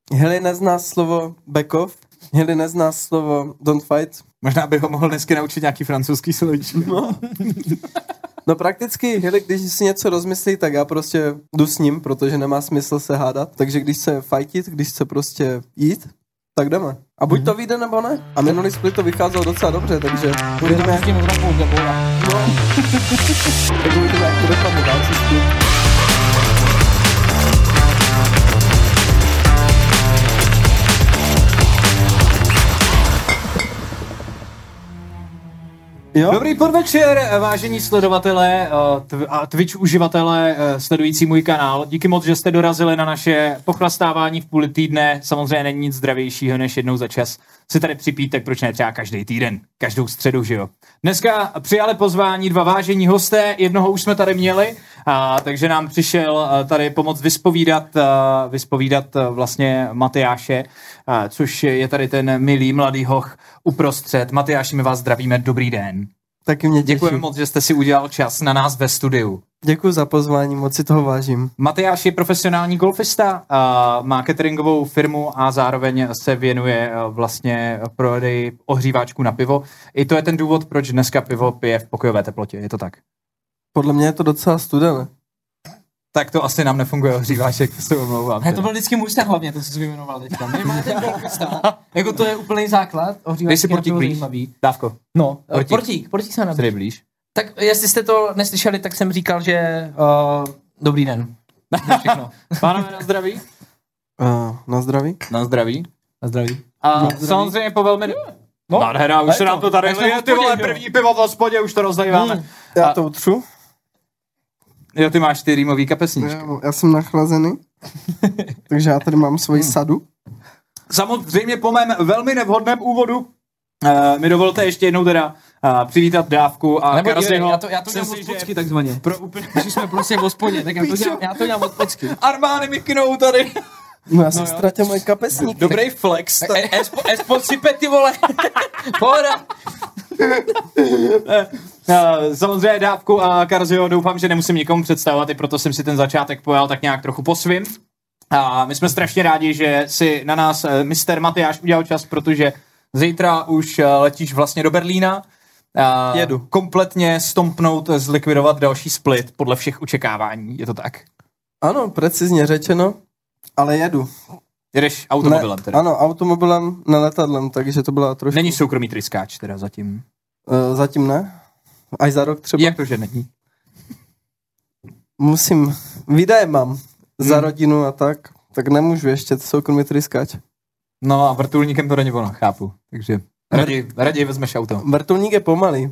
Heli nezná slovo back off, Heli nezná slovo don't fight. Možná bych ho mohl dnesky naučit nějaký francouzský slovíčko. No prakticky, Heli, když si něco rozmyslí, tak já prostě jdu s ním, protože nemá smysl se hádat. Takže když se fightit, když se prostě jít, tak jdeme. A buď to vyjde, nebo ne. A minulý split to vycházelo docela dobře, takže uvidíme. Tak uvidíme, jak to dopadne další split. Jo? Dobrý podvečer, vážení sledovatelé a Twitch uživatelé sledující můj kanál. Díky moc, že jste dorazili na naše pochlastávání v půli týdne. Samozřejmě není nic zdravějšího, než jednou za čas si tady připít, tak proč ne třeba každý týden, každou středu, že jo. Dneska přijali pozvání dva vážení hosté, jednoho už jsme tady měli, takže nám přišel tady pomoct vyspovídat vlastně Matyáše, což je tady ten milý mladý hoch uprostřed. Matyáši, my vás zdravíme, dobrý den. Taky mě těší. Děkujeme moc, že jste si udělal čas na nás ve studiu. Děkuji za pozvání, moc si toho vážím. Matyáš je profesionální golfista, má cateringovou firmu a zároveň se věnuje vlastně prodeji ohříváčků na pivo. I to je ten důvod, proč dneska pivo pije v pokojové teplotě, je to tak? Podle mě je to docela studené. Tak to asi nám nefunguje ohříváček, to se omlouvám. To byl vždycky můj vztah hlavně, to jsi vyjmenoval teďka. My máte golfista. Jako to je úplný základ. Dej si portík blíž. Dávko. No, portík se nám blíž. Tak jestli jste to neslyšeli, tak jsem říkal, že dobrý den. Všechno. Pánové, na zdraví. Na zdraví. Na zdraví. Na zdraví. A na samozřejmě po velmi... No, nádhera, už se nám to tady leje, ty vole, první pivo v hospodě, už to rozlejváme. Já to utřu. Jo, ty máš ty rýmový kapesníčky. Já jsem nachlazený, takže já tady mám svoji sadu. Samozřejmě po mém velmi nevhodném úvodu mi dovolte ještě jednou teda přivítat Dávku a Karziho. Já to dělám od pocky takzvaně. Když jsme prostě v hospodě, tak já to dělám od pocky. Armány mi knou tady. No já jsem ztratil můj kapesník. Dobrý flex. Espon sype, ty vole. Pohoda. Samozřejmě Dávku a Karziho doufám, že nemusím nikomu představovat, i proto jsem si ten začátek pojal tak nějak trochu po svým. A my jsme strašně rádi, že si na nás Mr. Matyáš udělal čas, protože zítra už letíš vlastně do Berlína. Jedu. Kompletně stompnout, zlikvidovat další split podle všech očekávání, je to tak? Ano, precizně řečeno, ale jedu. Jedeš automobilem teda? Ano, automobilem, ne letadlem, takže to byla trošku... Není soukromý tryskáč teda zatím? Zatím ne. Až za rok třeba. Jak to, že není? Musím, výdaje mám za rodinu a tak nemůžu ještě soukromý tryskáč. No a vrtulníkem to není ono, chápu, takže raději vezmeš auto. Vrtulník je pomalý.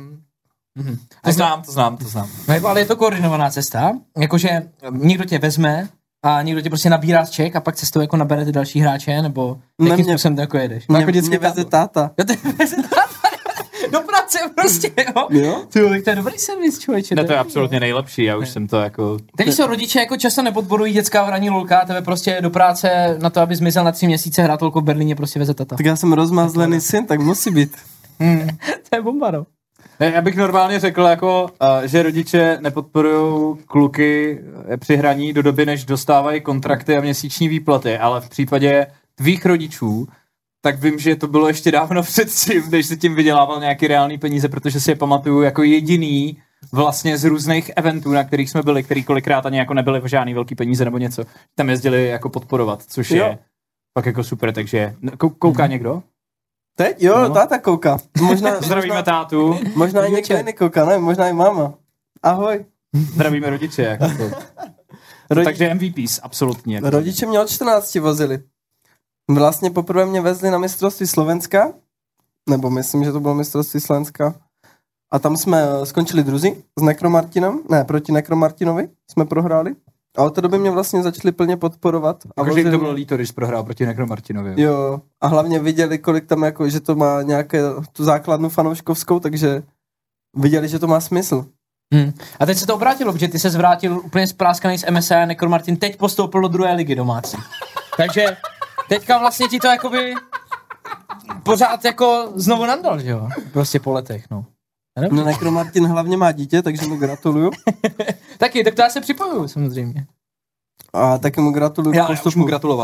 To znám. No, ale je to koordinovaná cesta, jakože někdo tě vezme a někdo tě prostě nabírá z ček a pak cestou jako nabere ty další hráče, nebo jakým způsobem to jako jedeš? Mě veze táta. Jo, ty veze táta. Do práce prostě, jo? Ty, to je dobrý servis, člověče. Ne, to je absolutně nejlepší, já už jsem to jako... Teď jsou rodiče jako často nepodporují dětská hraní lolka a tebe prostě do práce na to, aby zmizel na 3 měsíce hrát lolko v Berlíně, prostě veze tata. Tak já jsem rozmázlený syn, tak musí být. To je bomba, no. Já bych normálně řekl, jako, že rodiče nepodporují kluky při hraní do doby, než dostávají kontrakty a měsíční výplaty, ale v případě tvých rodičů, tak vím, že to bylo ještě dávno předtím, než si tím vydělával nějaký reálný peníze, protože si je pamatuju jako jediný vlastně z různých eventů, na kterých jsme byli, který kolikrát ani jako nebyly žádný velký peníze nebo něco. Tam jezdili jako podporovat, což je fakt jako super, takže kouká někdo? Teď? Jo, táta kouká. Zdravíme tátu. Možná i někdo jiný kouká, ne? Možná i máma. Ahoj. Zdravíme rodiče. Jako takže MVPs, absolutně. Rodiče mě od 14 vozili. Vlastně poprvé mě vezli na mistrovství Slovenska, nebo myslím, že to bylo mistrovství Slovenska. A tam jsme skončili druzí s Nekromartinem, proti Nekromartinovi jsme prohráli. A od té doby mě vlastně začali plně podporovat. Takže jim to bylo líto, když prohrál proti Nekromartinovi. Jo, a hlavně viděli, kolik tam jako, že to má nějaké tu základnu fanouškovskou, takže viděli, že to má smysl. A teď se to obrátilo, protože ty se zvrátil úplně spráskaný z MSA a Nekromartin teď postoupil do 2. ligy domácí. Takže teďka vlastně ti to jakoby pořád jako znovu nandal, že jo? Prostě po letech, no. No Nekromartin hlavně má dítě, takže mu gratuluju. Taky, tak to já se připojuju samozřejmě. A taky mu gratuluju. Já už mu gratuloval.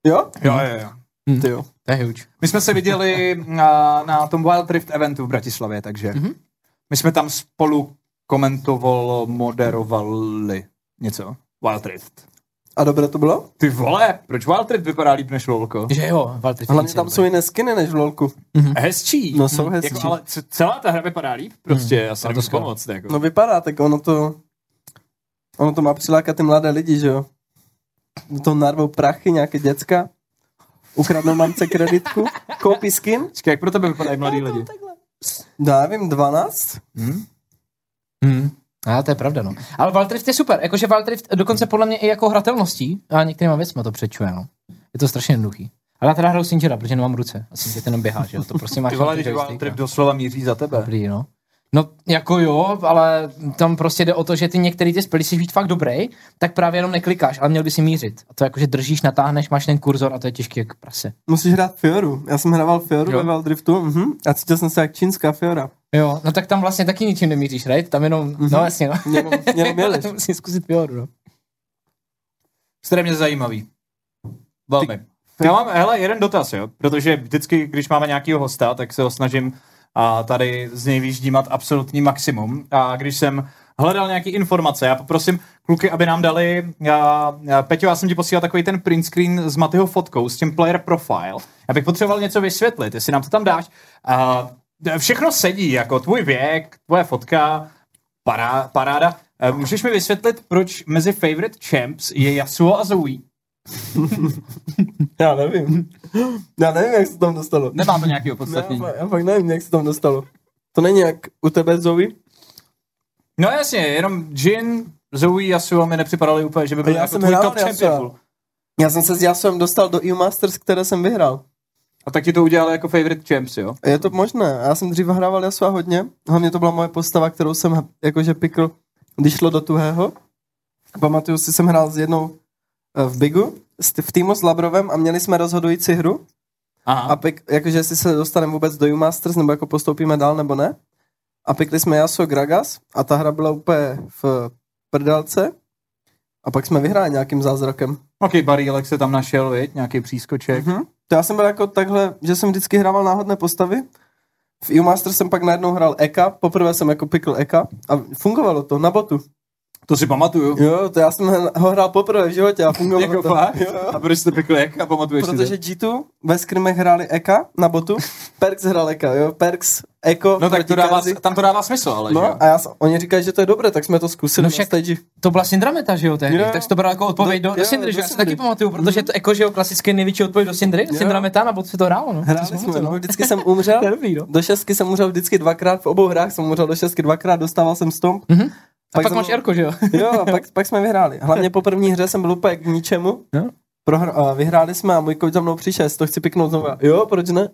Jo? Jo. Ty jo. To je huge. My jsme se viděli na tom Wild Rift eventu v Bratislavě, takže my jsme tam spolu moderovali něco. Wild Rift. A dobré to bylo? Ty vole, proč Wild Rift vypadá líp než LOLko? Že jo, Valtteri. Hlavně tam jsou jiné skiny než v LOLku. Hezčí. No jsou hezčí. Jako, ale celá ta hra vypadá líp? Prostě, já se nemůžu pomoct. Jako. No vypadá, tak ono to má přilákat ty mladé lidi, že jo? To narvou prachy, nějaké děcka, ukradnou mamce kreditku, koupí skin. Čekaj, jak pro tebe vypadají mladí lidi? Já nevím, 12? A to je pravda, no. Ale Wild Rift je super, jakože Wild Rift dokonce podle mě i jako hratelností a některýma věcma to přečuje, no. Je to strašně jednoduchý. Ale já teda hraju Singera, protože nemám ruce. A Singer jenom běhá, že jo, to prostě máš. Ty vole, když Wild Rift doslova míří za tebe. Dobrý, no. No, jako jo, ale tam prostě jde o to, že ty některý ty spely si být fakt dobrý, tak právě jenom neklikáš, ale měl by si mířit. A to jakože držíš, natáhneš, máš ten kurzor a to je těžký jak prase. Musíš hrát Fioru. Já jsem hrával Fioru ve Wild Riftu a cítil jsem se jak čínská Fiora. Jo, no tak tam vlastně taky ničím nemíříš, right? Tam jenom, no jasně, no. Jenom jedeš. Musím zkusit Fioru, no. Extrémně zajímavý. Velmi. Já mám, hele, jeden dotaz, jo, protože vždycky, když máme nějakýho hosta, tak se ho snažím tady z něj vyždímat absolutní maximum. A když jsem hledal nějaké informace, já poprosím kluky, aby nám dali, Peťo, já jsem ti posílal takový ten print screen s Matyho fotkou, s tím player profile. Já bych potřeboval něco vysvětlit, jestli nám to tam dáš. Všechno sedí, jako tvůj věk, tvoje fotka, paráda. Můžeš mi vysvětlit, proč mezi favorite champs je Yasuo a Zoe? Já nevím, jak se tam dostalo. Nemá to nějaký opodstatnění. Já fakt nevím, jak se tam dostalo. To není jak u tebe, Zoe? No jasně, jenom Jin, Zoe, Yasuo mi nepřipadaly úplně, že by byl jako tvůj top champion. Já jsem se s Yasuem dostal do EU Masters, které jsem vyhrál. A tak ti to udělali jako favorite champs, jo? Je to možné. Já jsem dřív hrával Yasua hodně. Hlavně to byla moje postava, kterou jsem jakože pikl, když šlo do tuhého. Pamatuju si, jsem hrál s jednou v Bigu, v týmu s Labrovem a měli jsme rozhodující hru. Aha. A jakože jestli se dostaneme vůbec do EU Masters, nebo jako postoupíme dál, nebo ne. A pikli jsme Yasuo Gragas a ta hra byla úplně v prdelce. A pak jsme vyhráli nějakým zázrakem. Ok, Barílek se tam našel, viď? Nějaký přískoček. To já jsem byl jako takhle, že jsem vždycky hrával náhodné postavy. V EU Masters jsem pak najednou hrál Eka, poprvé jsem jako pikl Eka a fungovalo to na botu. To si pamatuju. Jo, to já jsem ho hrál poprvé v životě a fungovalo jako to. Fakt? A proč jsi to pikl Eka, pamatuješ si to? Protože G2 ve skrimech hráli Eka na botu, Perks hrál Eka, jo, Perks, Eko, no tak tam to dává smysl, ale no, že jo? a oni říkají, že to je dobré, tak jsme to zkusili no na stage. To byla Syndrameta, že jo, tehdy, Jo. tak jsi to bral jako odpověď do Syndry, že já si taky pamatuju, protože to jako, že jo, klasicky největší odpověď do Syndry, Syndrameta, na botu se to hrálo, no. Hráli jsme, no, vždycky jsem umřel, do 6 jsem umřel vždycky dvakrát, v obou hrách jsem umřel do 6 dvakrát, dostával jsem stomp. A pak máš Erko, že jo? Jo, a pak jsme vyhráli. Hlavně po první hře jsem byl úplně k ničemu. Jo? Vyhráli jsme a můj coach za mnou přišel, to chci piknout znovu. Jo, proč ne?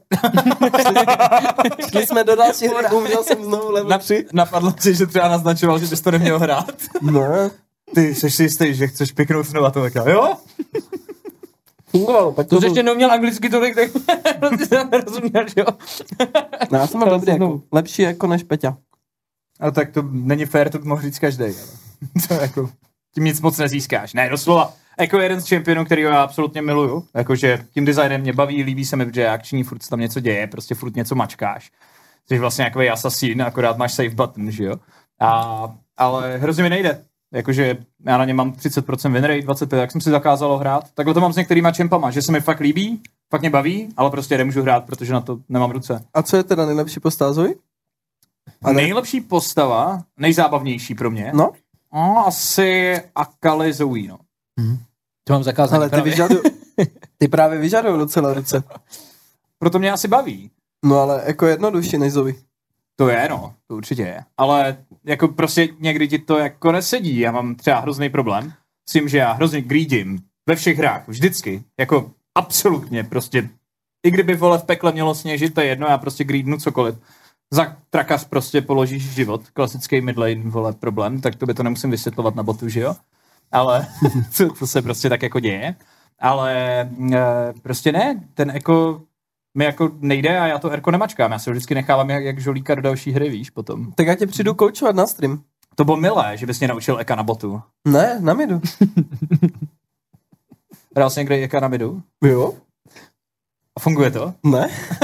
Šli jsme do další hry, umřel jsem znovu level 3. Napadlo si, že třeba naznačoval, že bys to neměl hrát. Ne. Ty jsi si jistý, že chceš piknout znovu a to tak, jo? Fungovalo. Pak To jsi ještě neuměl anglicky tolik, tak jsem nerozuměl, že jo? No, já jsem byl dobrý, jako, lepší jako než Peťa. Ale tak to není fér, to by mohl říct každý. To jako, tím nic moc nezískáš. Ne, doslova. Jako jeden z championů, který já absolutně miluju. Jakože tím designem mě baví, líbí se mi, že je akční, furt se tam něco děje, prostě furt něco mačkáš. Jsi vlastně takový asasín, akorát máš save button, že jo? Ale hrozně mi nejde. Jakože já na něm mám 30% win rate, 25, jak jsem si zakázalo hrát. Takhle to mám s některýma champama, že se mi fakt líbí, fakt mě baví, ale prostě nemůžu hrát, protože na to nemám ruce. A co je teda nejlepší postava, Zoe? Nejlepší postava, nejzábavnější pro mě? No? Asi Akali Zoe, no. To mám zakázané. Ale ty právě vyžadují docela ruce. Proto mě asi baví. No ale jako jednodušší než Zoe. To je, no, to určitě je. Ale jako prostě někdy ti to jako nesedí. Já mám třeba hrozný problém s tím, že já hrozně greedím ve všech hrách, vždycky. Jako absolutně prostě. I kdyby, vole, v pekle mělo sněžit, to je jedno, já prostě greednu cokoliv. Za trakas prostě položíš život, klasický midlane, vole, problém, tak to by to nemusím vysvětlovat na botu, že jo? Ale to se prostě tak jako děje. Ale prostě ne, ten eko mi jako nejde a já to erko nemačkám. Já se vždycky nechávám jak žolíka do další hry, víš, potom. Tak já tě přijdu koučovat na stream. To bylo milé, že bys mě naučil eka na botu. Ne, na midu. Hrál jsi někde jaká na midu? Jo? A funguje to? Ne?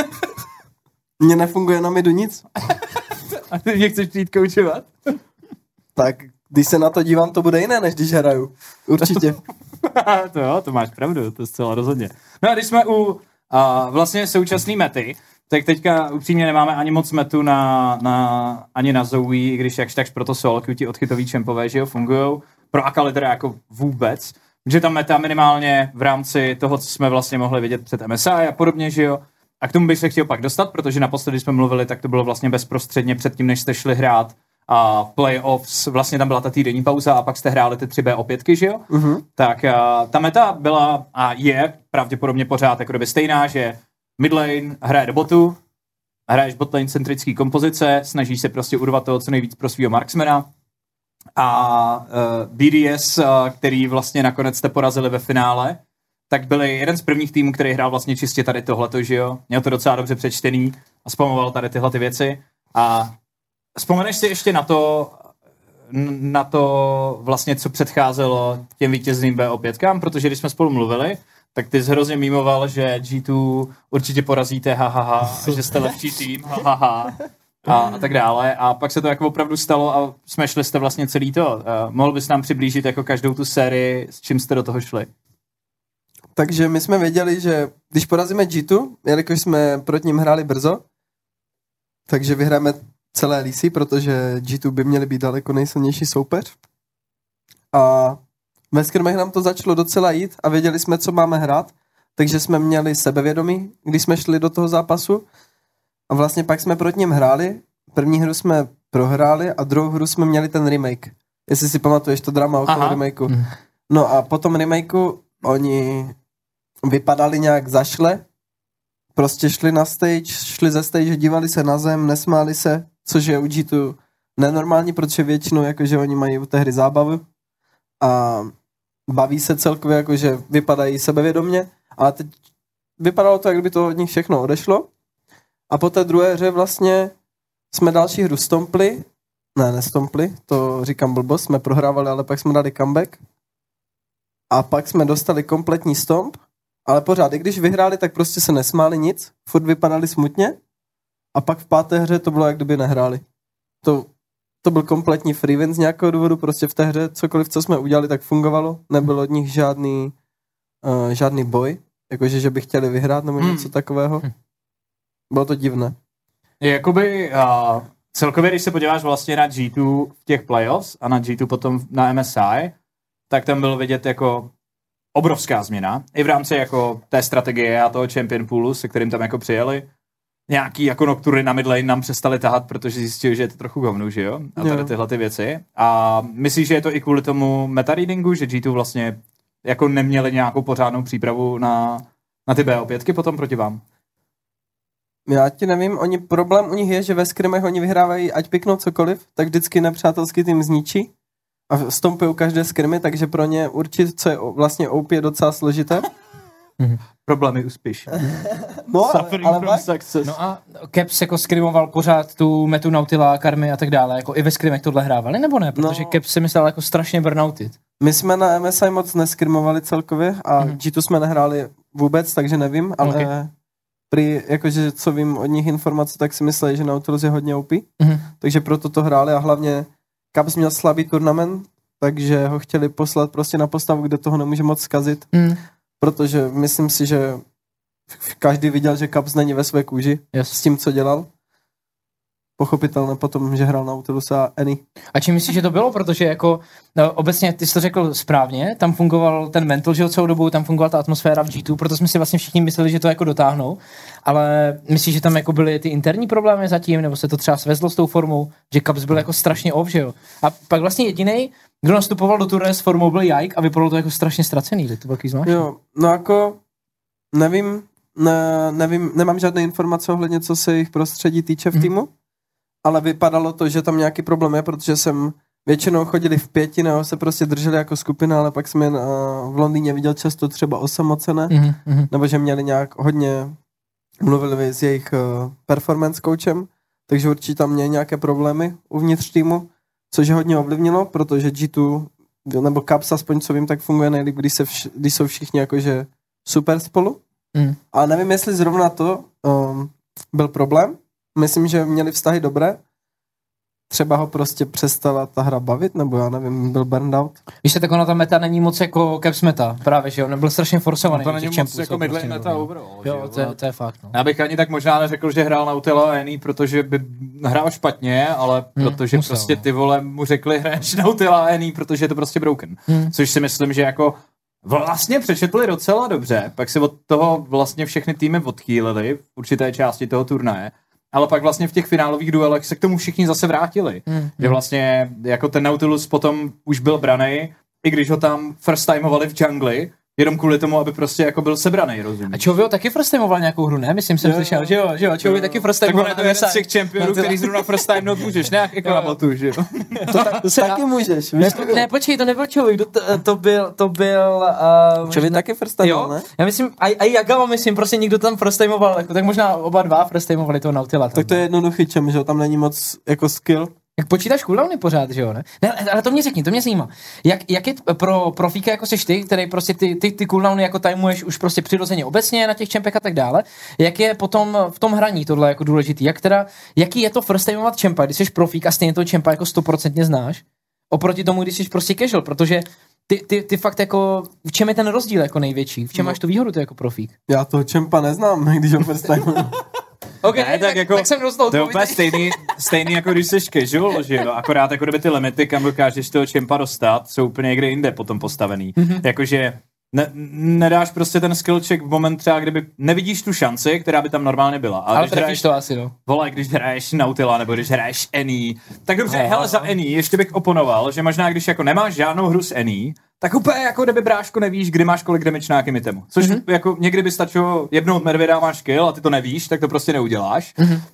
Mně nefunguje na midu nic. A ty mě chceš přijít koučovat? Tak když se na to dívám, to bude jiné, než když hraju. Určitě. To jo, to máš pravdu, to je zcela rozhodně. No a když jsme u vlastně současné mety, tak teďka upřímně nemáme ani moc metu ani na Zoe, i když jakž takž proto solo ti odchytový čempové, že jo, fungujou. Pro Akali teda jako vůbec. Takže ta meta minimálně v rámci toho, co jsme vlastně mohli vidět před MSI a podobně, že jo. A k tomu bych se chtěl pak dostat, protože naposledy, když jsme mluvili, tak to bylo vlastně bezprostředně předtím, než jste šli hrát a playoffs, vlastně tam byla ta týdenní pauza a pak jste hráli ty 3 BO5, že jo? Tak ta meta byla a je pravděpodobně pořád jako doby stejná, že midlane hraje do botu, hraješ botlane centrický kompozice, snažíš se prostě urvat toho co nejvíc pro svýho marksmana a BDS, který vlastně nakonec jste porazili ve finále, tak byli jeden z prvních týmů, který hrál vlastně čistě tady tohleto, že jo? Měl to docela dobře přečtený a spamoval tady tyhle ty věci a vzpomeneš si ještě na to vlastně, co předcházelo těm vítězným BO5, protože když jsme spolu mluvili, tak ty jsi hrozně mimoval, že G2 určitě porazíte, hahaha, a že jste lepší tým, hahaha, a tak dále. A pak se to jako opravdu stalo a smešli jste vlastně celý to. Mohl bys nám přiblížit jako každou tu sérii, s čím jste do toho šli? Takže my jsme věděli, že když porazíme G2, jelikož jsme proti ním hráli brzo, takže vyhráme celé lísy, protože G2 by měli být daleko nejsilnější soupeř. A ve skrimech nám to začalo docela jít a věděli jsme, co máme hrát, takže jsme měli sebevědomí, když jsme šli do toho zápasu. A vlastně pak jsme proti ním hráli, první hru jsme prohráli a druhou hru jsme měli ten remake. Jestli si pamatuješ to drama okolo remakeu. No a po tom remakeu oni vypadali nějak zašle, prostě šli na stage, šli ze stage, dívali se na zem, nesmáli se, což je u G2 nenormální, protože většinou jakože oni mají u té hry zábavu a baví se celkově, jakože vypadají sebevědomně, ale teď vypadalo to, jak by to od nich všechno odešlo a po té druhé hře vlastně jsme další hru stompli, nestompli, to říkám blbost, jsme prohrávali, ale pak jsme dali comeback a pak jsme dostali kompletní stomp, ale pořád, i když vyhráli, tak prostě se nesmáli nic, furt vypadali smutně a pak v páté hře to bylo, jak kdyby nehráli. To byl kompletní free win z nějakého důvodu, prostě v té hře cokoliv, co jsme udělali, tak fungovalo, nebylo od nich žádný boj, jakože, že by chtěli vyhrát nebo něco takového. Bylo to divné. Jakoby celkově, když se podíváš vlastně na G2 v těch playoffs a na G2 potom na MSI, tak tam bylo vidět jako obrovská změna. I v rámci jako té strategie a toho champion poolu, se kterým tam jako přijeli. Nějaký jako nocturny na midlane nám přestali tahat, protože zjistili, že je to trochu govnu, že jo? A tady tyhle ty věci. A myslíš, že je to i kvůli tomu meta-readingu, že G2 vlastně jako neměli nějakou pořádnou přípravu na ty BO5 potom proti vám? Já ti nevím, problém u nich je, že ve skrimech oni vyhrávají, ať piknou cokoliv, tak vždycky nepřátelský tým zničí a stompujou každé skrimy, takže pro ně určit, co je vlastně OP, je docela složité. Problémy uspěš. No, ale no a Caps jako skrimoval pořád tu metu Nautila, Karmy a tak dále, jako i ve skrimech tohle hrávali, nebo ne? Protože Caps si myslel jako strašně burnouted. My jsme na MSI moc neskrimovali celkově a G2 jsme nehráli vůbec, takže nevím, ale jakože co vím od nich informace, tak si mysleli, že Nautilus je hodně OP, takže proto to hráli a hlavně Caps měl slabý turnament, takže ho chtěli poslat prostě na postavu, kde toho nemůže moc zkazit, protože myslím si, že každý viděl, že Caps není ve své kůži s tím, co dělal. Pochopitelné potom, že hrál Nautilus a Eny. A čím myslíš, že to bylo? Protože jako obecně, ty jsi to řekl správně, tam fungoval ten mental, že celou dobu, tam fungovala ta atmosféra v G2, proto jsme si vlastně všichni mysleli, že to jako dotáhnou, ale myslíš, že tam jako byly ty interní problémy zatím, nebo se to třeba svezlo s tou formou, že Caps byl jako strašně off, že jo? A pak vlastně jedinej, kdo nastupoval do turné s formou, byl Jajk a vypadalo to jako strašně ztracený, to byl zvláštní. Jo, no jako, nevím, nemám žádné informace ohledně, co se jejich prostředí týče v týmu, ale vypadalo to, že tam nějaký problém je, protože jsem většinou chodili v 5, nebo se prostě drželi jako skupina, ale pak jsem jen v Londýně viděl často třeba osamocené, nebo že měli nějak hodně, mluvili s jejich performance coachem, takže určitě tam měli nějaké problémy uvnitř týmu, což je hodně ovlivnilo, protože G2 nebo Cups, aspoň co vím, tak funguje nejlíp, když jsou všichni jakože super spolu. A nevím, jestli zrovna to byl problém. Myslím, že měli vztahy dobré. Třeba ho prostě přestala ta hra bavit, nebo já nevím, byl burned out. Víš, tak ona ta meta není moc jako Caps meta, právě, že jo, nebyl strašně forsovaný. To není moc jako midlane prostě meta overall. Jo, to je fakt, no. Já bych ani tak možná neřekl, že hrál na Utila a Annie, protože by hrál špatně, ale protože musel, prostě ty vole mu řekli hraješ na Utila a Annie, protože je to prostě broken. Což si myslím, že jako vlastně přečetli docela dobře, pak se od toho vlastně všechny týmy odchýlili v určité části toho turnaje. Ale pak vlastně v těch finálových duelech se k tomu všichni zase vrátili. Že vlastně jako ten Nautilus potom už byl branej, i když ho tam first timeovali v jungli, jenom kvůli tomu, aby prostě jako byl sebranej, rozumíš? A Chovio taky first timeoval nějakou hru, ne? Myslím, jsem slyšel, že jo, Chovio taky first timeoval. Tak on je to jeden z těch čempionů, který zrovna first time můžeš, ne jako na botu, že jo? To taky můžeš. Ne, počkej, to nebyl Chovio, to byl... Chovio taky first timeoval, ne? Já myslím, a Jagama myslím, prostě někdo tam first timeoval, tak možná oba dva first timeovali toho Nautila. Tak to je jednoduchý čem, že jo, tam není moc jako skill. Jak počítáš cooldowny pořád, že jo, ne? Ale to mě řekni, to mě zajímá. Jak je pro profíka, jako seš ty, který prostě ty cooldowny jako timuješ už prostě přirozeně obecně na těch čempech a tak dále, jak je potom v tom hraní tohle jako důležitý? Jaký je to first timeovat čempa, když jsi profík a stejně toho čempa jako 100% znáš, oproti tomu, když jsi prostě casual, protože ty fakt jako, v čem je ten rozdíl jako největší? V čem máš tu výhodu ty jako profík? Já toho čempa neznám, když ho first timeую. Okay, ne, tak jsem dostal to je úplně stejný jako když jsi casual, že jo, akorát jako kdyby ty limity, kam dokážeš toho čempa dostat, jsou úplně někde jinde potom postavený. Jakože nedáš prostě ten skill check v moment třeba, kdyby nevidíš tu šanci, která by tam normálně byla. Ale trefíš to asi, no. Vole, když hraješ Nautila nebo když hraješ Annie, tak dobře, hele, za Annie ještě bych oponoval, že možná když jako nemáš žádnou hru s Annie, tak úplně jako kdyby bráško nevíš, kdy máš kolik damage na jakým itemu. Což jako někdy by stačilo jebnout medvěda, máš kill a ty to nevíš, tak to prostě neuděláš.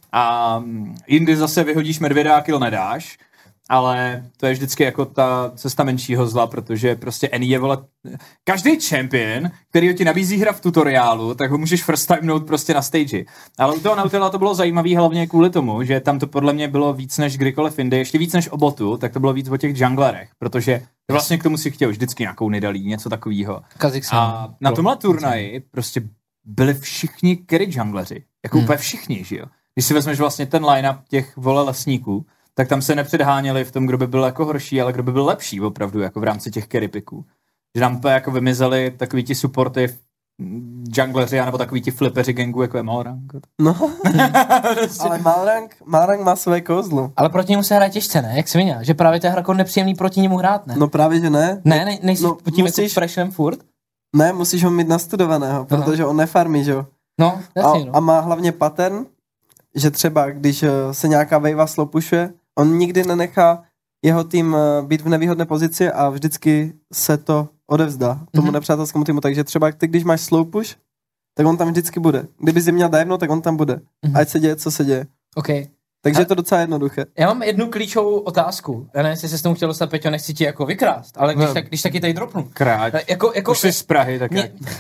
A jindy zase vyhodíš medvěda a kill nedáš. Ale to je vždycky jako ta cesta menšího zla, protože prostě Annie je, vole, každý champion, který ti nabízí hra v tutoriálu, tak ho můžeš first timenout prostě na stage. Ale u toho Nautila to bylo zajímavé hlavně kvůli tomu, že tam to podle mě bylo víc než kdykoliv jinde, ještě víc než o botu, tak to bylo víc o těch junglerech, protože vlastně k tomu si chtěl vždycky nějakou nidalí, něco takového. A na tomhle turnaji prostě byli všichni carry jungleři, jako úplně všichni, že jo. Když si vezmeš vlastně ten line-up těch, vole, lesníků, tak tam se nepředháněli v tom, kdo by byl jako horší, ale kdo by byl lepší opravdu jako v rámci těch carry picků. Že tam jako vymizeli takový ti supporty jungleři, anebo takový ti flipeři gangu, jako je Malrank. No, ale Malrank má své kouzlo. Ale proti němu se hraje těžce, ne? Jak svině, že právě to je jako nepříjemný proti němu hrát, ne? No právě, že ne. Ne, nejsi tím musíš, jako freshem furt? Ne, musíš ho mít nastudovaného, protože on nefarmí, že jo? No, jasně, no. A má hlavně pattern, že třeba když se nějaká wave slopušuje, on nikdy nenechá jeho tým být v nevýhodné pozici a vždycky se to odevzdá tomu nepřátelskému týmu, takže třeba ty, když máš slow push, tak on tam vždycky bude. Kdyby jsi měl diveno, tak on tam bude. Ať se děje, co se děje. Okay. Takže je to docela jednoduché. Já mám jednu klíčovou otázku. Já nevím, jestli se s tomu chtěl dostat, Peťo, nechci ti jako vykrást, ale když taky tady dropnu. Krát. Už jsi z Prahy, tak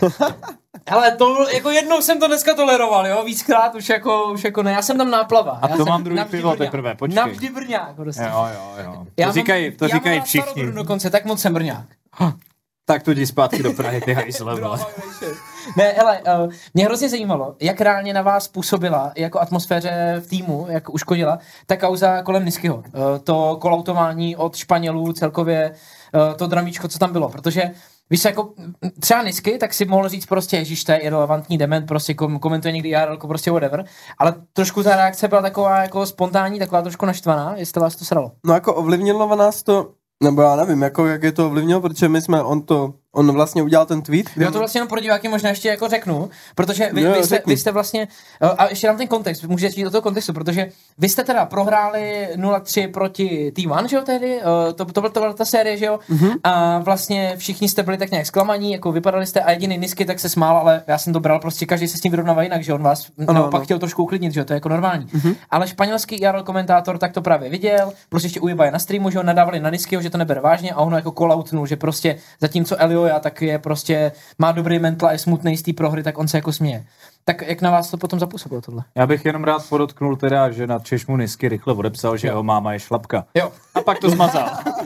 Ale to, jako jednou jsem to dneska toleroval, jo, víckrát už jako ne, já jsem tam náplava. A to mám druhý pivo teprve, počkej. Navždy Brňák, prostě. Jo. To říkají všichni. Já dokonce, tak moc jsem Brňák. Tak tu jdi zpátky do Prahy, ty hajzle, vole. Ne, hele, mě hrozně zajímalo, jak reálně na vás působila jako atmosféře v týmu, jak uškodila ta kauza kolem Niskyho. To kolautování od Španělů, celkově to dramíčko, co tam bylo, protože víš, jako třeba Nisky, tak si mohl říct prostě, ježiš, to je irrelevantní dement, prostě komentuje někdy IRL, prostě whatever, ale trošku ta reakce byla taková jako spontánní, taková trošku naštvaná, jestli vás to sralo. No jako ovlivnilo nás to, nebo já nevím, jako jak je to ovlivnilo, protože my jsme, on vlastně udělal ten tweet. Já to vlastně jenom pro diváky možná ještě jako řeknu, protože vy jste vlastně, a ještě dám ten kontext, můžete jít do toho kontextu, protože vy jste teda prohráli 0-3 proti T1, že jo, tehdy, to byla ta série, že jo, a vlastně všichni jste byli tak nějak zklamaní, jako vypadali jste a jediný Nisky tak se smál, ale já jsem to bral, prostě každý se s tím vyrovnává jinak, že on vás naopak chtěl trošku uklidnit, že jo, to je jako normální. Ale španělský IRL komentátor tak to právě viděl, prostě ještě ujebaje na streamu, že ho nadávali na Niskyho, že to nebere vážně a on jako call-outnul, že prostě zatímco Elioja tak je prostě, má dobrý mental a je smutný z té prohry, tak on se jako směje. Tak jak na vás to potom zapůsobilo tohle? Já bych jenom rád podotknul teda, že na Češmu Nisky rychle odepsal, že jeho máma je šlapka. Jo. A pak to zmazal.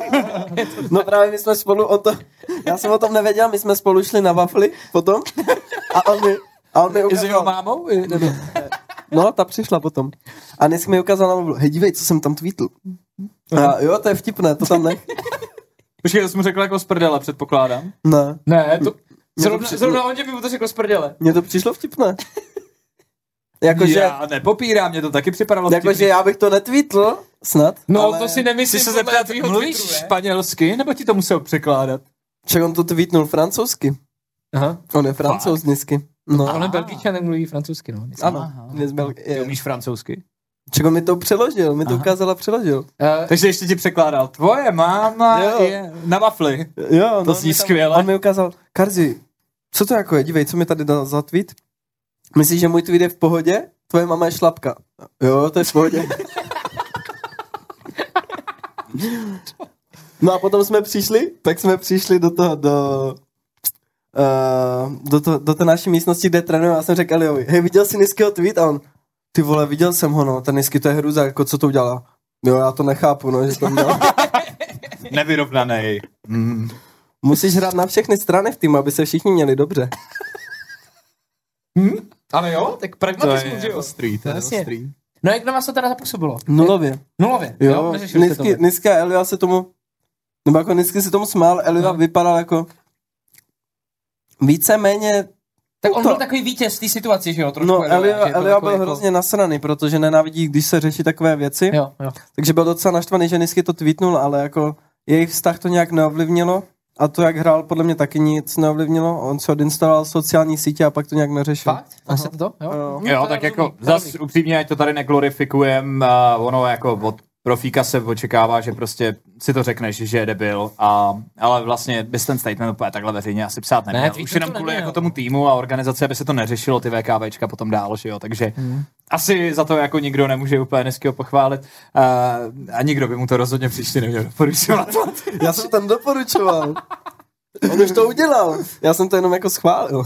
No právě my jsme spolu já jsem o tom nevěděl, my jsme spolu šli na wafly potom a on mi ukázal. S jeho mámou? No, ta přišla potom. A dneska mi ukázal na mobilu, hej, dívej, co jsem tam tweetl. A jo, to je vtipné, to tam nech. Počkej, to jsem mu řekl jako z prdele, předpokládám. Ne. Ne, to... Zrovna on by mu to řekl z prdele. Mně to přišlo vtipné. Jakože... Já nepopírám, mě to taky připadalo vtipný. Jakože já bych to netweetl, snad. No, ale... to si nemyslím. Jsi se zeptat, mluvíš španělsky, nebo ti to musel překládat? Ček on to tweetnul francouzsky. Aha. On je Francouz dnesky. No. Ale Belgičan nemluví francouzsky, no. Ano. Ty umíš francouzsky? Ček on mi to přeložil, mi to ukázal a přeložil. Takže ještě ti překládal. Tvoje máma Jo. je na wafli. Jo, To zní skvěle. On mi ukázal, Karzi, co to jako je, dívej, co mi tady dal za tweet? Myslíš, že můj tweet je v pohodě? Tvoje mama je šlapka. Jo, to je v pohodě. No a potom jsme přišli do té naší místnosti, kde trénujeme, a jsem řekl Eliovi, hej, viděl jsi Niskyho tweet? A on, ty vole, viděl jsem ho, no, ten Nisky, to je hruza, jako co to udělala? Jo, já to nechápu, no, že to udělal. Nevyrovnanej. Musíš hrát na všechny strany v týmu, aby se všichni měli dobře. Ale jo, tak pragmatismus, že jo. ostrý, to je Jasně. ostrý. No jak na vás to teda zapůsobilo? Nulově. Nulově, Jo, neřešili jste to. Nisky a Elia se tomu, nebo jako Nisky se tomu smál, Elia vypadal jako víceméně. Tak on byl takový vítěz v té situaci, že jo? Trošku No, Elia byl jako... hrozně nasraný, protože nenávidí, když se řeší takové věci. Jo. Takže byl docela naštvaný, že Nisky to tweetnul, ale jako jejich vztah to nějak neovlivnilo. A to, jak hrál, podle mě taky nic neovlivnilo. On se odinstaloval sociální sítě a pak to nějak neřešil. Fakt? A se to? Jo, Jo, tak jako zas upřímně, ať to tady neglorifikujem, ono jako od profíka se očekává, že prostě si to řekneš, že je debil, ale vlastně bys ten statement úplně takhle veřejně asi psát neměl. Ne, už jenom kvůli jako tomu týmu a organizaci, aby se to neřešilo, ty VKVčka potom dál, že jo, takže asi za to jako nikdo nemůže úplně Niskyho pochválit a nikdo by mu to rozhodně příště neměl doporučovat. Já jsem tam doporučoval. On už to udělal. Já jsem to jenom jako schválil.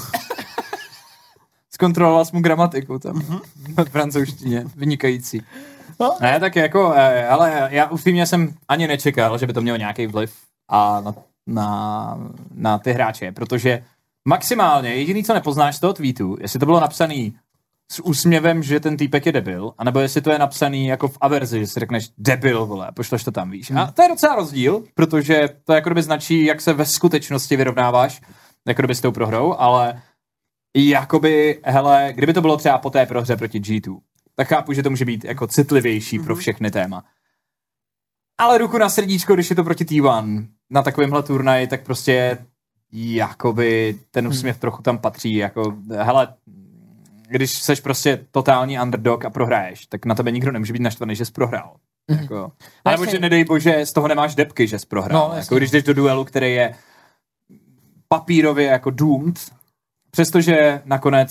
Zkontroloval jsi mu gramatiku tam v francouzštině, vynikající. No. Ne, tak jako, ale já upřímně jsem ani nečekal, že by to mělo nějaký vliv a na ty hráče, protože maximálně jediný, co nepoznáš z toho tweetu, jestli to bylo napsaný s úsměvem, že ten týpek je debil, anebo jestli to je napsaný jako v averzi, že si řekneš debil, vole, a pošleš to tam, víš. A to je docela rozdíl, protože to jako kdyby značí, jak se ve skutečnosti vyrovnáváš, jako kdyby s tou prohrou, ale jakoby, hele, kdyby to bylo třeba po té prohře proti G2, tak chápu, že to může být jako citlivější pro všechny téma. Ale ruku na srdíčko, když je to proti T1 na takovémhle turnaji, tak prostě jakoby ten úsměv trochu tam patří, jako hele, když seš prostě totální underdog a prohraješ, tak na tebe nikdo nemůže být naštvaný, že jsi prohrál. Jako. A nebo že nedej bože, z toho nemáš depky, že jsi prohrál. No, jako, když jdeš do duelu, který je papírově jako doomed, přestože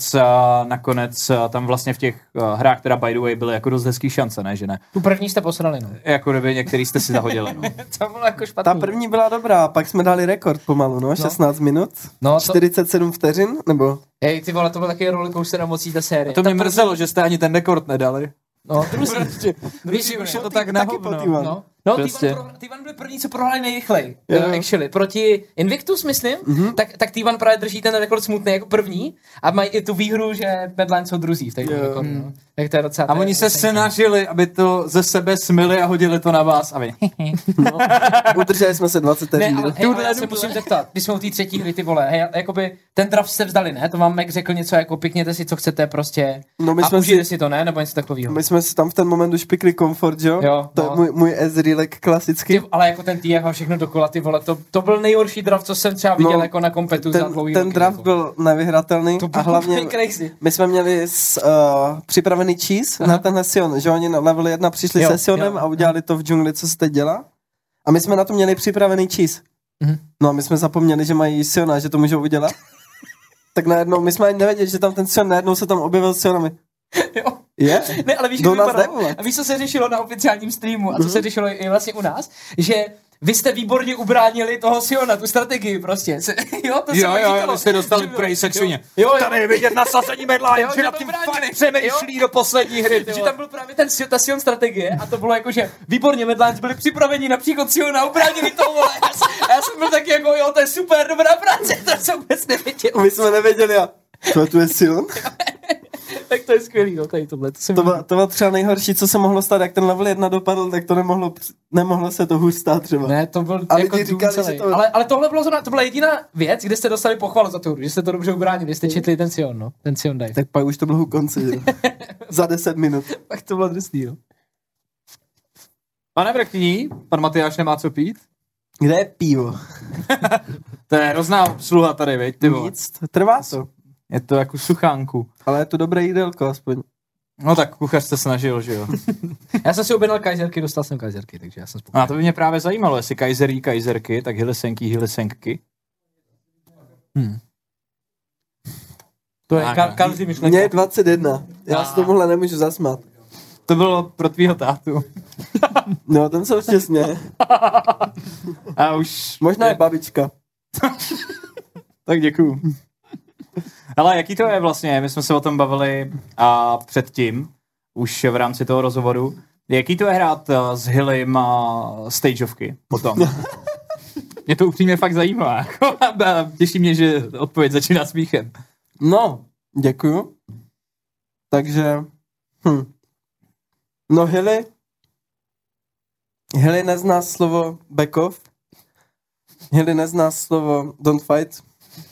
nakonec tam vlastně v těch hrách, teda by the way, byly jako dost hezký šance, ne, že ne? Tu první jste posrali, no. Jako kdyby některý jste si zahodili, no. To bylo jako špatný. Ta první byla dobrá, pak jsme dali rekord pomalu, no, 16 minut, No, to... 47 vteřin, nebo? Hej, ty vole, to byl taky rollercoaster emocí ta série. To mě mrzelo, že jste ani ten rekord nedali. No, Prostě, druzí už je to tak taky na po hovno. T1. No, Prostě. T1 byli první, co prohráli nejrychleji, Jo. actually. Proti Invictus, myslím, tak T1 právě drží ten rekord smutný jako první a mají i tu výhru, že Medline jsou druzí v té rekordu. No. Tak to je docela... A oni se snažili, aby to ze sebe smyli a hodili to na vás a vy. No, udrželi jsme se 20 Ne, vteřin. ale hej, ale já se musím zeptat, když jsme u té třetí hry, ty vole, hej, jakoby ten draft jste vzdali, ne? To vám Mac řekl něco jako pěkněte si, co chcete prostě No, my a jsme užijte si to, ne? Nebo něco takového. My jsme si tam v ten moment už pikli komfort, jo? Jo, To no. je můj Ezrealek klasický. Ale jako ten TF a všechno dokola, ty vole, to byl nejhorší draft, co jsem třeba viděl jako na kompetu za dlouhý ten roky, draft jako. byl nevyhratelný To a bylo hlavně crazy. my jsme měli připravený cheese na tenhle Sion, že oni na level 1 přišli se Sionem a udělali to v džungli, co se teď dělá. A my jsme na to měli připravený cheese. No a my jsme zapomněli, že mají Siona, že to můžou udělat. Tak najednou, my jsme ani nevěděli, že tam ten Sion, najednou se tam objevil s Sionami. Jo. Je? Ne, ale víš, Do jak nás vypadalo? nevolat. A víš, co se řešilo na oficiálním streamu a co se řešilo i vlastně u nás, že vy jste výborně ubránili toho Siona, tu strategii prostě. Jo, to se Jo, vy jste dostali prej sexuně. Tady je vidět nasazení medla, že nad tím fakt přemýšlí do poslední hry. Že tam byl právě ta Sion strategie a to bylo jako, že výborně Medlines byli připraveni na příchod Siona, ubránili toho, vole. A já jsem byl taky jako, jo, to je super, dobrá práce, to jsem vůbec nevěděl. My jsme nevěděli, co tu je Sion? Tak to je skvělý, no, tady tohle. To bylo třeba nejhorší, co se mohlo stát, jak ten level 1 dopadl, tak to nemohlo se to hůř stát třeba. Ne, to byl a jako lidi říkali, celý. že to... Ale tohle bylo zrovna, to byla jediná věc, kde jste dostali pochvalu za tu hru, že jste to dobře ubránili, že jste četli ten Sion, no, ten Sion dive. Tak pak už to bylo u konce, že? Za 10 minut. Tak to bylo drsný, no. Pane Vrchní, pan Matyáš nemá co pít? Kde je pivo? To je hrozná sluha tady, veď, ty vole. Nic, trvá to. Je to jako suchánku. Ale je to dobré jídelko aspoň. No tak kuchař se snažil, že jo. Já jsem si objednal kajzerky, dostal jsem kajzerky, takže já jsem spokojený. A to by mě právě zajímalo, jestli kajzerí, kajzerky, tak hilisenkky. To je Karl's myšlenka. Mně je 21. Já s tomuhle nemůžu zasmát. To bylo pro tvýho tátu. No, ten se určitě směje. A už... Možná je babička. Tak děkuju. Ale jaký to je vlastně? My jsme se o tom bavili a předtím, už v rámci toho rozhovoru. Jaký to je hrát s Hillym stageovky potom? Mě to upřímně fakt zajímá. Těší mě, že odpověď začíná smíchem. No, děkuju. Takže... No Hilly nezná slovo back off. Hilly nezná slovo don't fight.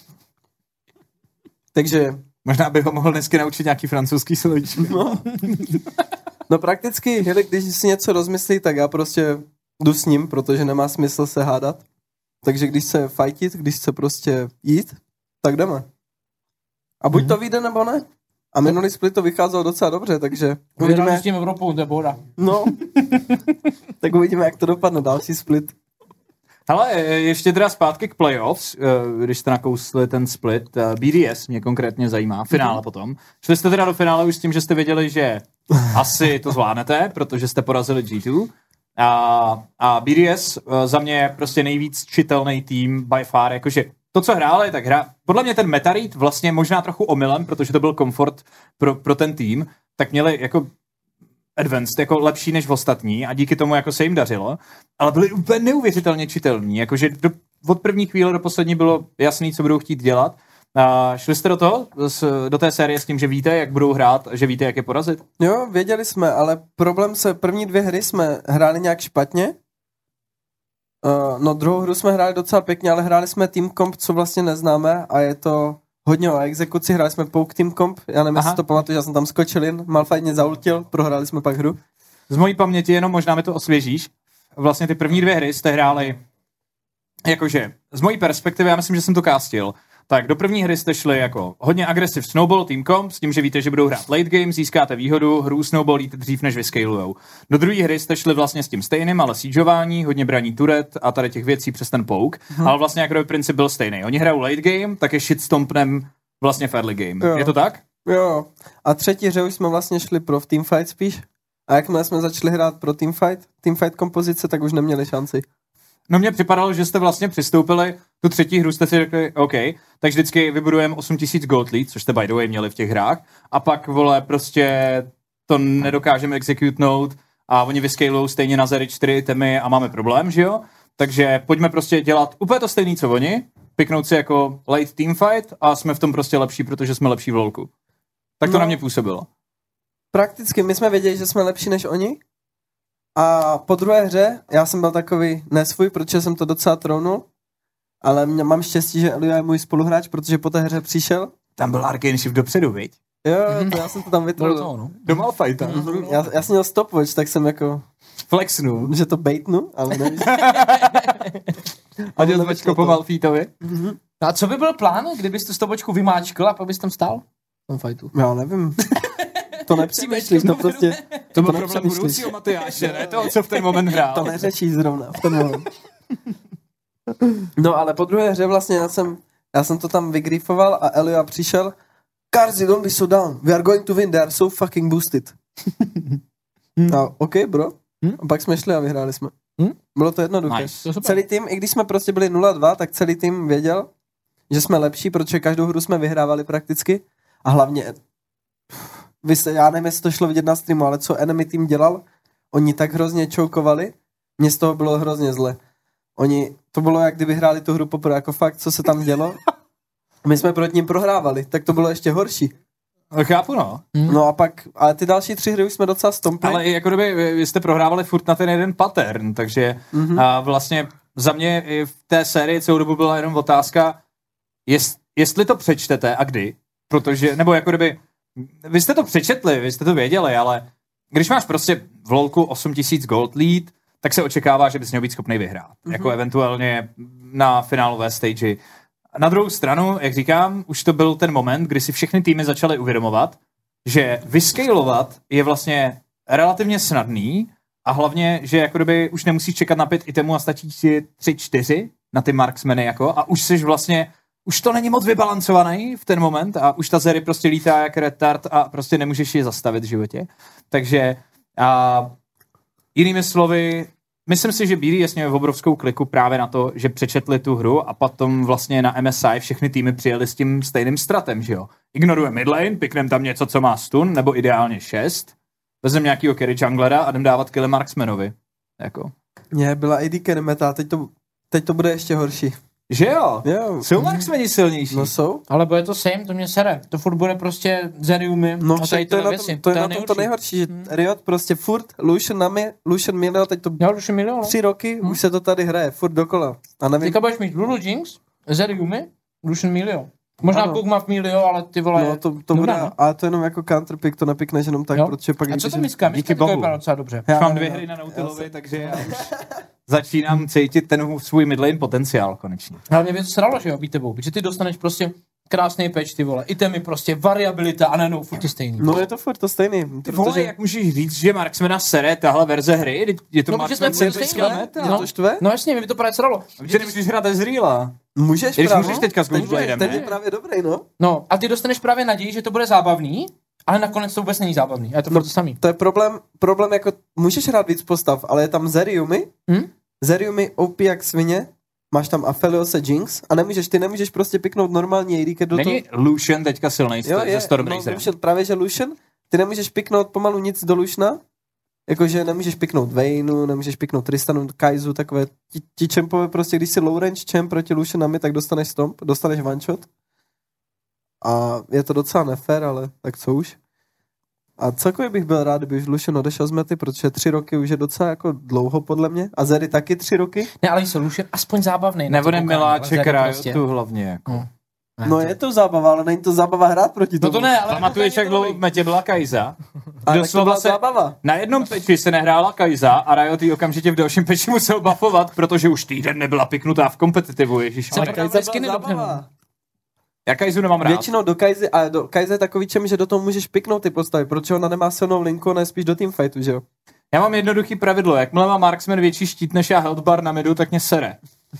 Takže... Možná bych ho mohl dneska naučit nějaký francouzský slovíčko. No prakticky Hilly, když si něco rozmyslí, tak já prostě jdu s ním, protože nemá smysl se hádat. Takže když se fightit, když se prostě jít, tak jdeme. A buď to vyjde, nebo ne. A minulý split to vycházelo docela dobře, takže uvidíme. S tím Evropou, to je boda. No, tak uvidíme, jak to dopadne, další split. Hele, ještě teda zpátky k playoffs, když jste nakousli ten split. BDS mě konkrétně zajímá, finále potom. Šli jste teda do finále už s tím, že jste věděli, že asi to zvládnete, protože jste porazili G2. A BDS za mě je prostě nejvíc čitelný tým by far, jakože to, co hráli, tak podle mě ten metaread vlastně možná trochu omylem, protože to byl komfort pro ten tým, tak měli jako advanced, jako lepší než ostatní a díky tomu jako se jim dařilo, ale byli úplně neuvěřitelně čitelní, jakože od první chvíle do poslední bylo jasný, co budou chtít dělat. Šli jste do toho, do té série s tím, že víte, jak budou hrát, že víte, jak je porazit? Jo, věděli jsme, ale problém první 2 hry jsme hráli nějak špatně. No druhou hru jsme hráli docela pěkně, ale hráli jsme Team Comp, co vlastně neznáme a je to hodně o exekuci, hráli jsme Poke Team Comp, já nevím, jestli to pamatuju, já jsem tam skočil jen, Malphite mě zaultil, prohráli jsme pak hru. Z mojí paměti, jenom možná mi to osvěžíš, vlastně ty první 2 hry jste hráli, jakože z mojí perspektivy, já myslím, že jsem to castil, tak do první hry jste šli jako hodně aggressive snowball team comp, s tím, že víte, že budou hrát late game, získáte výhodu, hru snowballíte dřív, než vyscalujou. Do druhé hry jste šli vlastně s tím stejným, ale siegeování, hodně braní turret a tady těch věcí přes ten poke, ale vlastně jako princip byl stejný. Oni hrajou late game, tak je shitstompnem vlastně v early game. Jo. Je to tak? Jo. A třetí hře už jsme vlastně šli pro teamfight spíš. A jakmile jsme začali hrát pro teamfight kompozice, tak už neměli šanci. No mně připadalo, že jste vlastně přistoupili, tu třetí hru jste si řekli, OK, tak vždycky vybudujeme 8000 gold lead, což jste by the way měli v těch hrách, a pak, vole, prostě to nedokážeme executnout a oni vyscalujou stejně na zary 4 itemy a máme problém, že jo? Takže pojďme prostě dělat úplně to stejný, co oni, piknout si jako late teamfight a jsme v tom prostě lepší, protože jsme lepší v lolku. Tak to na mě působilo. Prakticky my jsme věděli, že jsme lepší než oni. A po druhé hře, já jsem byl takový nesvůj, protože jsem to docela tronul, ale mám štěstí, že Elia je můj spoluhráč, protože po té hře přišel. Tam byl Arcane Shift dopředu, viď? Jo, to já jsem to tam vytrolil. Do Malphita. Já jsem měl stopwatch, tak jsem jako... Flexnu. Že to baitnu, ale nevím. A děl zvačko po Malphitovi. A co by byl plán, kdybys tu stopočku vymáčkl a pak bys tam stál? V tom fightu. Já nevím. To nepřemýšlíš, to prostě... To byl problém budoucího Matyáše, ne? To, co v ten moment hrál. To neřečíš zrovna v ten moment. No ale po druhé hře vlastně já jsem to tam vygrifoval a Elia přišel. Karzi, don't be so down. We are going to win, they are so fucking boosted. A OK, bro. A pak jsme šli a vyhráli jsme. Bylo to jednoduché. Nice. Celý tým, i když jsme prostě byli 0-2, tak celý tým věděl, že jsme lepší, protože každou hru jsme vyhrávali prakticky. A hlavně, já nevím, jestli to šlo vidět na streamu, ale co enemy tým dělal, oni tak hrozně čoukovali, mně z toho bylo hrozně zle. To bylo, jak kdyby hráli tu hru poprvé, jako fakt, co se tam dělo. My jsme proti ním prohrávali, tak to bylo ještě horší. Chápu, no. No a pak, ale ty další 3 hry už jsme docela stompli. Ale jako kdyby vy jste prohrávali furt na ten jeden pattern, takže a vlastně za mě i v té sérii celou dobu byla jenom otázka, jestli to přečtete a kdy, protože, nebo jako kdyby, vy jste to přečetli, vy jste to věděli, ale když máš prostě v LoLku 8000 gold lead, tak se očekává, že bys měl být schopný vyhrát. Jako eventuálně na finálové stage. Na druhou stranu, jak říkám, už to byl ten moment, kdy si všechny týmy začaly uvědomovat, že vyscalovat je vlastně relativně snadný a hlavně, že jako kdyby už nemusíš čekat na 5 itemů a stačí si 3-4 na ty marksmeny jako a už jsi vlastně, už to není moc vybalancovaný v ten moment a už ta Zeri prostě lítá jak retard a prostě nemůžeš ji zastavit v životě. Takže jinými slovy, myslím si, že Bílý jasně v obrovskou kliku právě na to, že přečetli tu hru a potom vlastně na MSI všechny týmy přijeli s tím stejným stratem, že jo. Ignoruje midlane, piknem tam něco, co má stun, nebo ideálně 6, vezmeme nějakýho carry junglera a jdem dávat killy marksmanovi. Jako. Mně byla AD carry meta, teď to bude ještě horší. Že jo? Jo. Jsou marksmeni silnější. No jsou. Ale bude to same, to mě sere. To furt bude prostě Zeriumy No a tady to je na tom to nejhorší, že Riot prostě furt Lucian Milio, teď to Já už milion. 3 roky, už se to tady hraje, furt dokola. A nevím. Teďka budeš mít Lulu Jinx, Zeriumy, Lucian Milio. Možná Pugma v Milio, ale ty vole... No to bude, ale to jenom jako counterpick, to nepikneš jenom tak, protože pak... A co to Miska? Miska to vypadá docela dobře. Já mám 2 hry na Nautilovi, takže já už začínám cítit ten svůj midlane potenciál konečně. Hlavně mě to sralo, že jo, být tebou, protože ty dostaneš prostě krásný patch, ty vole, itemy prostě, variabilita a ne, furt je stejný. No je to furt to stejný. Ty vole, jak můžeš říct, že Marksmana sere tahle verze hry? Je to Marksman stejný, to štve? No jasně, mi to právě sralo. Že nemůžeš hrát Ezreala. Můžeš Když právě. můžeš teďka s Ghostbladem, Ten je právě dobrý, no. No, a ty dostaneš právě naději, že to bude zábavný, ale nakonec to vůbec není zábavný. A je to to samý. To je problém jako, můžeš hrát víc postav, ale je tam Zeriumy, Zeriumy OP jak svině, máš tam Apheliose Jinx a ty nemůžeš prostě piknout normální AD, do toho... Není Lucian teďka silnej ze Stormbrazerem? No, právě že Lucian, ty nemůžeš piknout pomalu nic do Luciana, jakože nemůžeš piknout Vaynu, nemůžeš piknout Tristanu, Kaizu, takové ti čempové prostě, když si low range champ proti Lucianami, tak dostaneš stomp, dostaneš one shot a je to docela nefér, ale tak co už. A celkově bych byl rád, kdyby už Lucian odešel z mety, protože 3 roky už je docela jako dlouho podle mě. A Zeri taky 3 roky. Ne, ale jsou Lucian aspoň zábavný. Nebo ne miláček Riotu hlavně. Jako. No je to zábava, ale není to zábava hrát proti tomu. No to ne, ale... Pamatuješ, jak dlouho v metě byla Kaiza? Ale to byla zábava. Na jednom peči se nehrála Kaiza a Riot ji okamžitě v dalším peči musel buffovat, protože už týden nebyla piknutá v kompetitivu, ježišmarja. Kaiza byla zábava. Já Kaizu nemám rád. Většinou do Kaize je takový čem, že do toho můžeš piknout ty postavy, protože ona nemá silnou linku, ona je spíš do teamfightu, že jo? Já mám jednoduchý pravidlo, jakmile má Marksman větší štít než já health bar na midu, tak mě sere.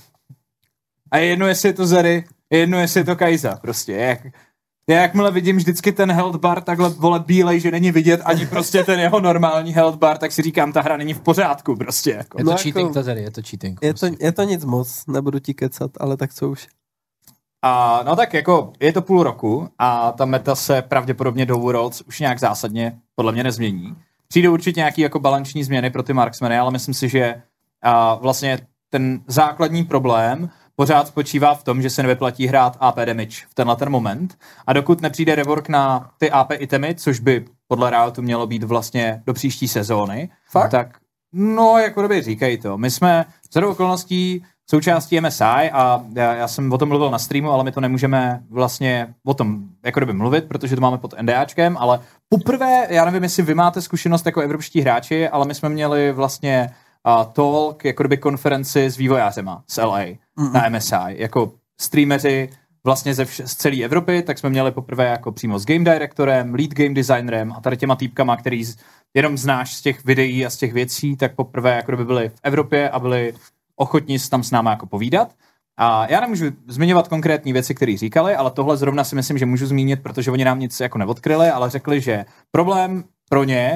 A je jedno, jestli je to Zeri, je jedno, jestli je to Kaiza, prostě. Jakmile vidím vždycky ten health bar takhle vole bílej, že není vidět ani prostě ten jeho normální health bar, tak si říkám, ta hra není v pořádku, prostě. Jako. Je to cheating, to Zeri, je to cheating. Je to nic moc, nebudu ti kecat, ale tak co už. A no tak jako je to půl roku a ta meta se pravděpodobně do Worlds už nějak zásadně podle mě nezmění. Přijdou určitě nějaký jako balanční změny pro ty marksmeny, ale myslím si, že vlastně ten základní problém pořád spočívá v tom, že se nevyplatí hrát AP damage v tenhle ten moment a dokud nepřijde rework na ty AP itemy, což by podle Riotu mělo být vlastně do příští sezóny, tak no jako době říkají to. My jsme z okolností součástí MSI a já jsem o tom mluvil na streamu, ale my to nemůžeme vlastně o tom jako doby mluvit, protože to máme pod NDAčkem, ale poprvé, já nevím, jestli vy máte zkušenost jako evropští hráči, ale my jsme měli vlastně talk, jako doby konferenci s vývojářema z LA na MSI, jako streameři vlastně z celé Evropy, tak jsme měli poprvé jako přímo s game directorem, lead game designerem a tady těma týpkama, který jenom znáš z těch videí a z těch věcí, tak poprvé jako doby byli v Evropě a byli ochotní tam s náma jako povídat. A já nemůžu zmiňovat konkrétní věci, které říkali, ale tohle zrovna si myslím, že můžu zmínit, protože oni nám nic jako neodkryli, ale řekli, že problém pro ně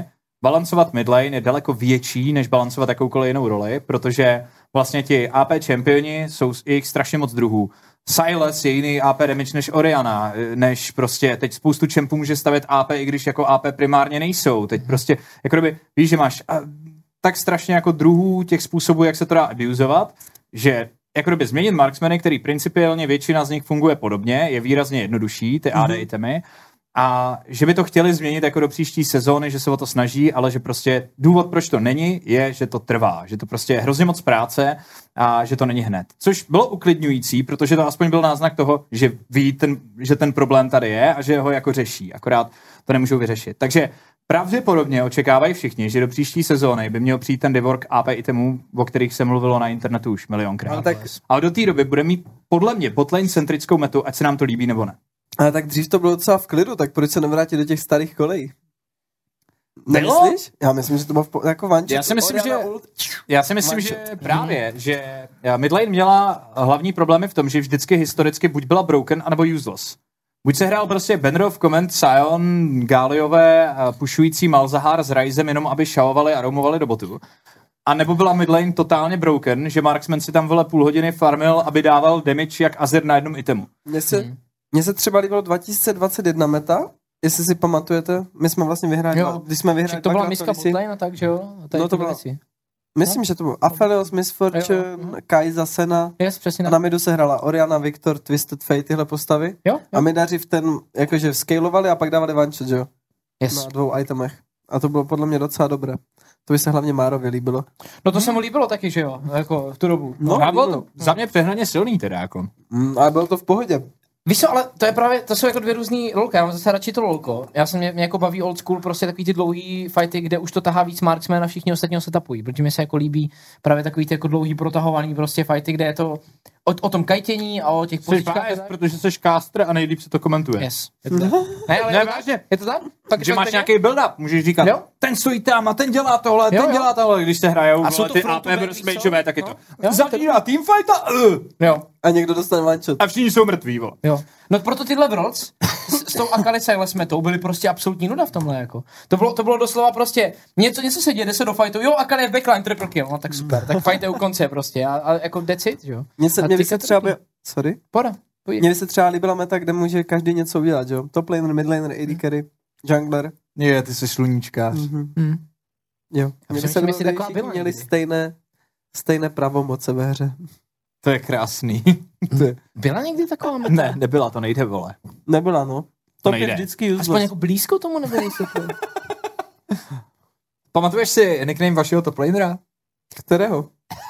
balancovat midlane je daleko větší, než balancovat jakoukoliv jinou roli, protože vlastně ti AP čempioni jsou jich strašně moc druhů. Sylas je jiný AP damage než Orianna, než prostě teď spoustu čempů může stavět AP, i když jako AP primárně nejsou. Teď prostě, jako kdyby, víš, že máš tak strašně jako druhů těch způsobů, jak se to dá abuzovat, že jako kdyby změnit marksmany, který principiálně většina z nich funguje podobně, je výrazně jednodušší, ty AD itemy, a že by to chtěli změnit jako do příští sezóny, že se o to snaží, ale že prostě důvod, proč to není, je, že to trvá, že to prostě je hrozně moc práce a že to není hned. Což bylo uklidňující, protože to aspoň byl náznak toho, že ví, že ten problém tady je a že ho jako řeší, akorát to nemůžou vyřešit. Takže pravděpodobně očekávají všichni, že do příští sezóny by měl přijít ten rework AP itemů, o kterých se mluvilo na internetu už milionkrát. Ale do té doby bude mít podle mě botlane centrickou metu, ať se nám to líbí nebo ne. Ale tak dřív to bylo docela v klidu, tak proč se nevrátit do těch starých kolejí? Nemyslíš? Já myslím, že to bylo jako vanček. Já si myslím, že právě, že midlane měla hlavní problémy v tom, že vždycky historicky buď byla broken, anebo useless. Buď se hrál prostě Benrov, Comment, Sion, Gáliové, pushující Malzahar s Ryzem jenom, aby šaovali a roamovali do botu. A nebo byla midlane totálně broken, že Marksman si tam vole půl hodiny farmil, aby dával damage jak Azir na jednom itemu. Mně se třeba líbilo 2021 meta, jestli si pamatujete, my jsme vlastně vyhráli, když jsme vyhráli. To byla miska botlane, tak že jo? No to bylo. Myslím, že to byl Aphelios, Misfortune, Kai'Sa, Senna. Přesně. A na midu se hrála Orianna, Viktor, Twisted Fate, tyhle postavy. Jo. A midaři v ten, jakože scalovali a pak dávali one-shot, že jo? Na 2 itemech. A to bylo podle mě docela dobré. To by se hlavně Márovi líbilo. No to se mu líbilo taky, že jo? Jako v tu dobu. No bylo to za mě přehnaně silný teda jako. Ale bylo to v pohodě. Víš co, ale to je právě, to jsou jako dvě různý lolka, já mám zase radši to lolko. Mě jako baví old school, prostě takový ty dlouhý fighty, kde už to tahá víc marksman a všichni ostatní se tapují, protože mi se jako líbí právě takový ty jako dlouhý protahovaný prostě fighty, kde je to o tom kajtění a o těch pozičkách. Protože jsi caster a nejlíp se to komentuje. Yes. Ne, ale vážně. Je to tak? Že máš nějaký build-up, můžeš říkat, jo? Ten stojí tam a ten dělá tohle, ten dělá tohle, když se hrajou ty AP versus mageové, tak je to. Zavírá teamfight a jo. A někdo dostane one-shot. A všichni jsou mrtví, vole. Jo. No proto tyhle Worlds s tou Akali Sylas metou byly prostě absolutní nuda v tomhle jako. To bylo doslova prostě něco se děje, jde se do fightu. Jo, Akali je backline triple kill. No tak super. Tak fight je u konce prostě a jako that's it, jo. Mně by se třeba sorry. Poda. Mně by se třeba líbila meta, kde může každý něco udělat, jo. Top laner, mid laner, AD carry, jungler. Je, ty jsi sluníčkář. Jo. Mně by se měli stejné pravomoce ve hře. To je krásný. Byla někdy taková meta? Ne, nebyla, to nejde, vole. Nebyla, no. To je vždycky useless. Aspoň jako blízko tomu nebyli se to. Pamatuješ si nickname vašeho toplanera? Kterého?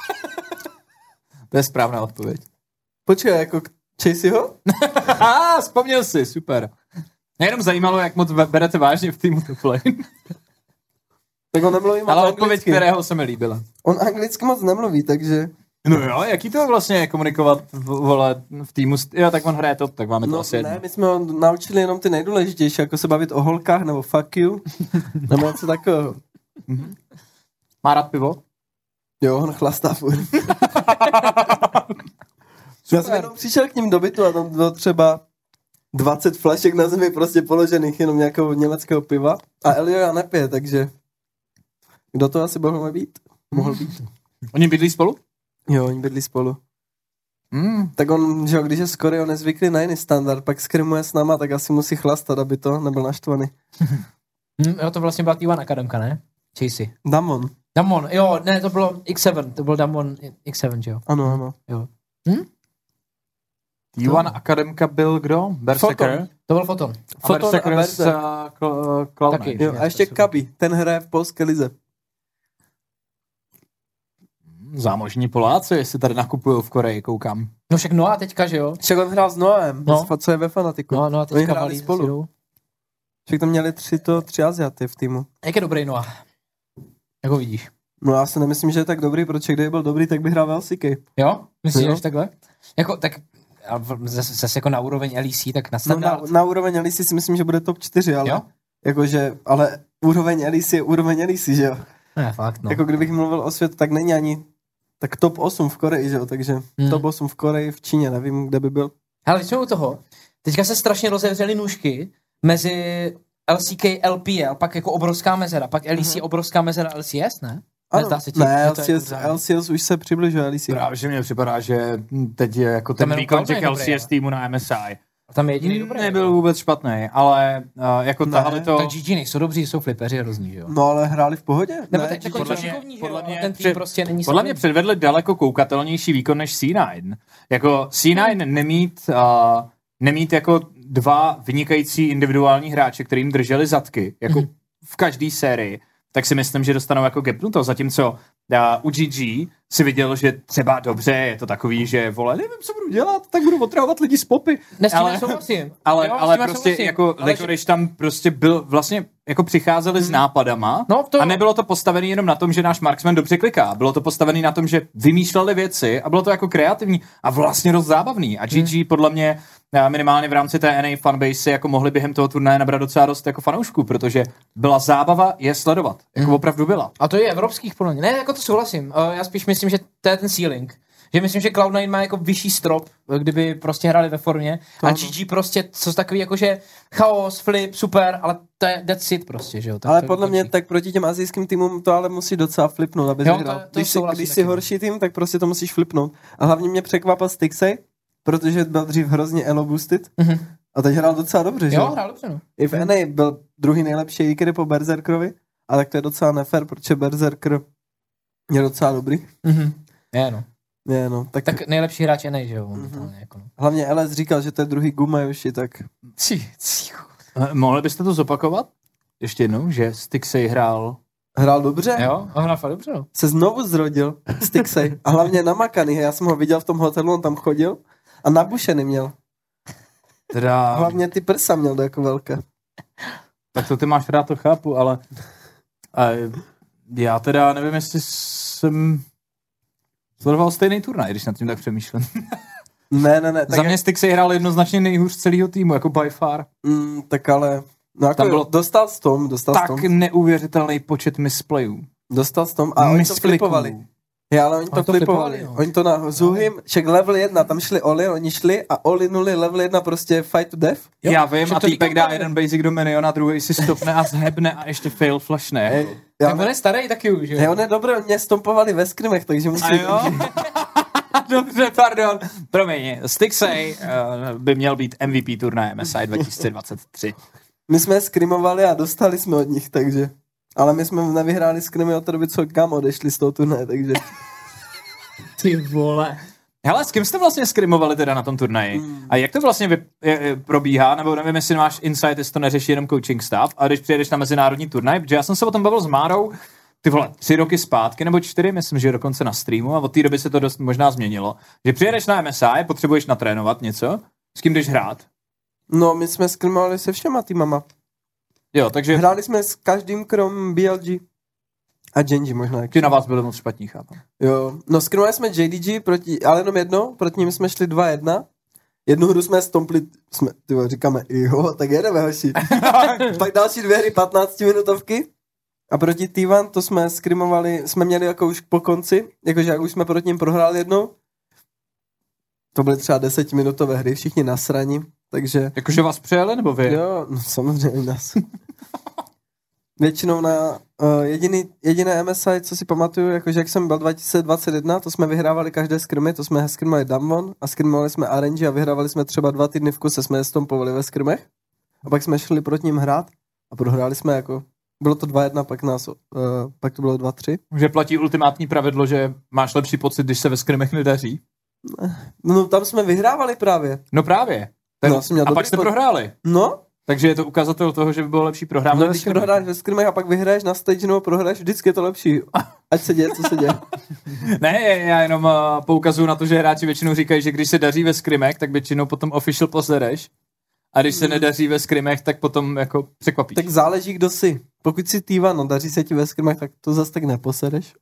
To je správná odpověď. Počkej, jako Chaseyho? Vzpomněl jsi, super. Mě jenom zajímalo, jak moc berete vážně v týmu toplane. Tak on nemluví moc ale anglicky. odpověď, kterého se mi líbila. On anglicky moc nemluví, takže... No jo, jaký to vlastně komunikovat v týmu? Jo, tak on hraje top, tak máme to asi jedno. Ne, my jsme ho naučili jenom ty nejdůležitější, jako se bavit o holkách, nebo fuck you, nebo něco takového. Má rád pivo? Jo, on chlastá furt. Já jsem jenom přišel k ním do bytu a tam bylo třeba 20 flašek na zemi prostě položených jenom nějakého německého piva a Elio já nepije, takže kdo to asi mohl být? Oni bydlí spolu? Jo, oni bydlí spolu. Tak on, že jo, když je z Koreje, on je zvyklý na jiný standard, pak skrimuje s náma, tak asi musí chlastat, aby to nebyl naštvaný. Jo, to vlastně byla T1 Akademka, ne? Chasey. Damon, jo, ne, to bylo X7, to byl Damon X7, že jo? Ano. Jo. T1 Akademka byl kdo? Berserker? To byl Foton. Berserker s Cloud Taky. Knight. Jo, a ještě Kabi, ten hraje v polské lize. Zámožní Poláci, jestli tady nakupují v Koreji, koukám. No však Noah teďka, že jo? Však on hrál s Noem, co je ve Fanatiku. No a teďka valí spolu. Však tam měli tři Aziaty v týmu. Jak je dobrý Noah? Jak ho vidíš? No já si nemyslím, že je tak dobrý, protože kdyby byl dobrý, tak by hrál LCK. Jo? Myslíš, že takhle? Jako, tak zase jako na úroveň LEC, tak na standard. No, na úroveň LEC si myslím, že bude top 4, ale jakože, ale úroveň LEC je úroveň LEC, že jo? Ne, fakt, no. Jako kdybych mluvil o světu, tak není ani tak top 8 v Koreji, že jo? Takže top 8 v Koreji, v Číně, nevím, kde by byl. Hele, jsme u toho. Teďka se strašně rozevřely nůžky mezi LCK, LPL, pak jako obrovská mezera, pak LEC obrovská mezera, LCS, ne? Ano. Nezdá se ti? Ne, že to je LCS už se přibližuje LEC. Právě, že mně připadá, že teď je jako ten Tam výkon jenom těch Cloud9 dobrý, LCS týmu na MSI. A tam je jediný dobrý. Nebyl vůbec špatný, ale jako tahali to... Tak GG nejsou dobří, jsou flipeři hrozný, že jo? No ale hráli v pohodě. Nebo Ne, tak jako podle šikovní, že podle jo, mě ale ten tým prostě není podle mě solidní. předvedli daleko koukatelnější výkon než C9. Jako C9 nemít jako dva vynikající individuální hráče, kterým drželi zadky, jako v každé sérii, tak si myslím, že dostanou jako gapnuto, zatímco u GG si viděl, že třeba dobře, je to takový, že vole, nevím, co budu dělat, tak budu otravovat lidi z popy. Ale souhlasím. Ale prostě jako Licorice tam prostě byl vlastně, jako přicházeli s nápadama a nebylo to postavené jenom na tom, že náš marksman dobře kliká. Bylo to postavené na tom, že vymýšleli věci a bylo to jako kreativní a vlastně dost zábavný. A GG podle mě minimálně v rámci té NA fanbase jako mohli během toho turnaje nabrat docela dost jako fanoušků, protože byla zábava je sledovat. Jako opravdu byla. A to je evropských podle mě. Ne, jako to souhlasím. Já spíš myslím, že to je ten ceiling. Že myslím, že Cloud9 má jako vyšší strop, kdyby prostě hráli ve formě. A GG prostě, co takový jako, že chaos, flip, super, ale to je that's it prostě, že jo. Ale podle mě tak proti těm asijským týmům to ale musí docela flipnout, aby hrál. Když jsi horší tým, tak prostě to musíš flipnout. A hlavně mě překvapil Stixey, protože byl dřív hrozně elo boosted. A teď hrál docela dobře, že jo? Hrál dobře, no. I v NA byl druhý nejlepší Iker po Berserkerovi, a tak to je docela nefér, protože Berserker je docela dobrý. Je, no. Tak nejlepší hráč je nej, že jo? Jako, no. Hlavně LS říkal, že to je druhý Gumajoši, tak... Mohli byste to zopakovat? Ještě jednou, že Stixey hrál dobře? Jo, a hrál fakt dobře, no. Se znovu zrodil Stixey. A hlavně namakaný, já jsem ho viděl v tom hotelu, on tam chodil a nabušený měl. Teda... Hlavně ty prsa měl jako velké. Tak to ty máš rád, to chápu, ale já teda nevím, jestli jsem sledoval stejný turnaj, když nad tím tak přemýšlím. Ne. Za mě Stixey hrál jednoznačně nejhůř celého týmu, jako by far. Tak ale... No jako bylo dostal s tom. Tak neuvěřitelný počet misplayů. Dostal s tom a oni to flipovali. Já, ale oni to flipovali. Oni to na Zuhim, však level 1, tam šli Oli, oni šli a Oli nuli level 1 prostě fight to death. Jo, já vím, a týpek dá jeden basic do miniona, druhý si stopne a zhebne a ještě fail flashne. Tak on je starý taky už, jo? On je dobrý, oni mě stompovali ve skrimech, takže musím... A jo? Dobře, pardon. Promiň, Stixey by měl být MVP turnaje MSI 2023. My jsme skrimovali a dostali jsme od nich, takže... Ale my jsme nevyhráli skrimy od té doby, co kam odešli z toho turnaje, takže... Ty vole. Hele, s kým jste vlastně skrimovali teda na tom turnaji? A jak to vlastně probíhá? Nebo nevím, jestli máš insight, jestli to neřeší jenom coaching staff, a když přijedeš na mezinárodní turnaj, protože já jsem se o tom bavil s Márou, ty vole, 3 roky zpátky, nebo 4, myslím, že dokonce na streamu, a od té doby se to dost možná změnilo. Že přijedeš na MSI, potřebuješ natrénovat něco, s kým jdeš hrát? No, my jsme skrimovali se všema týmama. Jo, takže... Hráli jsme s každým krom BLG. A Genji možná. Ty na vás byli moc špatní, chápám. Jo, no skrimovali jsme JDG ale jenom jedno, proti ním jsme šli 2-1. Jednu hru jsme stompli, říkáme, jo, tak jedeme, hoši. Pak další 2 hry 15 minutovky. A proti T1 to jsme skrimovali, jsme měli jako už po konci, jakože jak už jsme proti ním prohráli jednou. To byly třeba 10minutové hry, všichni nasraní, takže... Jakože vás přejeli, nebo vy? Jo, no samozřejmě nás. Většinou na jediné MSI, co si pamatuju, jakože jak jsem byl 2021, to jsme vyhrávali každé skrimy, to jsme skrimovali Damwon a skrimovali jsme RNG a vyhrávali jsme třeba 2 týdny v kuse, jsme je stompovali ve skrimech. A pak jsme šli proti ním hrát a prohráli jsme jako... Bylo to 2-1, pak to bylo 2-3. Že platí ultimátní pravidlo, že máš lepší pocit, když se ve skrimech nedaří? No tam jsme vyhrávali právě. No právě. A pak jste prohráli. No. Takže je to ukazatel toho, že by bylo lepší prohrávat. No, když prohráš ve skrimech a pak vyhraješ na stage nebo prohraješ, vždycky je to lepší. Ať se děje, co se děje. Ne, já jenom poukazuju na to, že hráči většinou říkají, že když se daří ve skrimech, tak většinou potom official posereš. A když se nedaří ve skrimech, tak potom jako překvapíš. Tak záleží, kdo jsi. Pokud jsi T1, no daří se ti ve skrimech, tak to zase tak neposereš.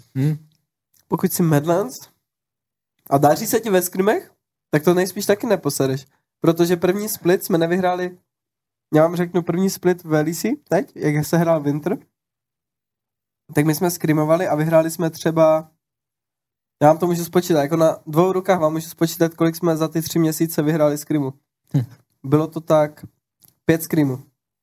Pokud jsi Medlands a daří se ti ve skrimech, tak to nejspíš taky neposereš. Protože první split jsme nevyhráli, já vám řeknu první split v LEC teď, jak se hrál Winter, tak my jsme skrimovali a vyhráli jsme třeba, já vám to můžu spočítat, jako na 2 rukách vám můžu spočítat, kolik jsme za ty 3 měsíce vyhráli skrimu. Bylo to tak 5 skrimů.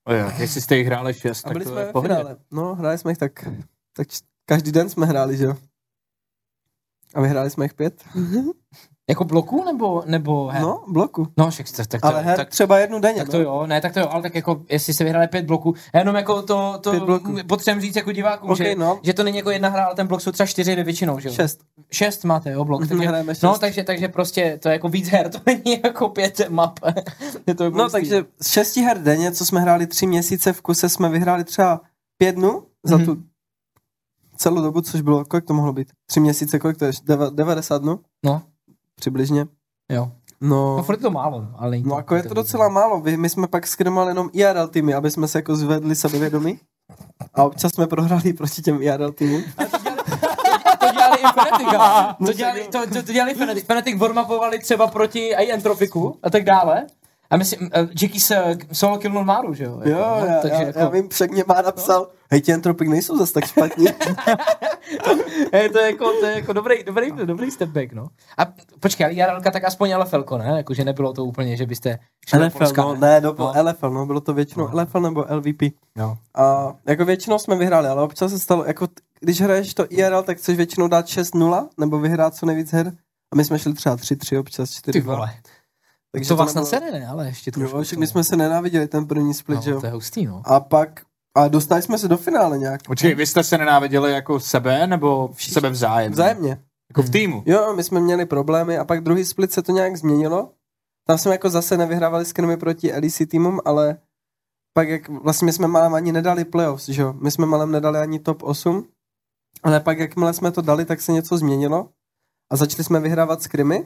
Jo, jestli jste jich hráli 6, A tak byli to jsme je ve pohodě. finále. No, hráli jsme jich tak každý den jsme hráli, že jo. A vyhráli jsme jich 5. Jako bloku nebo her? No, bloku. No, však tak to Ale her tak, třeba jednu denně, tak to jo, ne, tak to jo, ale tak jako, jestli se vyhráli 5 bloků, já jenom jako to 5 bloků. potřebujeme říct jako divákům, Okay, že to není jako jedna hra, ale ten blok jsou třeba 4 většinou, že jo? 6. 6 máte, jo, blok. My Takže, hrajeme 6. no, takže prostě to je jako víc her, to není jako 5 map. Je to No, takže z 6 her denně, co jsme hráli 3 měsíce v kuse, jsme vyhráli třeba 5 dnů za tu celou dobu, což bylo, kolik to mohlo být? 3 měsíce, kolik to je? 90 dnů? No. Přibližně. Jo. No, No, furt je to málo, ale no jako je to docela málo. My jsme pak skrimali jenom IRL týmy, aby jsme se jako zvedli sebevědomí. A občas jsme prohráli proti těm IRL týmům. To dělali i Fnatic, to dělali Fnatic. Fnatic warmapovali třeba proti i Entropiku a tak dále. A myslím, Jackie se solo killnul Máru, že jo? Jo, no, já vím, však mě má napsal, hej, ti Entropik nejsou zas tak špatní. To je jako dobrý step back, no. A počkej, ale JRLka tak aspoň LFLko, ne? Jakože nebylo to úplně, že byste... LFL, no, ne, LFL, no, bylo to většinou LFL nebo LVP. No. A jako většinou jsme vyhráli, ale občas se stalo, jako když hraješ to IRL, tak chceš většinou dát 6-0, nebo vyhrát co nejvíc her. A my jsme šli třeba 3-3, občas 4-2. Ty vole. Takže to vás na sere, ne? Ale ještě trošku. Jo, my jsme se nenáviděli ten první split, no, že jo. To je hustý, no. A dostali jsme se do finále nějak. Počkej, vy jste se nenáviděli jako sebe, nebo sebe vzájemně? Vzájemně. Jako v týmu? Jo, my jsme měli problémy a pak druhý split se to nějak změnilo. Tam jsme jako zase nevyhrávali skrimy proti LEC týmům, ale pak jak vlastně my jsme malem ani nedali playoffs, že jo. My jsme malem nedali ani top 8, ale pak jakmile jsme to dali, tak se něco změnilo a začali jsme vyhrávat skrimy.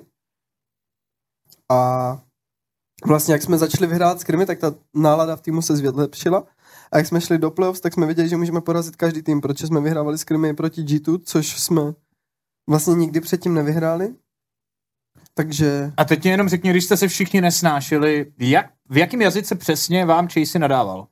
A vlastně jak jsme začali vyhrávat skrimy, tak ta nálada v týmu se zlepšila. A jak jsme šli do playoffs, tak jsme viděli, že můžeme porazit každý tým, protože jsme vyhrávali skrimy proti G2, což jsme vlastně nikdy předtím nevyhráli. Takže... A teď mě jenom řekni, když jste se všichni nesnášeli, v jakém jazyce přesně vám Chasey nadával?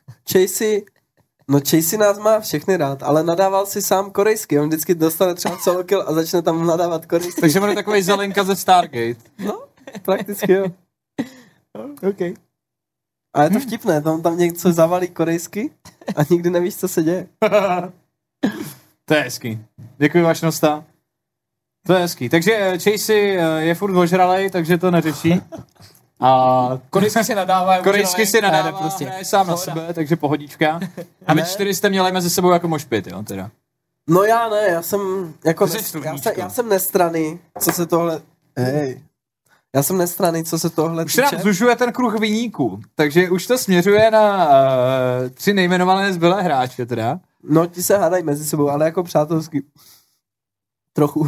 Chasey nás má všechny rád, ale nadával si sám korejsky. On vždycky dostane třeba solo kill a začne tam nadávat korejsky. Takže on je takovej zelenka ze Stargate. No, prakticky jo. Okay. A je to vtipné, tam něco zavalí korejsky a nikdy nevíš, co se děje. To je hezký. Děkuji, Vašnosta. To je hezký. Takže Chasey je furt ožralej, takže to neřeší. A korejsky si nadává. Korejsky si nadává, prostě. hraje sám na sebe, takže pohodička. A vy 4 jste měli mezi sebou jako mošpit, jo, teda. No já ne, já jsem jako já jsem nestranný, co se tohle... Hej. Já jsem nestranný, co se tohle týče. Už se nám zužuje ten kruh viníků, takže už to směřuje na 3 nejmenované zbylé hráče, teda. No, ti se hádají mezi sebou, ale jako přátelsky. Trochu.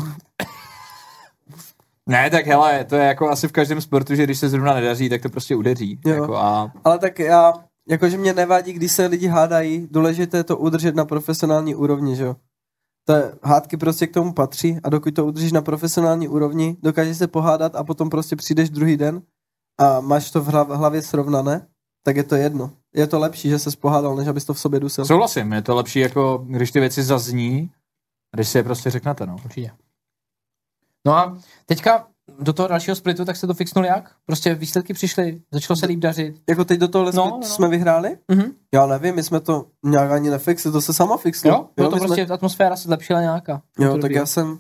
Ne, tak hele, to je jako asi v každém sportu, že když se zrovna nedaří, tak to prostě udeří. Jako Ale tak já, jakože mě nevadí, když se lidi hádají, důležité je to udržet na profesionální úrovni, že jo. Hádky prostě k tomu patří a dokud to udržíš na profesionální úrovni, dokážeš se pohádat a potom prostě přijdeš druhý den a máš to v hlavě srovnané, tak je to jedno. Je to lepší, že ses pohádal, než abys to v sobě dusil. Souhlasím, je to lepší, jako když ty věci zazní, když si je prostě řeknete, no. Určitě. No a teďka do toho dalšího splitu, tak se to fixnul jak? Prostě výsledky přišly, začalo se líp dařit. Jako teď do tohohle jsme vyhráli? Mm-hmm. Já nevím, my jsme to nějak ani nefixli, to se samo fixlo. Jo, to prostě atmosféra se zlepšila nějaká. Jo, tak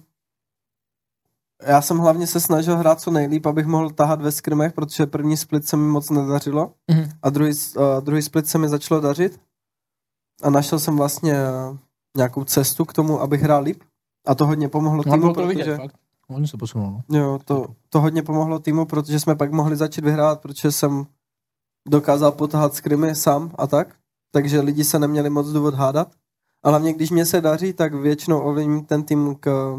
já jsem hlavně se snažil hrát co nejlíp, abych mohl tahat ve skrimech, protože první split se mi moc nedařilo a druhý split se mi začalo dařit a našel jsem vlastně nějakou cestu k tomu, abych hrál líp a to hodně pomohlo týmu, protože... Oni se posunul. Jo, to hodně pomohlo týmu, protože jsme pak mohli začít vyhrát, protože jsem dokázal potahat skrimy sám a tak, takže lidi se neměli moc důvod hádat. A hlavně, když mě se daří, tak většinou ovlivním ten tým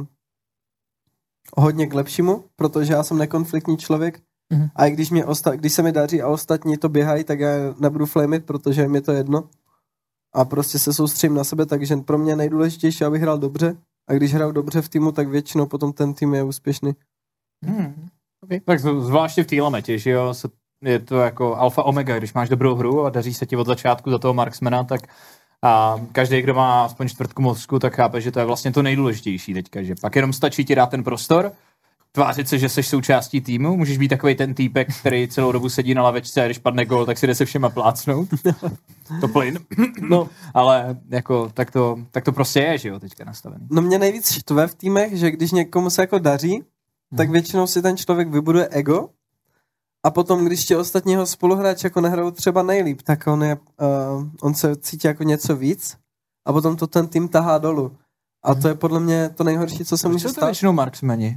hodně k lepšímu, protože já jsem nekonfliktní člověk. Mm-hmm. A i když se mi daří a ostatní to běhají, tak já nebudu flamit, protože mi to jedno. A prostě se soustředím na sebe, takže pro mě je nejdůležitější, abych hrál dobře. A když hraju dobře v týmu, tak většinou potom ten tým je úspěšný. Okay. Tak zvláště v téhle metě, že jo, je to jako alfa omega, když máš dobrou hru a daří se ti od začátku za toho marksmana, tak a každý, kdo má aspoň čtvrtku mozku, tak chápe, že to je vlastně to nejdůležitější teďka, že pak jenom stačí ti dát ten prostor tvářit se, že jsi součástí týmu? Můžeš být takový ten týpek, který celou dobu sedí na lavečce a když padne gól, tak si jde se všema plácnout? To plyn. No. Ale jako, tak to prostě je, že jo, teďka nastavený. No mě nejvíc štve v týmech, že když někomu se jako daří, tak většinou si ten člověk vybuduje ego a potom, když ti ostatního spoluhráči jako nehrajou třeba nejlíp, tak on se cítí jako něco víc a potom to ten tým tahá dolů. A to je podle mě to nejhorší, co se může Jsou to stát. většinou marksmeni?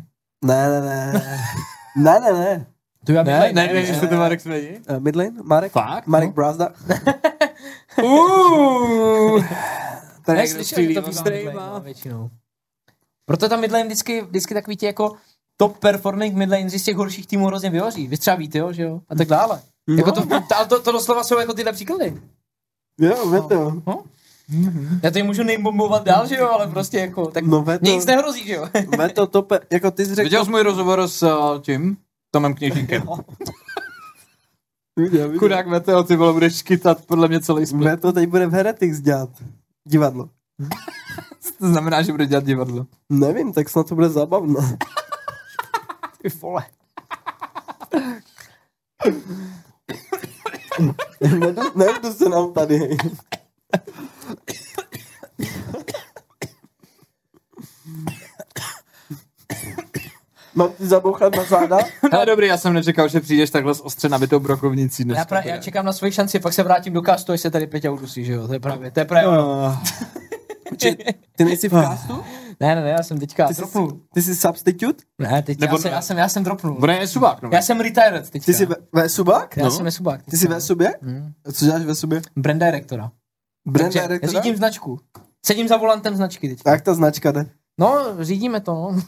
Ne. To já Nevím, jestli to marksmeni? Midlane? Marek? Fakt? Marek Brazda? Tak Jak slyšeli, to bývá většinou. Proto tam midlane vždycky takový ti jako top performing midlane z těch horších týmů hrozně vyhoří. Vy třeba víte, jo, že jo? A tak dále. No. Jako to doslova jsou jako tyhle příklady. Jo, Veto. No. Já to můžu nejbombovat dál, že jo, ale prostě jako, tak No, Veto. mě nic nehrozí, že jo. Veto, to jako ty jsi řekl... Viděl jsi můj rozhovor s tím Tomem Kněžínkem? Chudák Meteo, ty vole, budeš škytat podle mě celý split. Veto teď bude v Heretics dělat. Divadlo. To znamená, že bude dělat divadlo. Nevím, tak snad to bude zábavné. Ty vole. Nejdu se nám tady. Mám ti zabouchat na záda? Ale dobrý, já jsem nečekal, že přijdeš takhle s ostře nabitou brokovnicí dneska. Já čekám na svoji šanci, pak se vrátím do castu, až se tady Peťa udusí, že jo, to je právě. Ty nejsi v castu? Ne, já jsem teďka dropnul. Ty jsi substitute? Ne, teď já jsem dropnul. Bude je subák, no. Já jsem retired teďka. Ty jsi ve subák? Já jsem ve subák. Ty jsi ve subě? Co děláš ve subě? Brand directora. Brand Takže directora? řídím značku. Sedím za volantem značky teďka. Jak ta značka jde? No, řídíme to, no.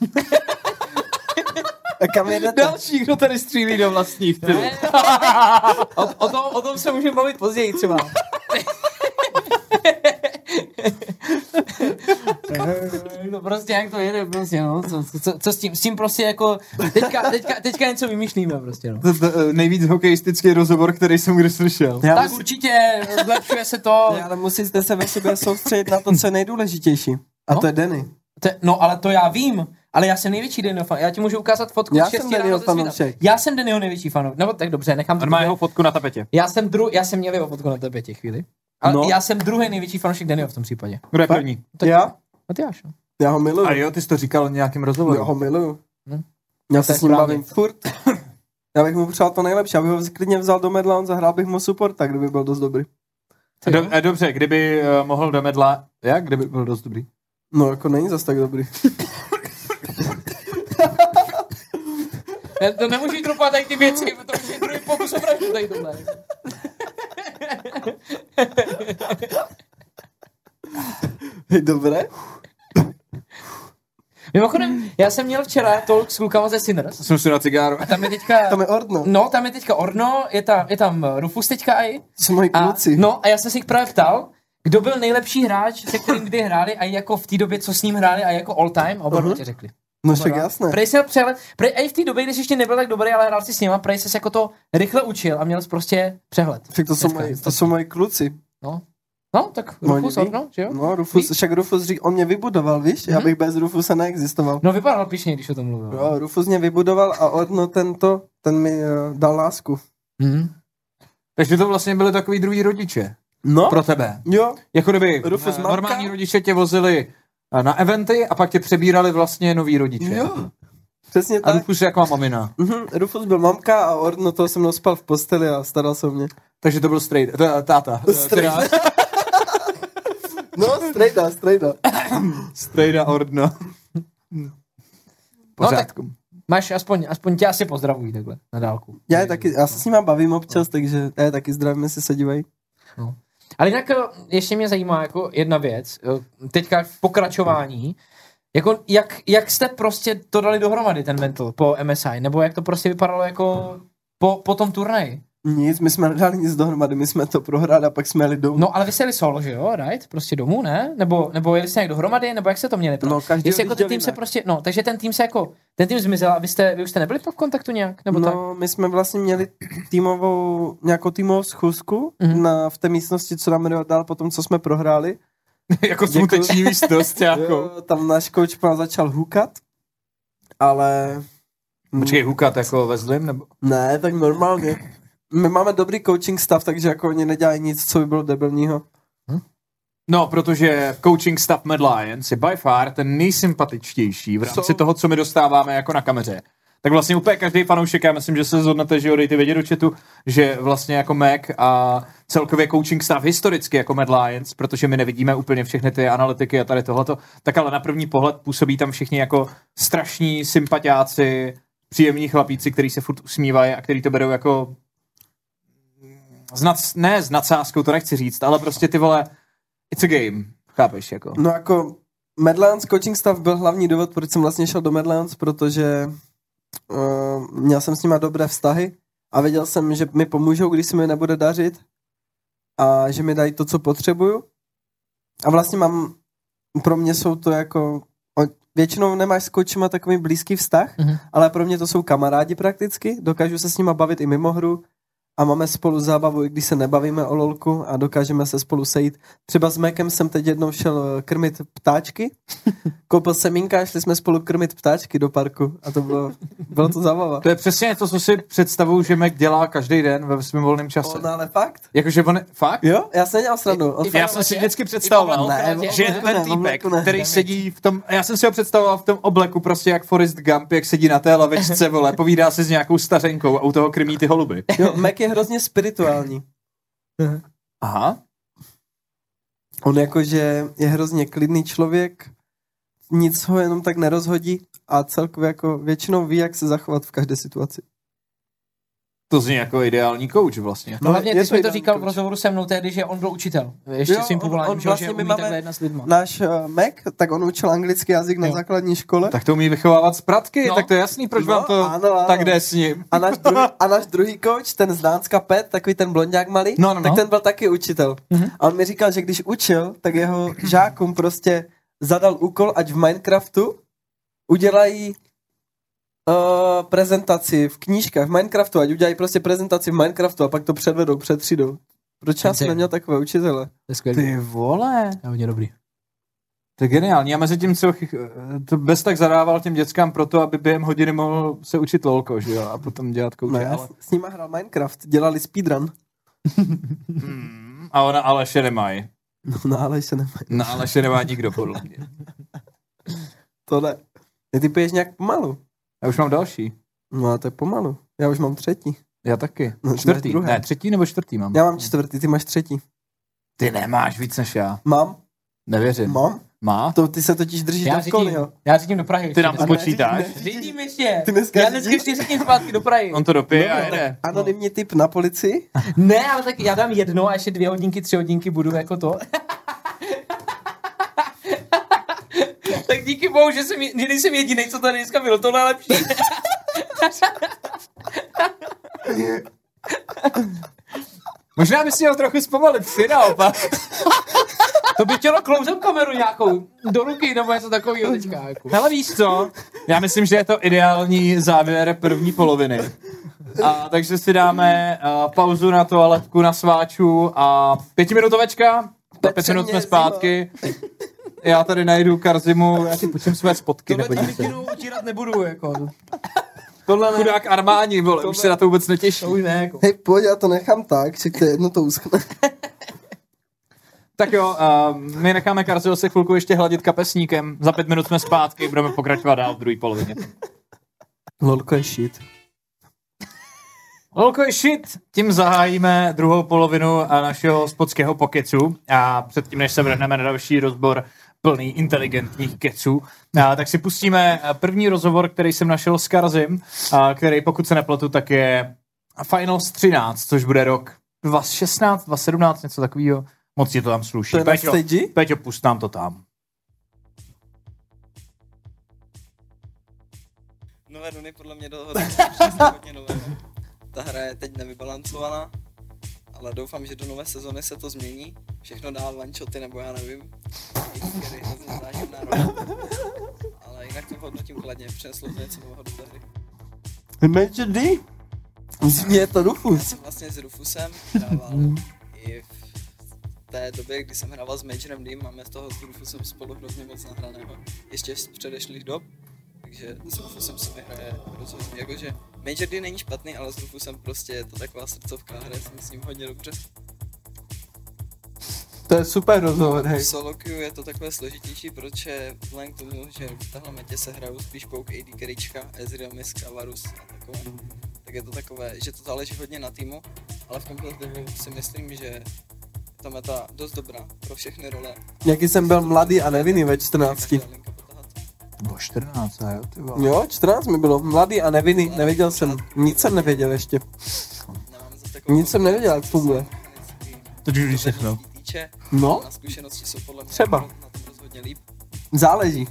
A kam jedete? Další, kdo tady střílí do vlastních. O tom se můžeme bavit později třeba. No prostě jak to jede, prostě no, co s tím prostě jako, teďka něco vymýšlíme prostě no. Nejvíc hokejistický rozhovor, který jsem kdy slyšel. Tak určitě, zlepšuje se to. Ale musíte se ve sobě soustředit na to, co je nejdůležitější. A to je Danny. No ale to já vím, ale já jsem největší Dannyho fan. Já ti můžu ukázat fotku. Já jsem Dannyho fanoušek. Já jsem Dannyho největší fan. Nebo tak dobře, nechám to. On má jeho fotku na tapetě. Já jsem měl jeho fotku na tapetě chvíli. Ale já jsem druhý největší fanoušek Dannyho v tom případě. Kdo je první? Já? Matyáš, no. Já ho miluju. A jo, ty jsi to říkal v nějakém rozhovoru. Já ho miluju. No. Já se s ním bavím furt. Já bych mu přál to nejlepší. Já bych ho klidně vzal do medla, on zahrál bych mu support, tak kdyby byl dost dobrý. Dobře, kdyby mohl do medla, jak? Kdyby byl dost dobrý? No jako není zas tak dobrý. To nemůžeš dropovat tady ty věci, protože je druhý pokus o vraždu tady tohle. Hej, dobré? Mimochodem, já jsem měl včera talk s klukama ze Sinners. Jsem si na cigáru. A tam je teďka... Tam je Ordno. No, tam je teďka Orno, je tam Rufus teďka i. To jsou moji kluci. No, a já jsem si jich právě ptal, kdo byl nejlepší hráč, se kterým kdy hráli a jako v té době, co s ním hráli a jako all time, oba ti řekli. No však jasné. Prej jsi přehled, prej i v té době, když ještě nebyl tak dobrý, ale hrál si s nima, prej jsi jako to rychle učil a měl jsi prostě přehled. Tak to jsou moji kluci. No, tak Rufus, Orno, že jo? No, Rufus, však Rufus on mě vybudoval, víš? Já bych bez Rufusa neexistoval. No, vypadal pišně, když o tom mluvil. Jo, Rufus mě vybudoval a Orno ten mi dal lásku. Takže to vlastně byly takový druhý rodiče. No. Pro tebe. Jo. Jako kdyby Rufus normální mamka. rodiče tě vozili na eventy a pak tě přebírali vlastně noví rodiče. Jo. Přesně A tak. Rufus jak má mamina. Rufus byl mamka a Orno toho se mnou spal v posteli a staral se o mě. Takže to byl táta. No, strejda. Strejda Ordno. Pořádku. No, máš, aspoň tě asi pozdravují takhle, na dálku. Já se s nima bavím občas, takže já taky zdravím, jestli se dívají. No. Ale jinak ještě mě zajímá jako jedna věc, teďka v pokračování, jako jak jste prostě to dali dohromady, ten mental, po MSI, nebo jak to prostě vypadalo jako po tom turnaji? Nic, my jsme nedali nic dohromady, my jsme to prohráli a pak jsme jeli domů. No ale vy jste jeli solo, že jo, right? Prostě domů, ne? Nebo jeli jste nějak dohromady, nebo jak se to měli? No, každý jako ten tým se prostě, no, takže ten tým zmizel a vy už jste nebyli v kontaktu nějak, nebo tak? No, my jsme vlastně měli nějakou týmovou schůzku v té místnosti, co nám dal po tom, co jsme prohráli. Jako smuteční místnost, jako. Jo, tam náš coach začal hukat, ale Počkej, hukat jako ve zlým, nebo? Ne, tak normálně. My máme dobrý coaching stav, takže jako oni nedělají nic, co by bylo debilního. No, protože coaching staff Mad Lions je by far ten nejsympatičtější v rámci toho, co my dostáváme jako na kameře. Tak vlastně úplně každý fanoušek, já myslím, že se zhodnete, že ho dejte vědět do chatu, že vlastně jako Mac a celkově coaching staff historicky jako Mad Lions, protože my nevidíme úplně všechny ty analytiky a tady tohleto, tak ale na první pohled působí tam všichni jako strašní sympatiáci, příjemní chlapíci, kteří se furt usmívají a kteří to berou jako ne s nadsázkou, to nechci říct, ale prostě ty vole, it's a game, chápeš jako. No jako Mad Lions coaching staff byl hlavní důvod, proč jsem vlastně šel do Mad Lions, protože měl jsem s nima dobré vztahy a věděl jsem, že mi pomůžou, když se mi nebude dařit a že mi dají to, co potřebuju. A vlastně pro mě jsou to jako, většinou nemáš s coachima takový blízký vztah, ale pro mě to jsou kamarádi prakticky, dokážu se s nima bavit i mimo hru a máme spolu zábavu, i když se nebavíme o lolku a dokážeme se spolu sejít. Třeba s Mekem jsem teď jednou šel krmit ptáčky, koupil semínka a šli jsme spolu krmit ptáčky do parku a to bylo to zábava. To je přesně to, co si představuju, že Mac dělá každý den ve svém volném čase. No ale fakt? Jakože fakt? Jo, já jsem nedělal srandu. Já jsem si vždycky představoval, že je ten týpek, který sedí v tom, já jsem si ho představoval v tom obleku prostě jak Forrest Gump, jak sedí na té lavečce, vole, povídá si s nějakou stařenkou a u toho krmí ty holuby. Jo, Mac je hrozně spirituální. Aha. On jakože je hrozně klidný člověk, nic ho jenom tak nerozhodí a celkově jako většinou ví, jak se zachovat v každé situaci. To zní jako ideální coach vlastně. No hlavně ty jsi mi to říkal coach v rozhovoru se mnou tehdy, že on byl učitel. Ještě Jo, svým povoláním, vlastně že my umí máme takhle jednat s lidma. Náš Mac, tak on učil anglický jazyk na základní škole. Tak to umí vychovávat spratky, No. tak to je jasný, proč No, vám to ano. tak jde s ním. A náš druhý coach, ten z Dánska Pet, takový ten blonďák malý, No. tak ten byl taky učitel. A on mi říkal, že když učil, tak jeho žákům prostě zadal úkol, ať v Minecraftu udělají prezentaci v knížkách v Minecraftu, ať udělají prostě prezentaci v Minecraftu a pak to předvedou před třídou. Proč já jsem neměl takové učitele? To je skvělý. Ty vole. To je hodně dobrý. To je geniální. A mezi tím, co to bez tak zadával těm dětskám proto, aby během hodiny mohl se učit lolko, že jo? A potom dělat kouče. No, já s nima hrál Minecraft, dělali speedrun. A ona Aleše nemají. No ale se nemají. No Aleše nemá nikdo, podle mě. To ne. Ty piješ nějak pomalu. Já už mám další. No a to je pomalu. Já už mám třetí. Já taky. No, Čtvrtý. druhé. Ne, třetí nebo čtvrtý mám. Já mám čtvrtý, ty máš třetí. Ty nemáš víc než já. Mám? Nevěřím. Mám? Má? To ty se totiž držíš do školy, jo. Já řídím do Prahy. Ty nám to ne, počítáš? Řídím ještě. Ty dneska Já dneska řídíš? ještě řídím zpátky do Prahy. On to dopije a jede. Anonymní tip na policii. Ne, ale tak já dám jedno a ještě 2 hodinky, 3 hodinky budu jako to. Tak díky bohu, že nejsem jedinej, co tady dneska byl, tohle je lepší. Možná bys měl trochu zpomalit, si naopak. To by chtělo close-up kameru nějakou do ruky nebo něco takového teďka. Jako. Hele, víš co? Já myslím, že je to ideální závěr první poloviny. Takže si dáme pauzu na toaletku, na sváču a 5minutovečka. Po 5 minut jsme zpátky. Já tady najdu Karzimu, já si půjčím své spotky. Tohle Nebojím se. mikinu utírat nebudu, jako. Tohle chudák Armáni, vole, už se na to vůbec netěší. To už ne, jako. Hej, pojď, já to nechám tak, že to jedno to uschne. Tak jo, my necháme Karzil se chvilku ještě hladit kapesníkem. Za 5 minut jsme zpátky, budeme pokračovat dál v druhé polovině. Lolko je shit. Lolko je shit. Tím zahájíme druhou polovinu našeho spotského pokecu. A předtím, než se vrhneme na další rozbor plný inteligentních keců, tak si pustíme první rozhovor, který jsem našel s Karzim, který, pokud se nepletu, tak je Finals 13, což bude rok 2016, 2017, něco takového. Moc ti to tam sluší. To je na stage? Peťo, pust nám to tam. Nové runy podle mě do hodně nového. Ta hra je teď nevybalancovaná, ale doufám, že do nové sezony se to změní. Všechno dá one-shoty, nebo já nevím. Který hrozně záživná rola. Ale jinak to hodnotím kladně, přineslo to něco nového do té hry. Major D? Je to Já Rufus. jsem vlastně s Rufusem hrával i v té době, kdy jsem hrával s Majorem D, máme z toho s Rufusem spolu hrozně moc nahraného. Ještě z předešlých dob, takže s Rufusem se mi hraje rozhodně, jakože Major D není špatný, ale s Rufusem prostě je to taková srdcovka, hraje se mi s ním hodně dobře. To je super rozhovor, hej. V solo queue je to takové složitější, protože vzhledem k tomu, že v téhle metě se hrajou spíš Poke, AD Carryčka, Ezreal, Misk a Varus a takové, tak je to takové, že to záleží hodně na týmu, ale v kompletivě si myslím, že ta meta dost dobrá pro všechny role. Jaký jsem byl mladý a nevinný ve 14. Linka potahat. Bylo 14, jo, ty vole. Jo, 14 mi bylo, mladý a nevinný, nevěděl jsem, nic jsem nevěděl ještě. Nemám za takovou Nic jsem nevěděl, jak funguje. To když všechno. No, na zkušenosti jsou podle mě Třeba. na tom rozhodně líp. záleží.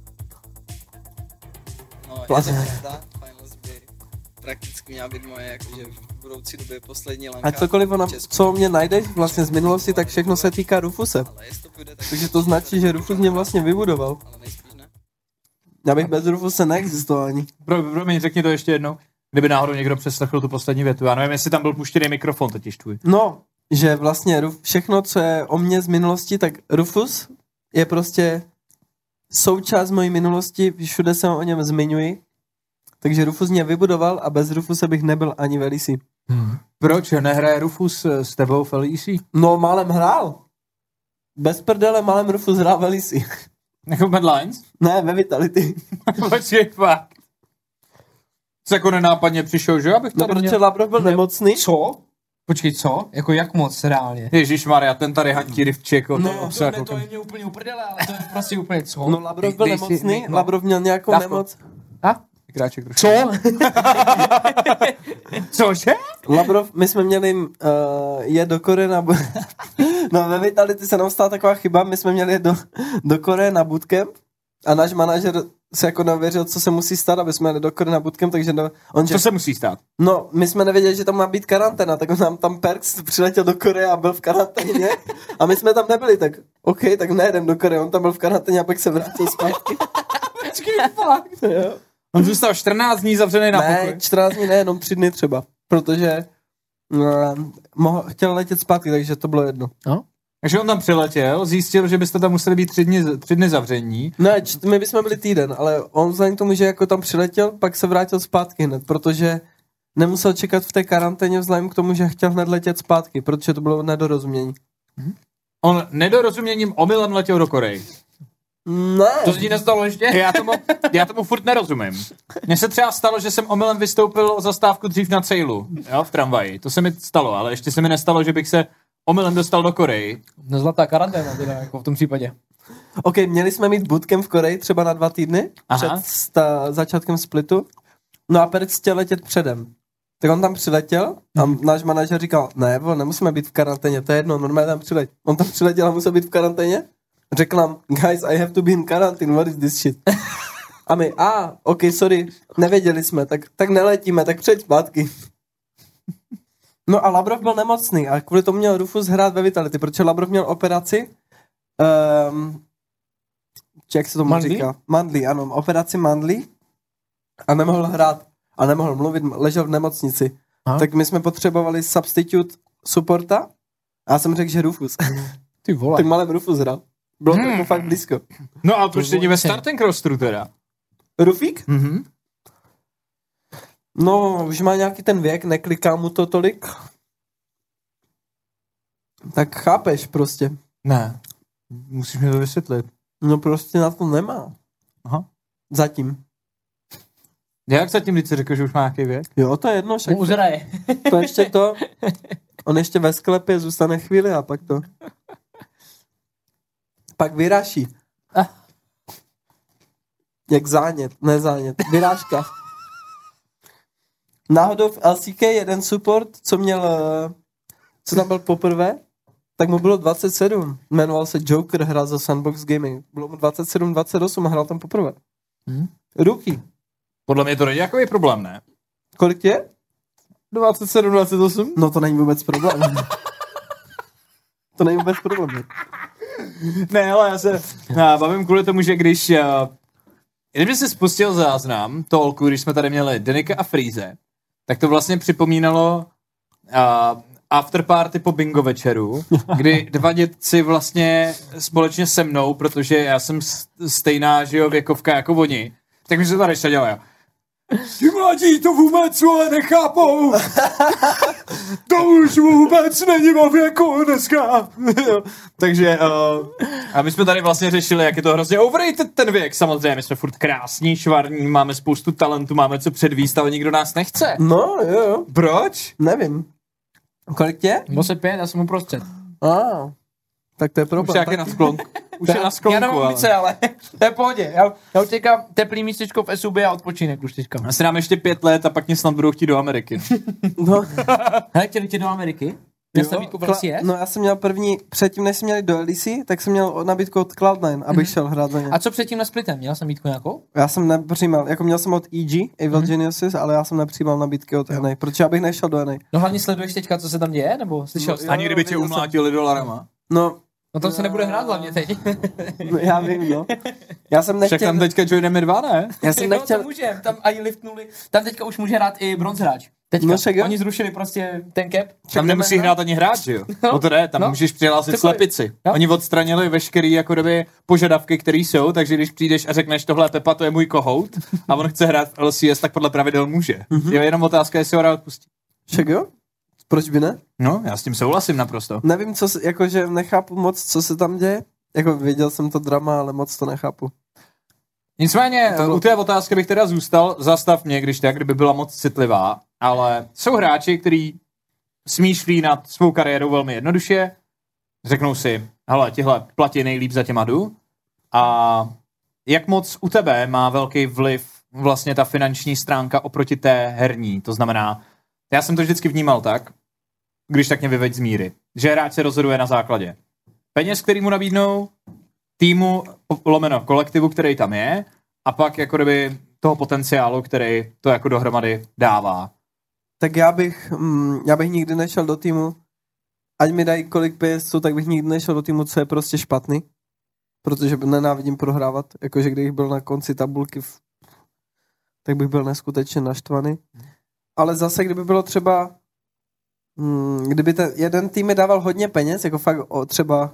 No, je to Vlastně. pravda, Finals by prakticky měla být moje, jakože v budoucí době poslední lanka. A cokoliv ona, v Česku. co mě najdeš vlastně z minulosti, tak všechno se týká Rufuse. Ale jestli to půjde, tak Takže to značí, že Rufus mě vlastně vybudoval. ale nejspíš ne. Já bych bez Rufuse neexistoval ani. Promiň, řekni to ještě jednou. Kdyby náhodou někdo přeslechl tu poslední větu. Já nevím, jestli tam byl puštěný mikrofon totiž tvůj. No, že vlastně všechno, co je o mně z minulosti, tak Rufus je prostě součást mojí minulosti, všude se o něm zmiňuji. Takže Rufus mě vybudoval a bez Rufuse bych nebyl ani v LEC. Proč nehraje Rufus s tebou v LEC? No, málem hrál. Bez prdele málem Rufus hrál v LEC. Jako Mad Lions? Ne, ve Vitality. Počkej, fakt. Co jako nenápadně přišel, že? Abych No, tady protože měl... Labrov byl nemocný. Co? Počkej, co? Jako jak moc reálně? Ježišmarja, ten tady hantí rivči, jako No, To je mě úplně uprdele, ale to je prostě úplně co? No, Labrov byl Dej si- nemocný, no. Labrov měl nějakou Dávko. nemoc. Kráček trošku. Co? Cože? Labrov, my jsme měli jet do Koreje na... No, ve Vitality se nám stala taková chyba, my jsme měli jet do Koreje na bootcamp a náš manažer se jako nevěřil, co se musí stát, aby jsme jeli do Koreje na bootcamp, takže Co se musí stát? No, my jsme nevěděli, že tam má být karanténa, tak on nám tam Perks přiletěl do Koreje a byl v karanténě a my jsme tam nebyli, tak OK, tak nejedem do Koreje, on tam byl v karanténě a pak se vrátil zpátky. Počkej, fakt. Jo. On zůstal 14 dní zavřený na Ne, pokoj. 14 dní ne, jenom 3 dny třeba, protože chtěl letět zpátky, takže to bylo jedno. Takže on tam přiletěl, zjistil, že byste tam museli být 3 dny zavření. Ne, my bychom byli týden, ale on vzhledem k tomu, že jako tam přiletěl, pak se vrátil zpátky hned, protože nemusel čekat v té karanténě vzhledem k tomu, že chtěl hned letět zpátky, protože to bylo nedorozumění. On nedorozuměním omylem letěl do Koreji. Ne. To se ti nestalo ještě? Já tomu furt nerozumím. Mně se třeba stalo, že jsem omylem vystoupil o zastávku dřív na Cejlu, jo, v tramvaji. To se mi stalo, ale ještě se mi nestalo, že bych se omylem dostal do Koreji. No zlatá karanténa teda, jako v tom případě. OK, měli jsme mít bootcamp v Koreji třeba na 2 týdny Aha. před začátkem splitu. No a Perec chtěl letět předem. Tak on tam přiletěl a náš manažer říkal, ne, nemusíme být v karanténě, to je jedno, normálně tam přiletěl. On tam přiletěl a musel být v karanténě. Řekl nám, guys, I have to be in quarantine, what is this shit? A my, OK, sorry, nevěděli jsme, tak neletíme, tak přijď zpátky. No a Labrov byl nemocný a kvůli tomu měl Rufus hrát ve Vitality, protože Labrov měl operaci, jak se tomu Mandlí? říká? Mandlí, ano, operaci mandlí a nemohl hrát a nemohl mluvit, ležel v nemocnici. Aha. Tak my jsme potřebovali substitute supporta a já jsem řekl, že Rufus. Ty vole. Tak malém Rufus hrál. Bylo to jako fakt blízko. No a proč není ve starting rosteru teda? Rufík? Mhm. No, už má nějaký ten věk, nekliká mu to tolik. Tak chápeš prostě. Ne. Musíš mi to vysvětlit. No prostě na to nemá. Aha. Zatím. Jak zatím, když jsi řekl, že už má nějaký věk? Jo, to je jedno, však Uzraje. to ještě to. On ještě ve sklepě zůstane chvíli a pak to. Pak vyráší. Jak zánět, ne zánět, vyrážka. Náhodou v LCK jeden support, co tam byl poprvé, tak mu bylo 27. Jmenoval se Joker, hrál za Sandbox Gaming. Bylo mu 27, 28 a hrál tam poprvé. Rookie. Podle mě to není takový problém, ne? Kolik tě je? 27, 28? No to není vůbec problém. To není vůbec problém. Ne, ale já se bavím kvůli tomu, že kdyby si spustil záznam tolku, když jsme tady měli Denika a Freeze, tak to vlastně připomínalo afterparty po bingo večeru, kdy dva dětci vlastně společně se mnou, protože já jsem stejná, že jo, věkovka jako oni, Tak mi se tady seděl, jo. Ty mladí to vůbec nechápou. To už vůbec není o věku dneska. Takže a my jsme tady vlastně řešili, jak je to hrozně overrated ten věk. Samozřejmě, my jsme furt krásní, švarní, máme spoustu talentu, máme co předvíst, ale nikdo nás nechce. No, jo. Proč? Nevím. Kolik tě? 25, já jsem uprostřed. Tak to je Už problém. jak je na sklonku. Už je na sklonku, Já nemám ulice, ale to je v pohodě. Já už teďka teplý místečko v SUB a odpočinek už teďka. Asi nám ještě 5 let a pak mě snad budou chtít do Ameriky. No, Hele, chtěli tě do Ameriky? Měl nabídku v LCS? no já jsem měl předtím než jsme měli do LEC, tak jsem měl nabídku od Cloud9, abych šel hrát za ně. A co předtím na Splitem? Měl jsem nabídku nějakou? Já jsem nepřijímal, jako měl jsem od EG, Evil Geniuses, ale já jsem nepřijímal nabídky od NA, protože já bych nešel do NA. No hlavně sleduješ teďka, co se tam děje? Nebo slyšel jsi? Ani kdyby tě viděl jsem. umlátili dolarama. No, No tam se nebude hrát hlavně teď. no já vím, no. Já jsem Však nechtěl, tam teďka joineme 2, ne? já jsem No, nechtěl, to můžem, tam ani liftnuli. Tam teďka už může hrát i bronzhráč. Teďka. No však jo. Oni zrušili prostě ten cap. Tam nemusí hrát ani hráč, že jo? No to jde, tam No. můžeš přihlásit Cokoliv. slepici. No. Oni odstranili veškerý jako doby požadavky, které jsou, takže když přijdeš a řekneš tohle je Pepa, to je můj kohout a on chce hrát v LCS, tak podle pravidel může. Je jenom otázka, jestli ho rád pustí. však jo? Proč by ne? No, já s tím souhlasím naprosto. Nevím, jakože nechápu moc, co se tam děje. Jako viděl jsem to drama, ale moc to nechápu. Nicméně, u té otázky bych teda zůstal, zastav mě, když tak, kdyby byla moc citlivá, ale jsou hráči, kteří smýšlí nad svou kariérou velmi jednoduše, řeknou si, hele, tihle platí nejlíp za těma jdu, a jak moc u tebe má velký vliv vlastně ta finanční stránka oproti té herní, to znamená, já jsem to vždycky vnímal tak, když tak mě vyveď z míry, že hráč se rozhoduje na základě peněz, který mu nabídnou, týmu, lomeno kolektivu, který tam je, a pak jako kdyby toho potenciálu, který to jako dohromady dává. Tak já bych nikdy nešel do týmu, ať mi dají kolik peněz, tak bych nikdy nešel do týmu, co je prostě špatný, protože nenávidím prohrávat, jakože kdybych byl na konci tabulky, tak bych byl neskutečně naštvaný. Ale zase, kdyby bylo třeba, kdyby ten jeden tým mi dával hodně peněz, jako fakt třeba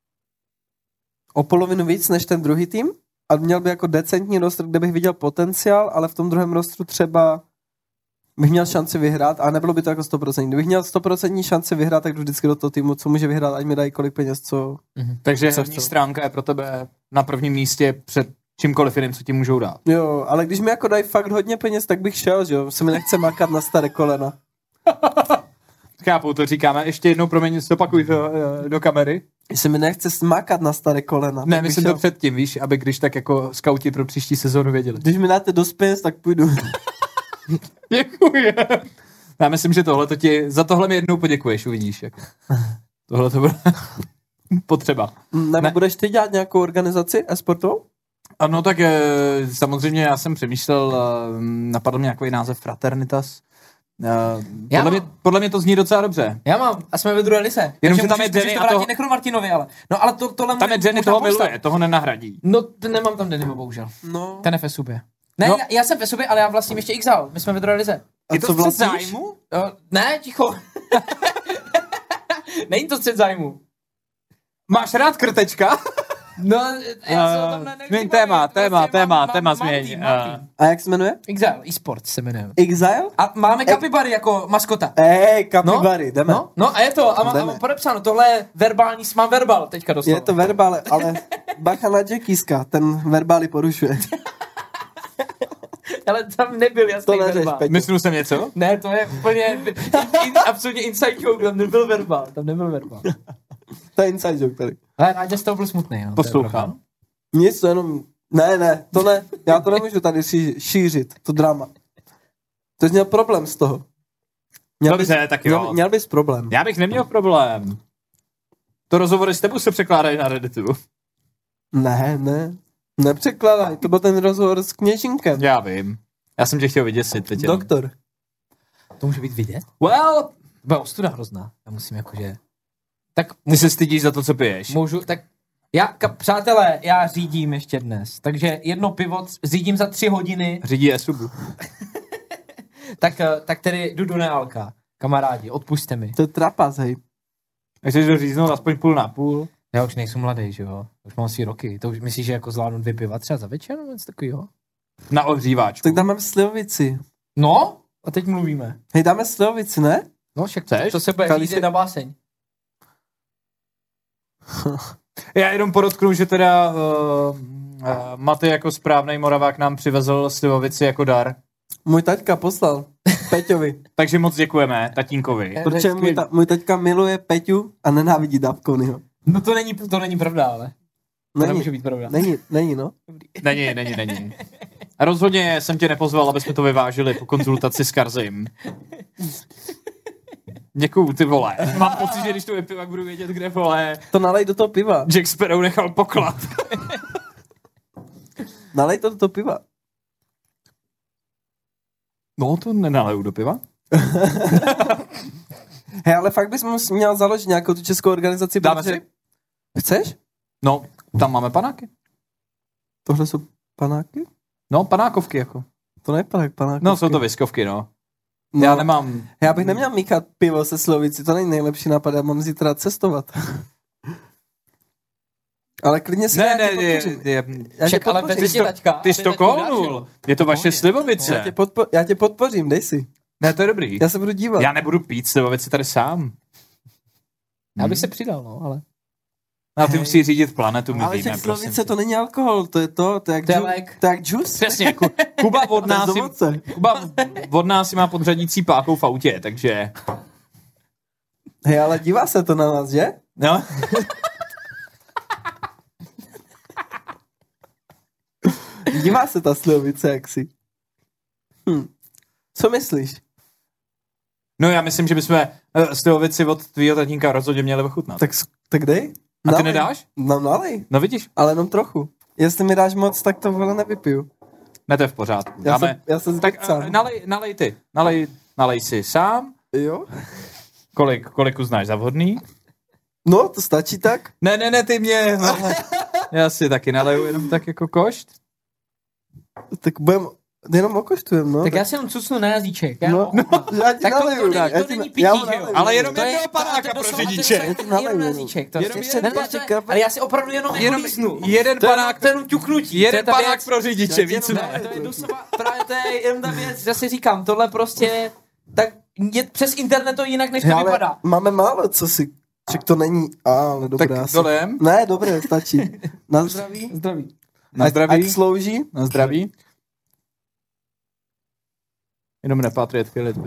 o polovinu víc než ten druhý tým, a měl by jako decentní roster, kde bych viděl potenciál, ale v tom druhém rostru třeba bych měl šanci vyhrát, a nebylo by to jako 100%. Kdybych měl 100% šanci vyhrát, tak jdu vždycky do toho týmu, co může vyhrát, ať mi dají kolik peněz, co... Takže Co herní chcou. stránka je pro tebe na prvním místě před čímkoliv jiným, co ti můžou dát. Jo, ale když mi jako dají fakt hodně peněz, tak bych šel, že jo, se mi nechce makat na staré kolena. Chápu, to říkáme. Ještě jednou, promiň, zopakuj to do kamery. Se mi nechce smakat na staré kolena. Ne, tak bych myslím šel. to předtím, víš, aby když tak jako skauti pro příští sezónu věděli. Když mi dáte dost peněz, tak půjdu. Děkuji. Já myslím, že za tohle mi jednou poděkuješ, uvidíš. Jako. Tohle to bude potřeba. Nebo budeš ty dělat nějakou organizaci e-sportovou? Ano, tak samozřejmě já jsem přemýšlel, napadl mě nějaký název Fraternitas. Podle mě to zní docela dobře. Já mám, a jsme ve druhé lise. Jenom, Takže že tam je můžeš Jenny to a vrátit toho... Necromartinovi, ale. No ale tohle Tam je Jenny, toho miluje, toho nenahradí. No, nemám tam Dannyho, bohužel. No. Ten je v SUB. Ne, No. já jsem v SUB, ale já vlastním ještě Exile. My jsme ve druhé lize. Je to střed zájmu? Ne, ticho. Není to střed zájmu. Máš rád krtečka? No, já se o tom Změň téma změň. A jak se jmenuje? Exile, eSports se jmenuje. Exile? A máme kapibary jako maskota. Kapibary, jdeme. No a je to, a mám podepsáno, tohle je verbální, mám verbal teďka dostal. Je to verbál, ale bacha na Jackieska, ten verbály porušuje. Ale tam nebyl jasný To neřeš, verbál. Peťo. Myslel jsem něco? Ne, to je úplně absolutně inside joke, tam nebyl verbál. To je inside joke tady. Ale Náďa z toho byl smutný. No, Poslouchám. Nic, to jenom... Ne, to ne. Já to nemůžu tady šířit, to drama. To jsi měl problém z toho. Dobře, tak jo. Měl bys problém. Já bych neměl problém. To rozhovory s tebou se překládají na Redditu. Ne. Nepřekládaj, to byl ten rozhovor s Kněžinkem. Já vím. Já jsem tě chtěl vyděsit teď. Doktor. To může být vidět? Well, Byla ostuda hrozná. Já musím jakože... Tak ty se stydíš za to, co piješ. můžu, tak... Přátelé, já řídím ještě dnes. Takže jedno pivo řídím za 3 hodiny. Řídí Esubu. Tak tedy jdu do nealka. Kamarádi, odpusťte mi. To je trapas, hej. Chceš to říznout aspoň půl na půl? Já už nejsem mladý, že jo? Už mám 3 roky. To už myslíš, že jako zvládnu 2 piva třeba za večer? Nebo něco takového? Na ohříváčku. Tak dáme slivovici. No, a teď mluvíme. Hej, dáme slivovici, ne? No, však Chceš? to se bude Kališi- říct na báseň. Já jenom podotknu, že teda Maty jako správnej Moravák nám přivezl slivovici jako dar. Můj taťka poslal Peťovi. Takže moc děkujeme tatínkovi. Protože můj taťka miluje Peťu a nenávidí Dávkonyho. No to není pravda, ale. To nemůže být pravda. Není, no. Není. A rozhodně jsem tě nepozval, aby jsme to vyvážili po konzultaci s Karzim. Děkuju, ty vole. Mám pocit, že když to vypiju, tak budu vědět, kde, vole, To nalej do toho piva. Jack Sparrow nechal poklad. Nalej to do toho piva. No, to nenaleju do piva. Hej, ale fakt bys měl založit nějakou tu českou organizaci. Dáme protože- si? Chceš? No, tam máme panáky. Tohle jsou panáky? No, panákovky jako. To ne panáky. No, jsou to viskovky, no. No, Já nemám... Já bych neměl míchat pivo se slovici, to není nejlepší nápad, já mám zítra cestovat. Ale klidně si já tě podpořím. Já tě Však ale podpořím. vezmi si taťka. Ty jsi to kolnul. Je to vaše slivovice. Já tě podpořím, dej si. Ne, to je dobrý. Já se budu dívat. Já nebudu pít slivovici tady sám. Já bych se přidal, no, ale. A ty musí řídit planetu, my Ale víme, těch prosím. slovice to není alkohol, to je jak To je lék. to je jak juice. Přesně, Kuba od nás To je z ovoce. Kuba od nás si má podřadící pákou v autě, takže... Hej, ale dívá se to na nás, že? No. Dívá se ta slovice, jak si. Co myslíš? No já myslím, že bychom slivovici od tvýho tatínka rozhodně měli ochutnat. Tak dej. A ty Nalej. nedáš? No nalej, No vidíš, ale jenom trochu. Jestli mi dáš moc, tak to vole nevypiju. ne, to je v pořádku. Já se Tak zdechcám. nalej ty. Nalej si sám. Jo? Kolik uznáš za vhodný? No, to stačí tak? Ne, ty mě. Já si taky naleju jenom tak jako košt. Tak jenom okoštujem, no. Tak já si jenom cucnu na jazyček. No, já ti Tak naleju. to není pití, já mu že jo? naleju. Ale jenom To je- jednoho panáka to je pro doslova- řidiče. to je Já ti naleju, jenom na jenom. jazyček. To Jenom ještě jeden ne, panáček, to je- ale já si opravdu jenom Jenom líznu. jeden panák, To je jenom ťuknutí. To je jeden ta panák věc. pro řidiče, víc jenom ne. To je doslova, právě to je jenom ta věc, že si říkám, tohle prostě, tak je přes internet to jinak, než to Ale vypadá. máme málo, co si... Ček to není... Ale dobré, Tak asi. dolem. Ne, dobré, stačí. Na zdraví. Zdraví. Na Ať zdraví. slouží. Na zdraví. Jenom Patriot Philip.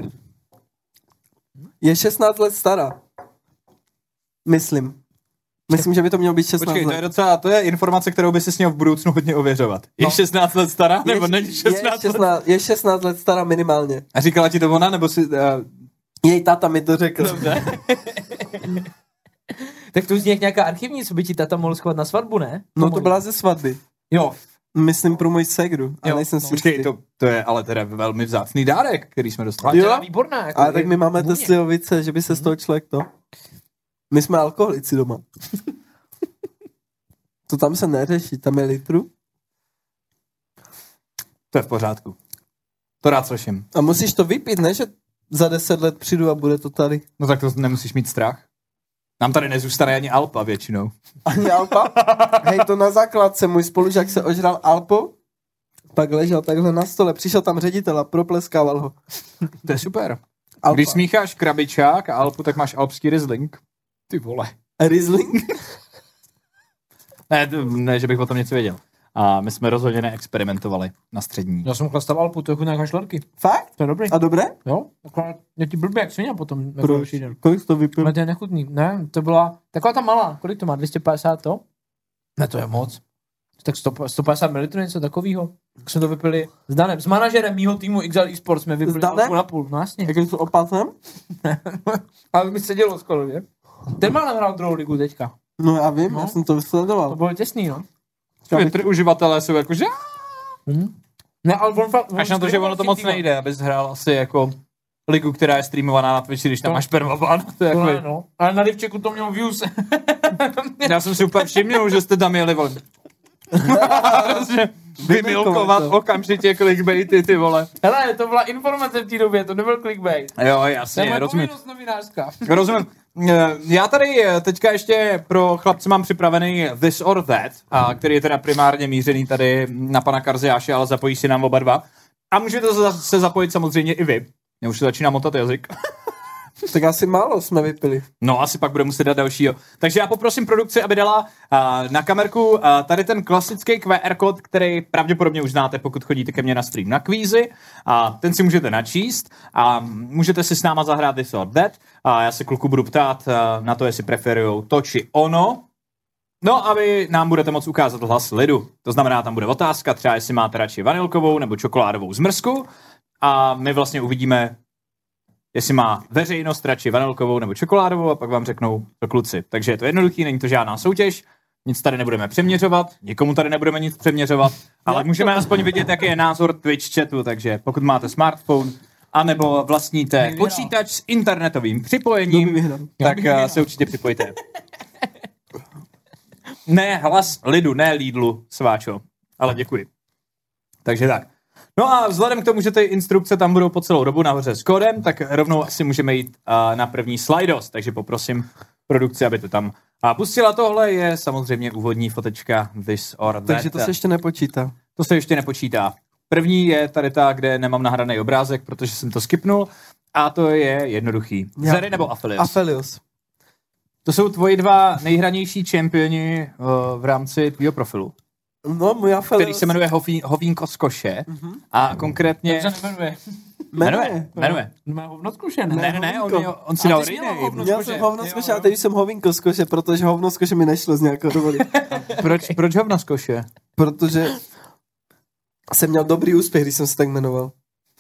Je 16 let stará. Myslím, že by to mělo být 16 Počkej, let. to je informace, kterou by si měl v budoucnu hodně ověřovat. Je 16 let stará, nebo není 16 let? Je 16 let stará minimálně. A říkala ti to ona, nebo si... Její táta mi to řekl. Dobře. Tak to zní jak nějaká archivní, co by ti tata mohl schovat na svatbu, ne? No to byla ze svatby. Jo. Myslím pro můj segru. A Jo, nejsem si Počkej, jistý. to je ale teda velmi vzácný dárek, který jsme Ale dostali. Jo. to je výborná. Jako, Ale tak my máme vůně. ty slivovice, že by se z toho člověk to... My jsme alkoholici doma. To tam se neřeší, tam je litru. To je v pořádku. To rád slyším. A musíš to vypít, ne, že za 10 let přijdu a bude to tady. No tak to nemusíš mít strach. Nám tady nezůstane ani Alpa většinou. Ani Alpa? Hej, to na základce, můj spolužák se ožral Alpou, pak ležel takhle na stole, přišel tam ředitel a propleskával ho. To je super. Alpa. Když smícháš krabičák a Alpu, tak máš alpský Riesling. Ty vole. Riesling? Ne, že bych o tom něco věděl. A my jsme rozhodně neexperimentovali na střední. Já jsem chlastal Alpu, to je chutná kašlerky. Fakt? To je dobrý. A dobré? Jo? Akorát je ti blbě jak svině potom. Jako Proč? další den. Kolik jsi to vypil? Ale to je nechutný. Ne, to byla taková ta malá. Kolik to má? 250 to? Ne, to je moc. Tak 150 ml, něco takového. Tak jsme to vypili s Danem, s manažerem mýho týmu XL Esports jsme vypili Danem? půl na půl. No jasně. Jak je to opasem? Ale mi se dělo skoro, že? Ten má hrál druhou ligu teďka. No já vím, No. já jsem to To vysledoval. bylo těsný, no. Twitter uživatelé jsou jako, že Ne, ale on fakt... až na to, že ono to moc nejde, abys hrál asi jako ligu, která je streamovaná na Twitchi, když tam To- máš permaban. To je To jako, ne, no. Ale na Divčeku to mělo views. já jsem si úplně všimnul, že jste tam jeli, vole. Prostě vymilkovat okamžitě clickbaity, ty vole. Hele, to byla informace v té době, to nebyl clickbait. Jo, To je jasně, moje rozumím. povinnost novinářská. Rozumím. Já tady teďka ještě pro chlapce mám připravený This or That, který je teda primárně mířený tady na pana Karziáše, ale zapojí si nám oba dva. A můžete se zapojit samozřejmě i vy. Já už se začíná motat jazyk. Tak asi málo jsme vypili. No, asi pak bude muset dát dalšího. Takže já poprosím produkci, aby dala na kamerku tady ten klasický QR kód, který pravděpodobně už znáte, pokud chodíte ke mně na stream na kvízy. Ten si můžete načíst a můžete si s náma zahrát This or That. Já se kluku budu ptát na to, jestli preferujou to či ono. No a vy nám budete moct ukázat hlas lidu. To znamená, tam bude otázka, třeba jestli máte radši vanilkovou nebo čokoládovou zmrzku. A my vlastně uvidíme, jestli má veřejnost radši vanilkovou nebo čokoládovou a pak vám řeknou to kluci. Takže je to jednoduchý, není to žádná soutěž, nic tady nebudeme přeměřovat, nikomu tady nebudeme nic přeměřovat, ale můžeme aspoň vidět, jaký je názor Twitch chatu, takže pokud máte smartphone, anebo vlastníte počítač s internetovým připojením, tak se určitě připojte. Ne hlas lidu, ne Lidlu, sváčo, ale děkuji. Takže tak. No a vzhledem k tomu, že ty instrukce tam budou po celou dobu nahoře s kódem, tak rovnou asi můžeme jít na první slidos, takže poprosím produkci, aby to tam pustila. Tohle je samozřejmě úvodní fotečka This or That. Takže to se ještě nepočítá. To se ještě nepočítá. První je tady ta, kde nemám nahraný obrázek, protože jsem to skipnul, a to je jednoduchý. Zeri nebo Aphelios? Aphelios. To jsou tvoji dva nejhranější čempioni v rámci tvýho profilu. No, můj Aphelios. Který se jmenuje Hovínko z koše. A konkrétně... Jak se jmenuje? Jmenuje. Má hovno z koše, ne? Ne, on si dal rename. Měl jsem hovno z koše a teď jsem hovínko z koše, protože hovno z koše mi nešlo z nějakého důvodu. Proč hovno z koše? Protože jsem měl dobrý úspěch, když jsem se tak jmenoval.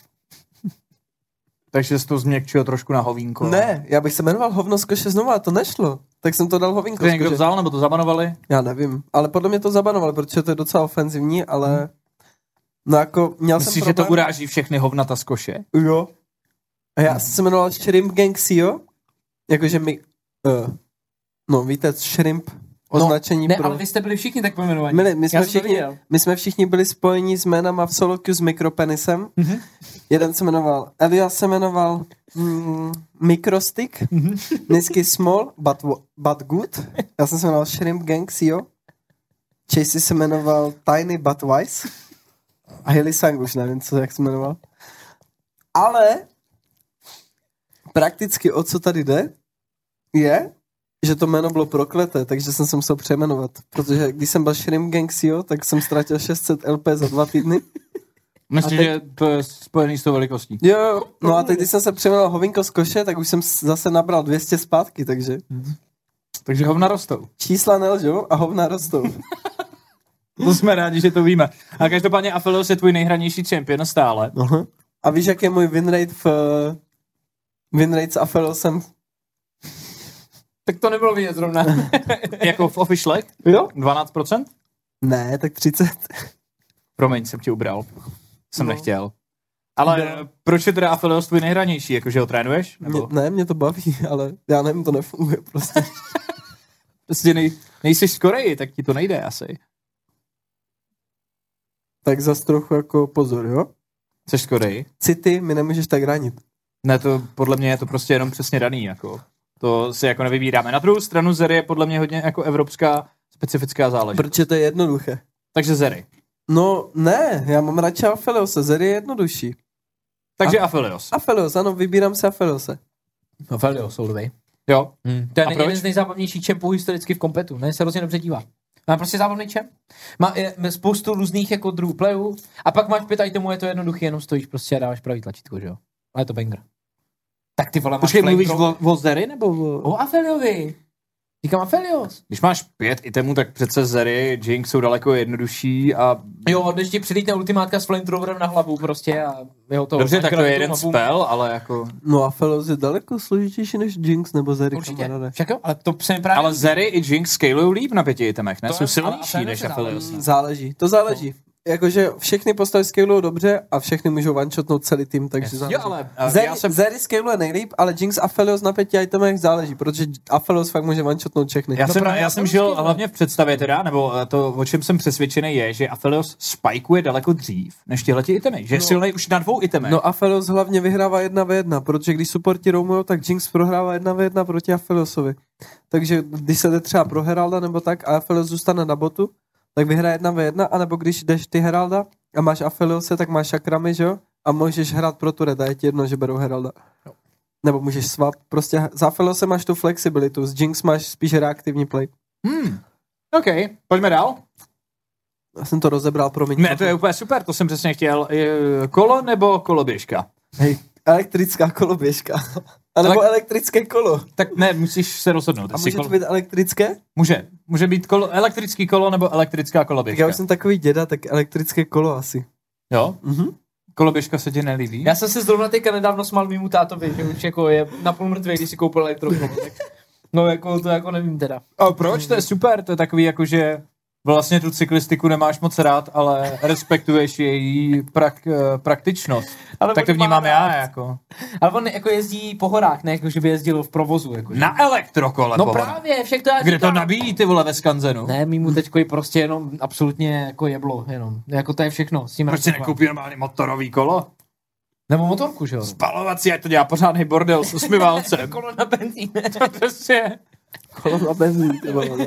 Takže jsi to změkčil trošku na hovínko. Ne, já bych se jmenoval hovno z koše znovu a to nešlo. Tak jsem to dal hovínko To z koše. někdo vzal, nebo to zabanovali? Já nevím, ale podle mě to zabanovali, protože to je docela ofenzivní, ale... No jako, měl Myslíš, jsem že to problém... uráží všechny hovnata z koše? Jo. A já jsem se jmenoval Shrimp Gang CEO, jakože my... no víte, shrimp, označení Ne, pro... ale vy jste byli všichni tak pojmenovaní. My jsme všichni byli spojeni s jménama v solo queue s mikropenisem. Mm-hmm. Jeden se jmenoval, Elias se jmenoval Microstick, Nisky Small, but good. Já jsem se jmenoval Shrimp Gang CEO. Chasey se jmenoval Tiny but wise. A Hilly Sang už nevím, jak se jmenoval. Ale prakticky o co tady jde, je, že to jméno bylo prokleté, takže jsem se musel přejmenovat. Protože když jsem byl Shrimp Gang CEO, tak jsem ztratil 600 LP za 2 týdny. Myslíš, že to je spojený s tou velikostí? Jo, no a teď, když jsem se přejmenoval Hovínko z koše, tak už jsem zase nabral 200 zpátky, takže... Takže hovna rostou. Čísla nelžou a hovna rostou. To jsme rádi, že to víme. A každopádně Aphelios je tvůj nejhranější champion stále. Aha. A víš, jak je můj winrate s Apheliosem? Tak to nebylo vidět zrovna. Jako v officialech? Jo? 12%? Ne, tak 30. Promiň, jsem ti ubral. Jsem nechtěl. Ale proč je teda Aphelios tvůj nejhranější? Jakože ho trénuješ? Nebo... Ne, mě to baví, ale já nevím, to nefunguje prostě. Prostě nejsi z Koreji, tak ti to nejde asi. Tak zas trochu jako pozor, jo? Jsi z Koreji? City mi nemůžeš tak ranit. Ne, to podle mě je to prostě jenom přesně daný, jako. To si jako nevybíráme. Na druhou stranu Zeri je podle mě hodně jako evropská specifická záležitost. Protože to je jednoduché. Takže Zeri. No ne, já mám radši Apheliose, Zeri je jednodušší. Takže Aphelios. Aphelios, ano, vybírám se Apheliose. Aphelios, soudovej. Jo. To je A proč? jeden z nejzábavnějších čempů historicky v kompetu. Ne, se hrozně dobře dívá. Má prostě zábavný čemp. Má spoustu různých jako druhů playů a pak máš 5 itemů, je to jednoduchý, jenom stojíš prostě a dáváš pravý tlačítko, že jo. Ale je to banger. Tak ty vole, máš Počkej, mluvíš flamethrower- o Zeri nebo O Apheliovi. Říkám Aphelios. Když máš 5 itemů, tak přece Zeri, Jinx jsou daleko jednodušší a... Jo, když ti přilítne ultimátka s flamethrowerem na hlavu prostě a jo to... Dobře, tak to je jeden spell, ale jako... No Aphelios je daleko složitější než Jinx nebo Zeri, Určitě, kamaráde. však jo, ale to jsem právě... Ale Zeri i Jinx scalujou líp na 5 itemech, ne? To Jsou je- silnější ale než Aphelios je Aphelios. Záleží, to záleží. jakože všechny postavy scalujou dobře a všechny můžou one-shotnout celý tým, takže Jo, záleží. ale Zeri scaluje nejlíp, ale Jinx a Felios na 5 itemech záleží, protože Aphelios fakt může one-shotnout všechny. Já jsem žil hlavně v představě teda, nebo to, o čem jsem přesvědčený je, že Aphelios spikeuje daleko dřív, než tyhleti itemy, že je silnej už na 2 itemech. No Aphelios hlavně vyhrává 1v1, protože když supporti roamujou, tak Jinx prohrává 1v1 proti Apheliosovi. Takže když se jde třeba pro Heralda nebo tak a Aphelios zůstane na botu, tak vyhraje 1v1, anebo když jdeš ty Heralda a máš Apheliose, tak máš šakramy, že jo? A můžeš hrát pro turret a je ti jedno, že berou Heralda. Nebo můžeš swap, prostě za Apheliose máš tu flexibilitu, z Jinx máš spíš reaktivní play. OK, pojďme dál. Já jsem to rozebral, promiň. Ne, to je úplně super, to jsem přesně chtěl. Kolo nebo koloběžka? Hej, elektrická koloběžka. A nebo elektrické kolo. Tak ne, musíš se rozhodnout. A může to být elektrické? Může být elektrický kolo nebo elektrická Tak koloběžka. já už jsem takový děda, tak elektrické kolo asi. Jo? Koloběžka se ti nelíbí? Já jsem se zrovna teďka nedávno smál mýmu tátovi, že už jako je napůl mrtvý, když si koupil elektrokolo. No jako to jako nevím teda. A proč? To je super, to je takový jako, že vlastně tu cyklistiku nemáš moc rád, ale respektuješ její praktičnost. Ale tak to on vnímám má já rád. jako. Ale on jako jezdí po horách, ne jako že by jezdil v provozu. Jako, že? Na elektrokole. No pohoda. právě, však to já Kde to říkám. nabíjí ty vole ve Skanzenu? Ne, mýmu teďko je prostě jenom absolutně jako jeblo, jenom. Jako to je všechno. S tím Proč si respektovám. nekoupí normálně motorový kolo? Nebo motorku, že jo? Spalovací, ať to dělá pořádný bordel s usmyvalcem. Kolo na benzín. Prostě. Kolo na benzín, ty vole, no.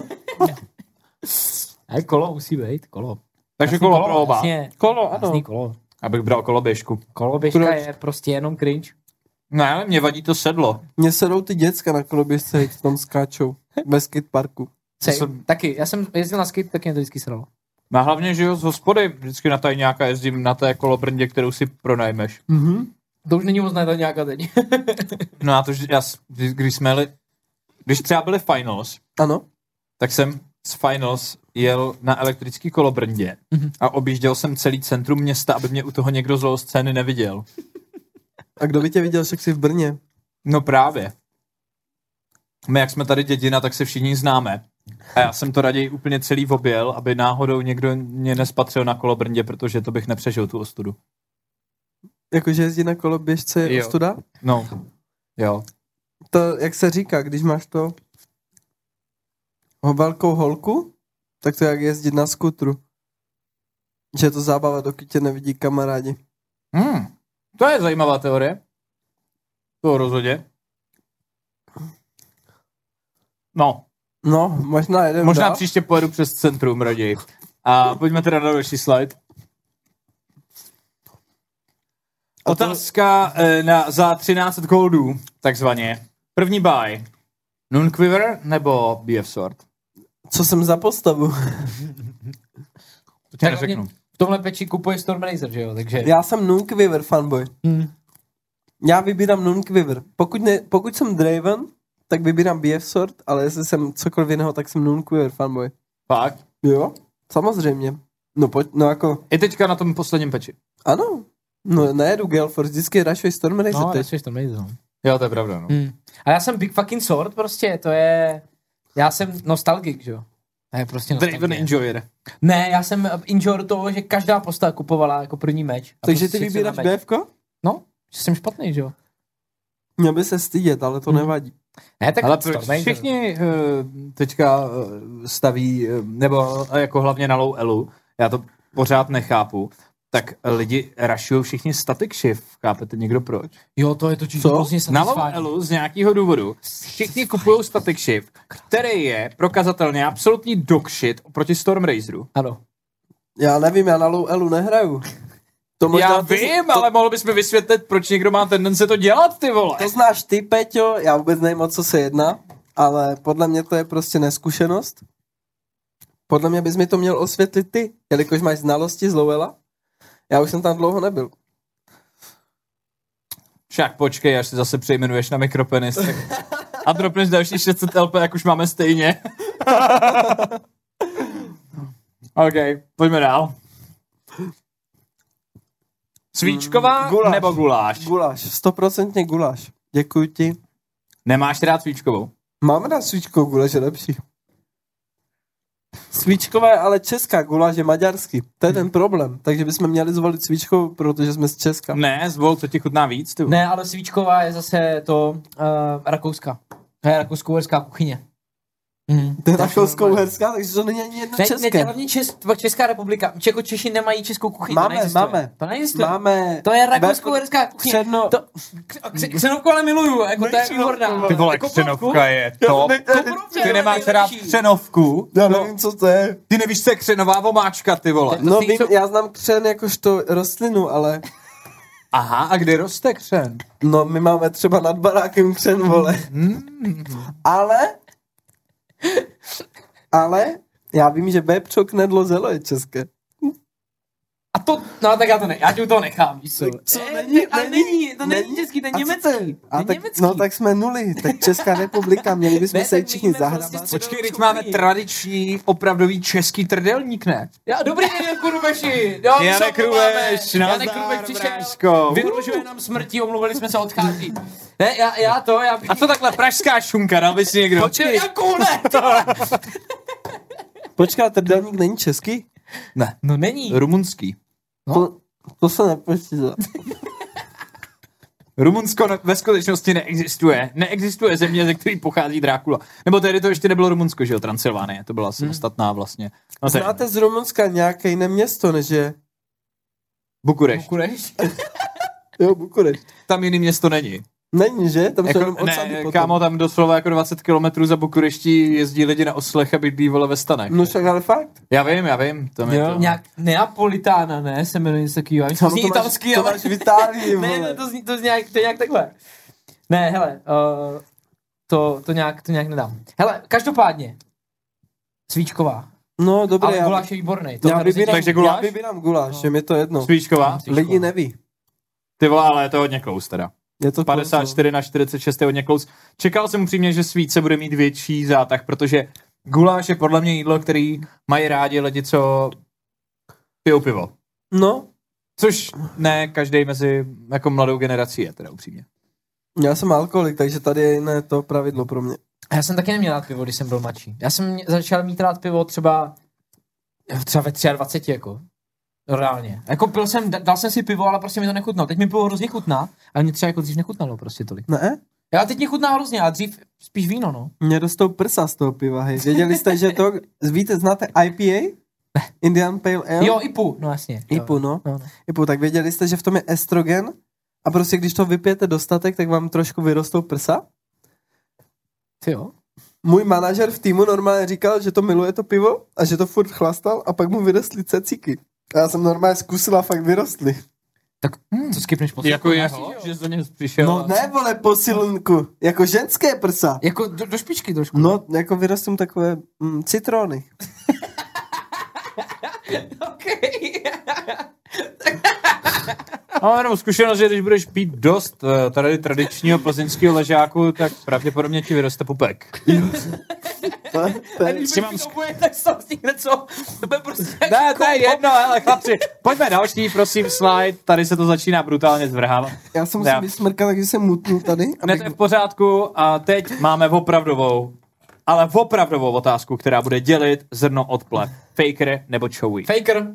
A kolo musí být, kolo. Takže Jasný kolo pro oba. Jasně, Kolo, ano. jasný kolo. Abych bral koloběžku. Koloběžka je prostě jenom cringe. Ne, ale mě vadí to sedlo. Mně sedou ty děcka na koloběžce, jak tam skáčou. Ve skateparku. Taky, já jsem jezdil na skate, taky mě to vždycky sralo. No hlavně, že jo, z hospody vždycky na tajňáka jezdím na té kolobrndě, kterou si pronajmeš. To už není moc najít nějaká teď. No a to, že když třeba byly finals, Ano. tak jsem z finals jel na elektrický kolobrndě a objížděl jsem celý centrum města, aby mě u toho někdo z scény neviděl. A kdo by tě viděl, že jsi v Brně? No právě. My, jak jsme tady dědina, tak se všichni známe. A já jsem to raději úplně celý objel, aby náhodou někdo mě nespatřil na kolobrndě, protože to bych nepřežil tu ostudu. Jakože jezdí na koloběžce je Jo. ostuda? No, jo. To, jak se říká, když máš to velkou holku, tak to je jak jezdit na skutru. Že je to zábava, dokud tě nevidí kamarádi. To je zajímavá teorie. To rozhodně. No, No, možná jeden možná dál. příště pojedu přes centrum raději. A pojďme teda na další slide. Otázka za 13 goldů, takzvaně. První buy. Noonquiver nebo BF Sword? Co jsem za postavu? To tě neřeknu. V tomhle peči kupuje Stormraiser, že jo, takže... Já jsem Noonquiver fanboy. Já vybírám Noonquiver. Pokud jsem Draven, tak vybírám BF Sword, ale jestli jsem cokoliv jiného, tak jsem Noonquiver fanboy. Fakt? Jo, samozřejmě. No jako, I teďka na tom posledním peči. ano. No nejedu Galeforce, vždycky rašuji Stormraiser No, teď. teď Stormraiser. Jo, to je pravda, no. A já jsem Big fucking Sword prostě, to je... Já jsem nostalgik, že jo. To je prostě Draven nostalgie. Enjoyer. Ne, já jsem enjoyer toho, že každá postava kupovala jako první meč. A Takže prostě ty si vybíráš na meč. BFko? No, že jsem špatný, že jo. Měl by se stydět, ale to nevadí. Ne, tak Ale proč Stormraiser. všichni teďka staví, nebo jako hlavně na low elu, já to pořád nechápu, tak lidi rašují všichni static shift, chápete někdo proč? Jo, to je to Co? hrozně Na low satisfying. elu z nějakého důvodu všichni kupují static shift, který je prokazatelně absolutní dog shit oproti Stormraiseru. Ano. Já nevím, já na low elu nehraju. To Já ty- vím, ale mohl bys mi vysvětlit, proč někdo má tendence to dělat, ty vole. To znáš ty, Peťo, já vůbec nevím, o co se jedná, ale podle mě to je prostě neskušenost. Podle mě bys mi to měl osvětlit ty, jelikož máš znalosti z Lowella. Já už jsem tam dlouho nebyl. Však počkej, až se zase přejmenuješ na mikropenis. A dropneš další 600 LP, jak už máme stejně. OK, pojďme dál. Svíčková Guláš. nebo guláš? Guláš, 100% guláš. Děkuji ti. Nemáš rád svíčkovou? Máme na svíčkou guláš, je lepší. Svíčkové, ale česká, guláš je maďarský. To je ten problém. Takže bychom měli zvolit svíčkovou, protože jsme z Česka. Ne, zvol, co ti chutná víc, ty. Ne, ale svíčková je zase to rakouská. To je rakousko-uherská kuchyně. To je rakousko-uherská, takže to není ani jedno české. Hlavně Česká republika. Jako Češi nemají českou kuchyni. Máme. To neexistuje. Máme. To je rakousko-uherská kuchyně. Křenovku ale miluju, jako to je výborná. Ty vole, Jako křenovka je top. Ty nemáš rád křenovku? Já nevím, co to je. Ty nevíš, co je křenová vomáčka, ty vole. No vím, já znám křen jakožto rostlinu, ale... Aha, a kde roste křen? No, my máme třeba nad barákem křen, vole. Ale já vím, že bébčo knedlo zelo je české. A to, no tak já ti u toho nechám, víš co? Co, To není český, to je německý. No tak jsme nuli, tak Česká republika, měli bychom se všichni zahrabat. Počkej, teď máme tradiční, opravdový český trdelník, ne? Já, dobrý den, Janku Rubeši. Janek Rubeš, Janek Rubeš přišel, vyhrožuje nám smrtí, omluvili jsme se, odchází. Ne, já A co takhle pražská šunka, dal by si někdo? Počkej, Janku, ne! Počkej, trdelník není český? Ne. No není. Rumunský. No. To se nepočítá. Rumunsko ve skutečnosti neexistuje. Neexistuje země, ze který pochází Drákula. Nebo tehdy to ještě nebylo Rumunsko, že jo, Transylvánie. To byla samostatná vlastně. No, znáte z Rumunska nějaké jiné město, než je... Bukurešť. Jo, Bukurešť. Tam jiný město není. Není, že? Tam jako, jenom odsady potom. Kámo, tam doslova jako 20 kilometrů za Bukureští jezdí lidi na oslech a bydlí vole ve stanech. No však ale fakt. Já vím. To je to. Nějak Neapolitána, ne? Se jmenuje něco takového. To zní italský, ale... To máš v Itálii, vole. Ne, to zní nějak takhle. Ne, hele, to nějak nedám. Hele, každopádně. Svíčková. No, dobré. Ale guláš je výborný. Já vybírám guláš, je mi to jedno. Svíčková? Lidi neví. Ty vole, ale je to hodně close teda. Je to 54-46 je hodně close. Čekal jsem upřímně, že svíce bude mít větší zátah, protože guláš je podle mě jídlo, který mají rádi lidi, co pijou pivo. No. Což ne každý mezi jako mladou generací je teda upřímně. Já jsem alkoholik, takže tady je jiné to pravidlo pro mě. Já jsem taky neměl rád pivo, když jsem byl mladší. Já jsem začal mít rád pivo třeba ve 23 jako. Reálně. Jako dal jsem si pivo, ale prostě mi to nechutnalo. Teď mi pivo hrozně chutná, ale mě třeba jako dřív nechutnalo prostě tolik. Ne? Já teď mě chutná hrozně, ale dřív spíš víno, no. Mě rostou prsa z toho piva, hej. Věděli jste, že to, víte, znáte IPA? Indian Pale Ale? Jo, IPU, no jasně. IPU, no. IPU, tak věděli jste, že v tom je estrogen a prostě když to vypijete dostatek, tak vám trošku vyrostou prsa? Ty jo? Můj manažer v týmu normálně říkal, že to miluje to pivo a že to furt chlastal a pak mu vyrostly cecíky. A já jsem normálně zkusil a fakt vyrostly. Tak co skipneš posilku? Jako jeho, že do něho přišel. No ne, vole, posilku. Jako ženské prsa. Jako do špičky trošku. No, jako vyrostly takové citrony. Okej. No, jenom zkušenost, že když budeš pít dost tady tradičního plzeňského ležáku, tak pravděpodobně ti vyroste pupek. Když mám tak se vznikne co? To bude prostě ne, to je jedno, ale chlapci, pojďme další, prosím, slide, tady se to začíná brutálně zvrhávat. Já se musím vysmrkat, takže jsem mutnul tady. Ne, to je v pořádku a teď máme opravdovou otázku, která bude dělit zrno od plev. Faker nebo Chowi? Faker.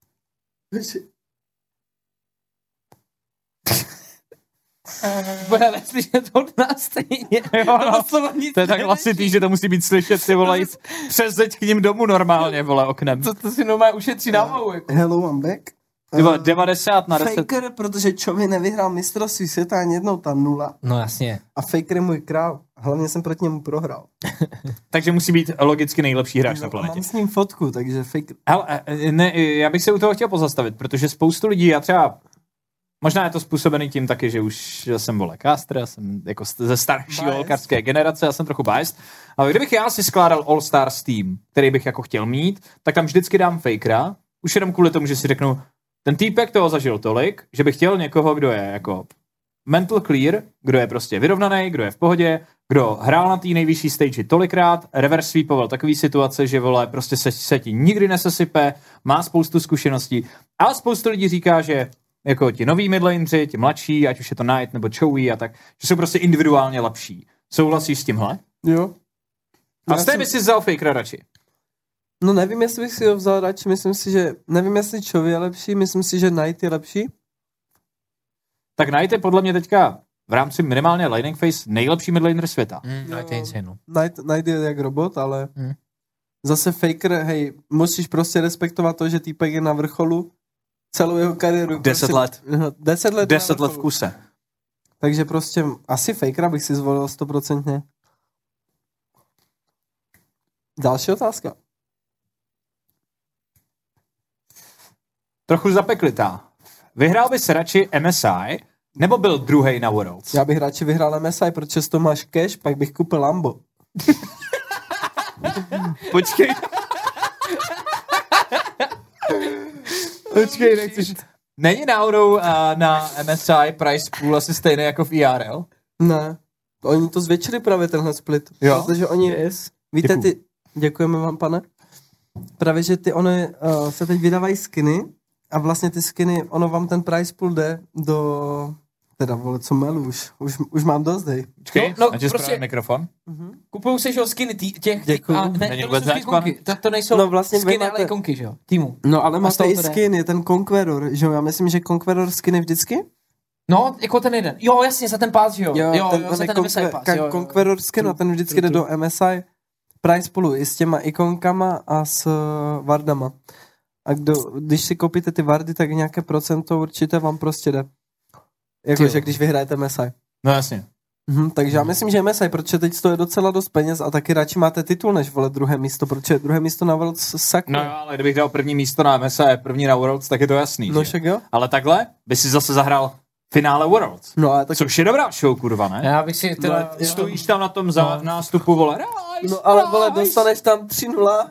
Bude slyšet od nás stejně. Jo, no. To je tak hlasitý, že to musí být slyšet, ty vole, jít přes zeď k ním domů normálně, vole, oknem. To si normálně ušetří na mou, jako. Hello, I'm back. Ty vole, 90/10. Faker, protože Chowi nevyhrál mistrovství světa ani jednou, tam 0. No jasně. A Faker je můj král. Hlavně jsem proti němu prohrál. Takže musí být logicky nejlepší hráč na planetě. Mám s ním fotku, takže Faker... Hele, ne, já bych se u toho chtěl pozastavit, protože spoustu lidí, já třeba možná je to způsobený tím taky, že už jsem byl lékař, já jsem jako ze starší lékařské generace, já jsem trochu biased, ale kdybych já si skládal All-Stars tým, který bych jako chtěl mít, tak tam vždycky dám Fakera, už jenom kvůli tomu, že si řeknu, ten týpek toho zažil tolik, že bych chtěl někoho, kdo je jako mental clear, kdo je prostě vyrovnaný, kdo je v pohodě, kdo hrál na té nejvyšší stage tolikrát, reverse sweepoval takový situace, že vole, prostě se ti nikdy nesesype, má spoustu zkušeností, ale spoustu lidí říká, že jako ti noví midlaneri, ti mladší, ať už je to Knight nebo Chowi a tak, že jsou prostě individuálně lepší. Souhlasíš s tímhle? Jo. A z té by si vzal Fakera radši? No nevím, jestli bych si ho vzal radši, myslím si, že, nevím, jestli Chovy je lepší, myslím si, že Knight je lepší. Tak Knight je podle mě teďka v rámci minimálně laning phase nejlepší midlaner světa. Knight je insane, no. Knight je jak robot, ale zase Faker, hej, musíš prostě respektovat to, že týpek je na vrcholu celou jeho kariéru. 10 let. 10 let. 10 let v kuse. Takže prostě asi Fakera bych si zvolil 100%. Další otázka. Trochu zapeklitá. Vyhrál bys radši MSI, nebo byl druhej na Worlds? Já bych radši vyhrál MSI, protože to máš cash, pak bych koupil Lambo. Počkej. Počkej, nechceš... Není náhodou na MSI price pool asi stejný jako v IRL? Ne. Oni to zvětšili právě tenhle split. Jo? Protože oni, víte ty, děkujeme vám, pane, právě, že ty oni se teď vydávají skiny a vlastně ty skiny, ono vám ten price pool jde do, teda vole, co melu, už mám dost, hej. Počkej, No, prostě mikrofon. Kupujou se, že jo, skiny těch... Děkuju. Ne, vůbec to nejsou ikonky. To nejsou No, vlastně skiny, vy máte- ale ikonky, že jo, týmu. No ale A z máte toho i to jde. skin, je ten Conqueror, že jo, já myslím, že Conqueror skiny vždycky? No, jako ten jeden. Jo, jasně, za ten pás, že jo. ten za ten MSI pás, jo. Conqueror skin a ten vždycky jde do MSI price poolu i s těma ikonkama a s vardama. A když si koupíte ty vardy, tak nějaké procento určitě vám prostě jde. Jakože když vyhrajete MSI. No jasně. Takže já myslím, že MSI, protože teď stojí docela dost peněz a taky radši máte titul, než vole druhé místo, protože druhé místo na Worlds sakuje. No jo, ale kdybych dal první místo na MSI, první na Worlds, tak je to jasný. No že? však jo. Ale takhle by si zase zahrál finále Worlds. No ale tak... Což je dobrá show, kurva, ne? Já bych si teda... Stojíš tam na tom nástupu, vole, nice, No ale vole, dostaneš tam 3-0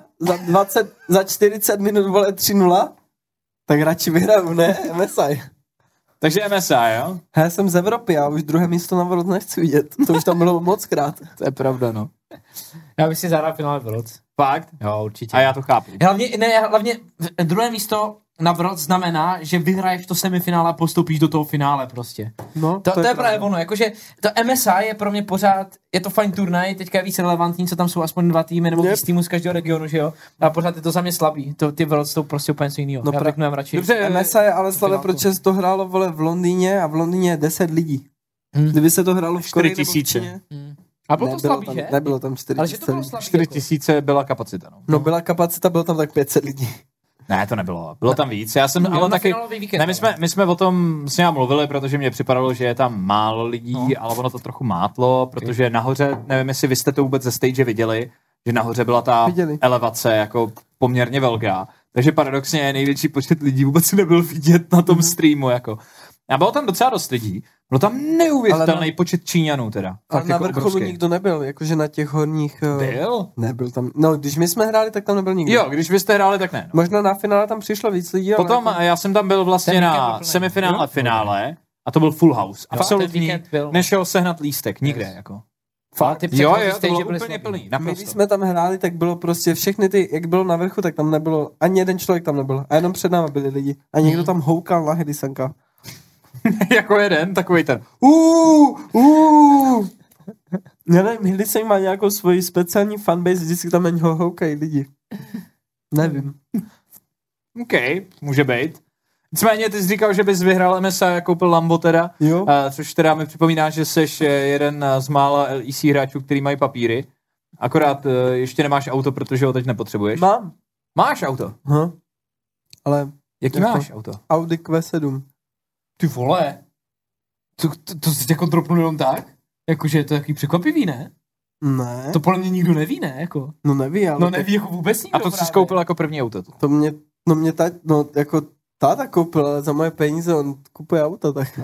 za 40 minut, vole, 3-0, tak radši vyhraju, ne? MSI. Takže MSI, jo? Já jsem z Evropy, já už druhé místo na World nechci vidět. To už tam bylo moc krát. To je pravda, no. Já bych si zahrál finále Worlds. Fakt? Jo, určitě. A já to chápu. Hlavně druhé místo na Worlds znamená, že vyhraješ to semifinále a postoupíš do toho finále prostě. No, To je právě ono, jakože to MSI je pro mě pořád, je to fajn turnaj, teďka je víc relevantní, co tam jsou aspoň 2 týmy nebo víc týmů z každého regionu, že jo, a pořád je to za mě slabý, ty Worlds jsou prostě úplně něco jiného, já bych mnohem radši. Dobře, MSI je ale slabé, protože to hrálo, vole, v Londýně a v Londýně je 10 lidí. Kdyby se to hrálo v Koreji nebo v 4 000. Číně, A bylo to slabý, tam, že? nebylo tam 4 Ale že to bylo slabý. 4 000 byla kapacita, no. No byla kapacita, bylo tam tak 500 lidí. Ne, to nebylo. Bylo tam víc. Já jsem, ale taky... Víkend, Ne, my jsme o tom s ním mluvili, protože mě připadalo, že je tam málo lidí, ale ono to trochu mátlo, protože nahoře, nevím, jestli vy jste to vůbec ze stage viděli, že nahoře byla ta elevace jako poměrně velká. Takže paradoxně největší počet lidí vůbec nebyl vidět na tom streamu, jako. A bylo tam docela dost lidí. Bylo tam neuvěřitelný počet Číňanů teda. Ale na jako vrcholu obrovský. nikdo nebyl, jakože na těch horních... Byl? Nebyl tam. No, když my jsme hráli, tak tam nebyl nikdo. Jo, když vy jste hráli, tak ne. No. Možná na finále tam přišlo víc lidí, ale... Potom já jsem tam byl vlastně na semifinále, finále a to byl full house. Absolutní, nešel sehnat lístek, nikde, jako. Fakt? Jo, to bylo úplně plný, My, naprosto. když jsme tam hráli, tak bylo prostě všechny ty, jak bylo na vrchu, tak tam nebylo, ani jeden člověk tam nebyl. A jenom před námi byli lidi. A někdo tam houkal na Hedisanka. Jako jeden, takový ten. Já nevím, Hedisank má nějakou svoji speciální fanbase, vždycky tam na něho houkají lidi. Nevím. OK, může být. Nicméně ty jsi říkal, že bys vyhrál MSI a koupil Lambo teda, Jo. Což teda mi připomíná, že jsi jeden z mála LEC hráčů, který mají papíry. Akorát ještě nemáš auto, protože ho teď nepotřebuješ. Mám. Máš auto? Ale Jaký jako máš auto? Audi Q7. Ty vole. To jsi jako dropnul jenom tak? Jakože je to takový překvapivý, ne? Ne. To podle mě nikdo neví, ne? Jako. No neví, ale... No neví jako vůbec nikdo. A to jsi koupil jako první auto. To mě jako táta koupil, ale za moje peníze on kupuje auto, tak...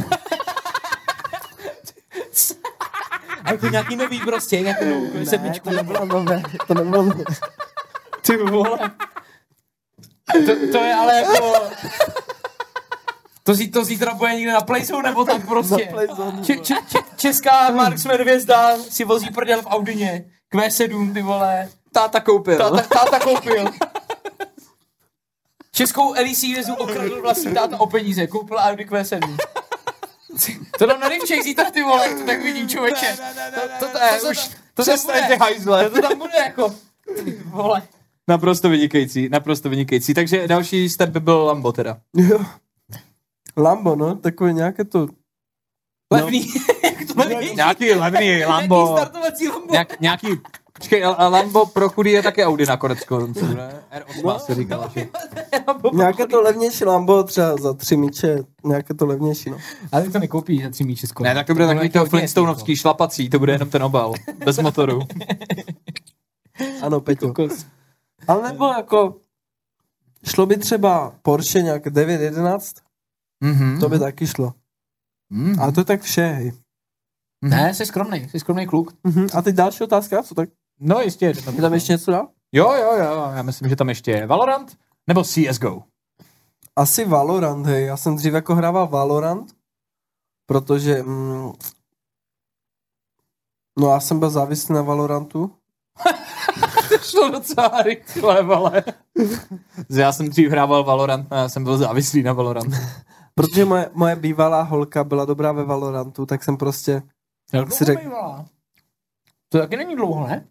A jako nějaký nový prostě, nějaký novou sedmičku. to nebylo nové, to nebylo nové. Ty vole. To je ale jako... To zítra bude někde na Playzone nebo tak prostě. Česká Marksman hvězda si vozí prdel v Audině. Q7, ty vole. Táta koupil. Táta koupil. Českou LEC hvězdu okradl vlastní táta o peníze. Koupil Audi Q7. To dám na rybček zítra, ty vole, to tak vidím, člověče. To tam bude. hajzle. To tam bude jako, ty vole. naprosto vynikající. Takže další step by byl Lambo teda. Jo. Lambo, no, takové nějaké to... Levný. Jak to levný? Nějaký levný Lambo. Nějaký startovací Lambo. Nějaký... Počkej, a Lambo pro chudý je také Audi nakonec konců, ne? R8 se říkala, že... Nějaké to levnější Lambo, třeba za 3 míče, nějaké to levnější, no. Ale ty to nekoupíš za 3 míče skoro. Ne, tak to bude takový to Flintstonovský šlapací, to bude jenom ten obal, bez motoru. Ano, Peťo. Ale nebo jako... Šlo by třeba Porsche nějaké 911, to by taky šlo. Ale to je tak vše, hej. Ne, jsi skromný kluk. A teď další otázka, co tak? No jistě. Je tam ještě něco dál? Jo, já myslím, že tam ještě je Valorant nebo CSGO. Asi Valorant, hej. Já jsem dřív jako hrával Valorant, protože... no já jsem byl závislý na Valorantu. To šlo docela rychle, vole. Já jsem dřív hrával Valorant a já jsem byl závislý na Valorantu. Protože moje bývalá holka byla dobrá ve Valorantu, tak jsem prostě... Jak si dlouho bývala? To taky není dlouho, ne?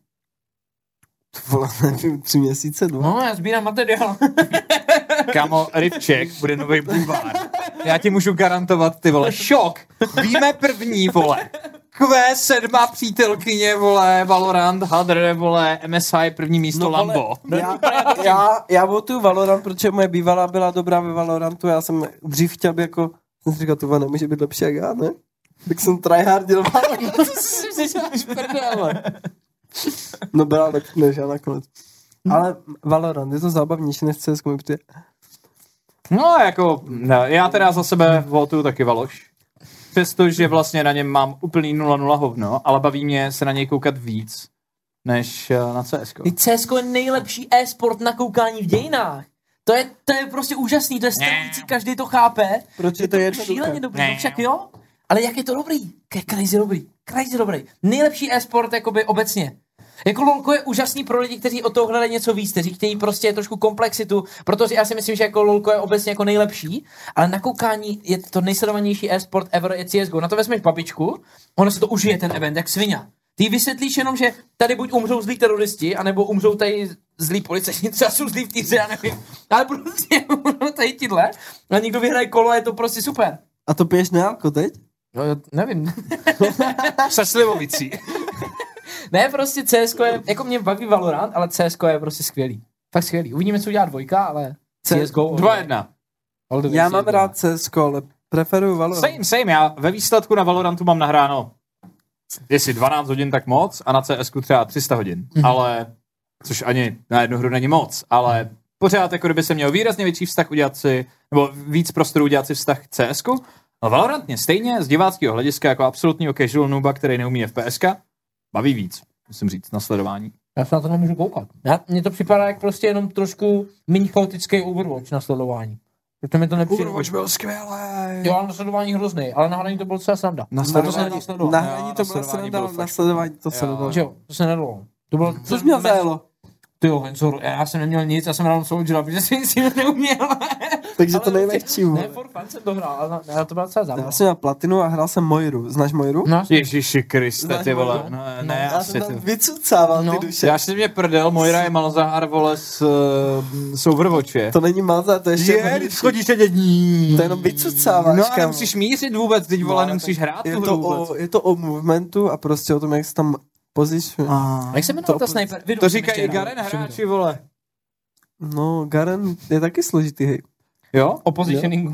Vole, nevím, 3 měsíce, 2. No, já sbírám materiál. Kámo, Rivček bude nový bulvár. Já ti můžu garantovat, ty vole, šok. Víme první, vole. Q7 přítelkyně, vole, Valorant, Hadr, vole, MSI, první místo Lambo. Já votuju Valorant, protože moje bývalá byla dobrá ve Valorantu, já jsem dřív chtěl by jako... Jsem si říkal, to nemůže být lepší jak já, ne? Tak jsem tryhardil Valorant. To si říkáš prdele. No byla lepší než já nakonec. Ale Valorant, je to zábavnější než CS, mi přijde. No, jako, ne, já teda za sebe votuju taky Valoš. Přestože vlastně na něm mám úplný 0-0 hovno, ale baví mě se na něj koukat víc, než na CSko. CSko je nejlepší e-sport na koukání v dějinách. To je prostě úžasný, to je strelující, každý to chápe. Proč je to jednoduché? Šíleně dobrý, no však jo. Ale jak je to dobrý? Crazy dobrý. Nejlepší e-sport jakoby obecně. Jako LoLko je úžasný pro lidi, kteří od toho hledají něco víc, kteří chtějí prostě trošku komplexitu, protože já si myslím, že jako LoLko je obecně jako nejlepší, ale na koukání je to nejsledovanější e-sport ever je CSGO. Na to vezmeš babičku, ono se to užije ten event, jak svině. Ty vysvětlíš jenom, že tady buď umřou zlí teroristi, anebo umřou tady zlí policajti, třeba jsou zlí v týře, já nevím. Ale prostě tady tyhle a někdo vyhraje kolo a je to prostě super. A to piješ nealko teď? No, nevím. Se slivovicí. Ne, prostě CSko je, jako mě baví Valorant, ale CSko je prostě skvělý. Fakt skvělý. Uvidíme, co udělá 2, ale CSGO... 2-1. Já mám rád CSko, ale preferuju Valorant. Same, já ve výsledku na Valorantu mám nahráno jestli 12 hodin, tak moc, a na CSku třeba 300 hodin. Ale, což ani na jednu hru není moc, ale pořád, jako kdyby se měl výrazně větší vztah udělat si, nebo víc prostoru udělat si vztah k CSku. A Valorant mě stejně z diváckého hlediska jako absolutního casual nooba, který neumí FPSka, baví víc, musím říct, na sledování. Já se na to nemůžu koukat. Mně to připadá jak prostě jenom trošku méně chaotický Overwatch na sledování. Protože mi to nepřijde. Overwatch byl skvělý. Jo, ale na sledování hrozný, ale na hraní to bylo docela sranda. Na hraní to byla sranda, ale na sledování to se nedalo. Jo, to se nedalo. To bylo... Což mě zajelo. Tyjo, Hensor, já jsem neměl nic, já jsem hrál Soldiera, protože jsem nic neuměl. Takže to nejlehčí. Ne, for fun jsem to hrál, ale to byla docela zábava. Já jsem měl platinu a hrál jsem Moiru. Znáš Moiru? No, Ježiši Kriste, ty vole. Ne, já jsem tam vycucával ty duše. Já si mě prdel, Moira je Malzahar, vole, z Overwatche. To není Malzahar, to je ještě... Chodíš a dědní. To jenom vycucáváš, no a nemusíš mířit vůbec, teď vole, nemusíš hrát tu hru vůbec. Je to o movementu a prostě o tom, jak se tam pozičuje. Jak se jmenuje ta sniper? To říkají i Garen hráči, vole. No, Garen je taky složitý, hej. Jo? O positioningu.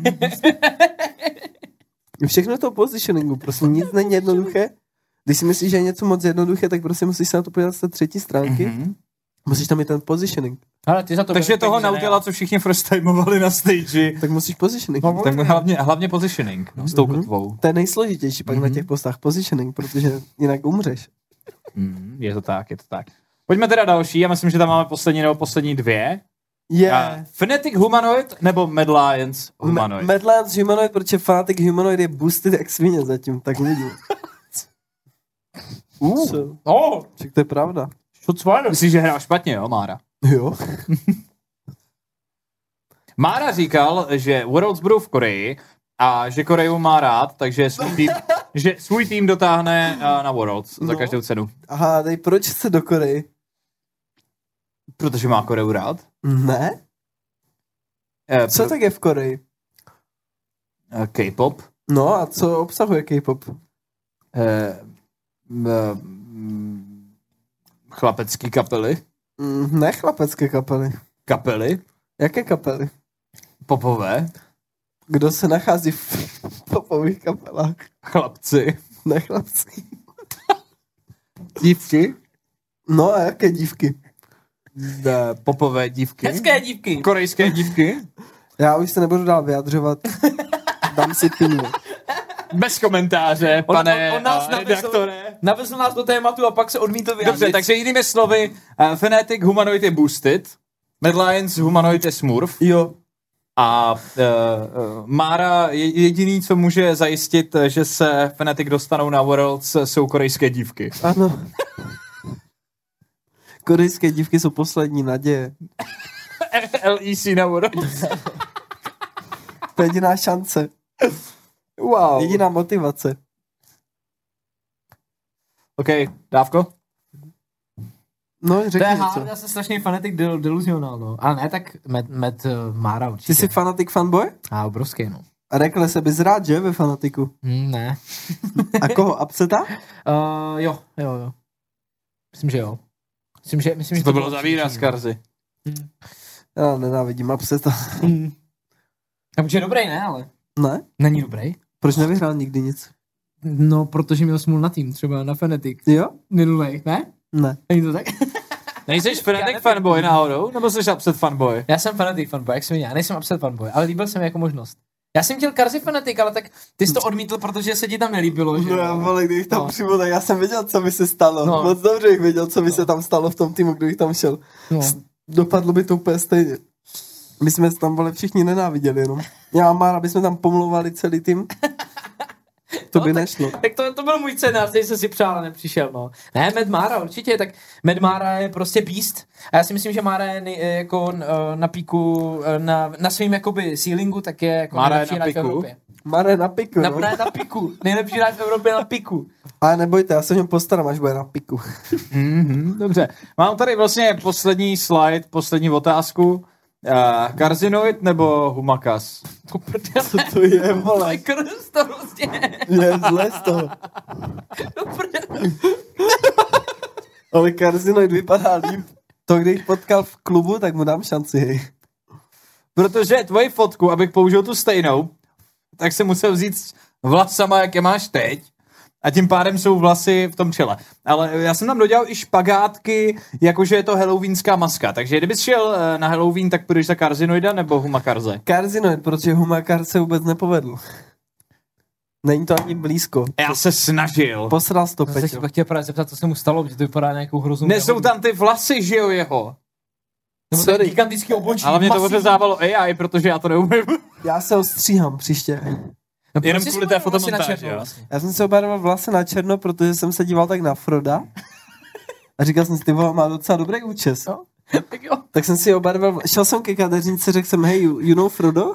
Všechno je to o positioningu, prostě nic není jednoduché. Když si myslíš, že je něco moc jednoduché, tak prostě musíš se na to podívat z té třetí stránky. Musíš tam mít ten positioning. Ale ty za to takže toho neudělat, co všichni first timeovali na stage. Tak musíš positioning. No, tak hlavně positioning, no, s tou kotvou. To je nejsložitější pak na těch postách positioning, protože jinak umřeš. Je to tak. Pojďme teda další, já myslím, že tam máme poslední 2. Fnatic Humanoid nebo Mad Lions Humanoid? Mad Lions Humanoid, protože Fnatic Humanoid je boosted jak svině zatím, tak vidím. Ček, to je pravda. Myslíš, že hrál špatně, jo, Mára? Jo. Mára říkal, že Worlds budou v Koreji a že Koreju má rád, takže svůj tým dotáhne na Worlds za každou cenu. Aha, dej, proč chce do Koreji? Protože má Koreu rád. Ne? Co tak je v Koreji? K-pop. No a co obsahuje K-pop? Chlapecký kapely. Ne chlapecké kapely. Kapely. Jaké kapely? Popové. Kdo se nachází v popových kapelách? Chlapci. Ne chlapci. Dívky. No a jaké dívky? Popové dívky. Hezké dívky. Korejské dívky. Já už se nebudu dál vyjadřovat. Dám si pinu. Bez komentáře, pane on nás redaktore. Navezl nás do tématu a pak se odmítl vyjádřit. Dobře, takže jinými slovy, Fnatic Humanoid je boosted, Mad Lions Humanoid je smurf Jo. a Mara jediný, co může zajistit, že se Fnatic dostanou na Worlds, jsou korejské dívky. Ano. Korejské dívky jsou poslední naděje. LEC na Worlds. To je jediná šance. Wow. Jediná motivace. OK, Dávko? No, To je řekni hard, něco. já jsem strašný fanatik deluzionál, no. Ale ne, tak Matt Mara určitě. Ty jsi fanatik fanboy? A obrovský, no. A rekle se bys rád, že, ve fanatiku? Ne. A koho? Upseta? Jo. Myslím, že jo. Myslím, že To bylo za výraz, Karzi. Já nenávidím Upseta. Tak už je dobrý, ne, ale. Ne? Není dobrý. Proč nevyhrál nikdy nic? No, protože měl smůl na tým, třeba na Fnatic. Jo? Minulej, ne? Ne. Není to tak? Nejseš Fnatic fanboy náhodou? Nebo jsi Upset fanboy? Já jsem Fnatic fanboy, jak jsem já nejsem Upset fanboy, ale líbil jsem mi jako možnost. Já jsem chtěl Karzi Fnatic, ale tak ty jsi to odmítl, protože se ti tam nelíbilo, že? No já vole, kdybych tam No. přijel, tak já jsem věděl, co by se stalo. No. Moc dobře bych věděl, co by se tam stalo v tom týmu, kdybych tam šel. No. Dopadlo by to úplně stejně. My jsme se tam, vole, všichni nenáviděli jenom. Já a Mára bychom tam pomlouvali celý tým. To by nešlo. Tak to byl můj scénář, který jsem si přál a nepřišel, no. Ne, Mad Mara, určitě, tak Mad Mara je prostě beast. A já si myslím, že Mara je jako na píku, na svým jakoby ceilingu, tak je jako Mara je nejlepší na hráč v piku? Evropě. Mára je na piku, no. Na piku. Nejlepší hráč v Evropě na piku. Ale nebojte, já se o něm postarám, až bude na piku. Dobře. Mám tady vlastně poslední slide, poslední otázku. Karzinoid nebo Humakas? Co to je, vole? Ale krst to prostě. Je zle z toho. Ale Karzinoid vypadá líp. To, když potkal v klubu, tak mu dám šanci, hej. Protože tvoji fotku, abych použil tu stejnou, tak jsem musel vzít vlasama, jak je máš teď. A tím pádem jsou vlasy v tom čele. Ale já jsem tam dodělal i špagátky, jakože je to halloweenská maska. Takže kdybys šel na Halloween, tak půjdeš za Karzinoida nebo Humakarze? Karzinoid, protože Humakar se vůbec nepovedl. Není to ani blízko. Já se snažil. Posral jsi to, Já jsem Peťo. se chtěl právě zeptat, co se mu stalo, protože to vypadá nějakou hroznou. Nejsou tam ty vlasy, že jo, jeho. Nebo Sorry. ten gigantický obočí. Ale mě to masivní. odřezávalo AI, protože já to neumím. Já se ostříhám příště. No, Jenom proč jsi kvůli si té barvil vlasy na fotomontáži, černo jo? vlastně? Já jsem si obarval vlasy na černo, protože jsem se díval tak na Froda. A říkal jsem si, ty vole, má docela dobrý účes. No. Tak jo. Tak jsem si obarval, šel jsem ke kadeřnici, řekl jsem, hey, you know Frodo?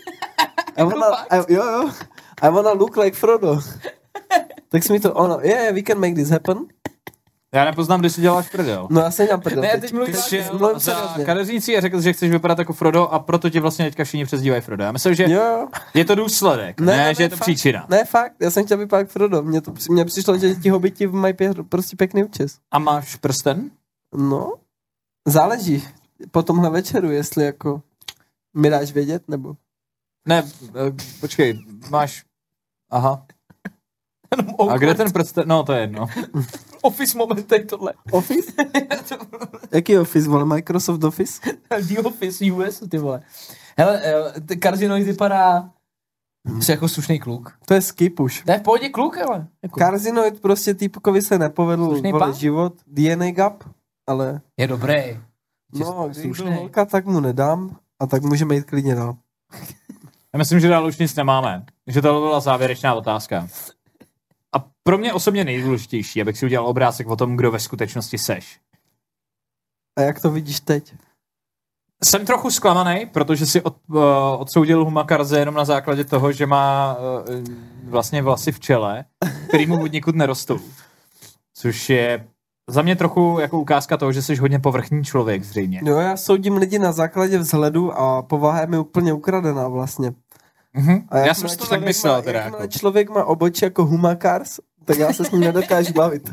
Jo. I wanna look like Frodo. Tak jsem mi to, yeah, we can make this happen. Já nepoznám, když si děláš prdel. No já jsem dělám prdel. Ne, teď mluvím Ty vážně. šel mluvím za seriózně. kadeřnicí a řekl, že chceš vypadat jako Frodo a proto ti vlastně teďka všichni přezdívají Frodo. Já myslím, že Jo. je to důsledek, ne že je to fakt. příčina. Ne, fakt, já jsem chtěl vypadat jak Frodo. Mně přišlo, že ti hobiti mají prostě pěkný účes. A máš prsten? No, záleží. Po tomhle večeru, jestli jako mi dáš vědět, nebo... Ne, počkej, máš... Aha. A kde ten prsten? No, to je jedno. Office moment, tady tohle. Office? Jaký Office, vole? Microsoft Office? The Office US, ty vole. Hele, Karzinoid vypadá jako slušný kluk. To je skip už. To je v pohodě kluk, ale. Jako, Karzinoid prostě týpkovi se nepovedl, Slušnej vole, pán? život. DNA gap, ale... je dobrý. No, když byl slušnej. holka, tak mu nedám a tak můžeme jít klidně dál. Já myslím, že dál už nic nemáme. Že to byla závěrečná otázka. A pro mě osobně nejdůležitější, abych si udělal obrázek o tom, kdo ve skutečnosti seš. A jak to vidíš teď? Jsem trochu zklamaný, protože si odsoudil Humakarze jenom na základě toho, že má vlastně vlasy v čele, který mu od někud nerostou. Což je Za mě trochu jako ukázka toho, že jsi hodně povrchní člověk zřejmě. Jo, já soudím lidi na základě vzhledu a povaha je mi úplně ukradená vlastně. A Já jsem si to tak myslel teda. Jakmile člověk má obočí jako Humakars, tak já se s ním nedokážu bavit.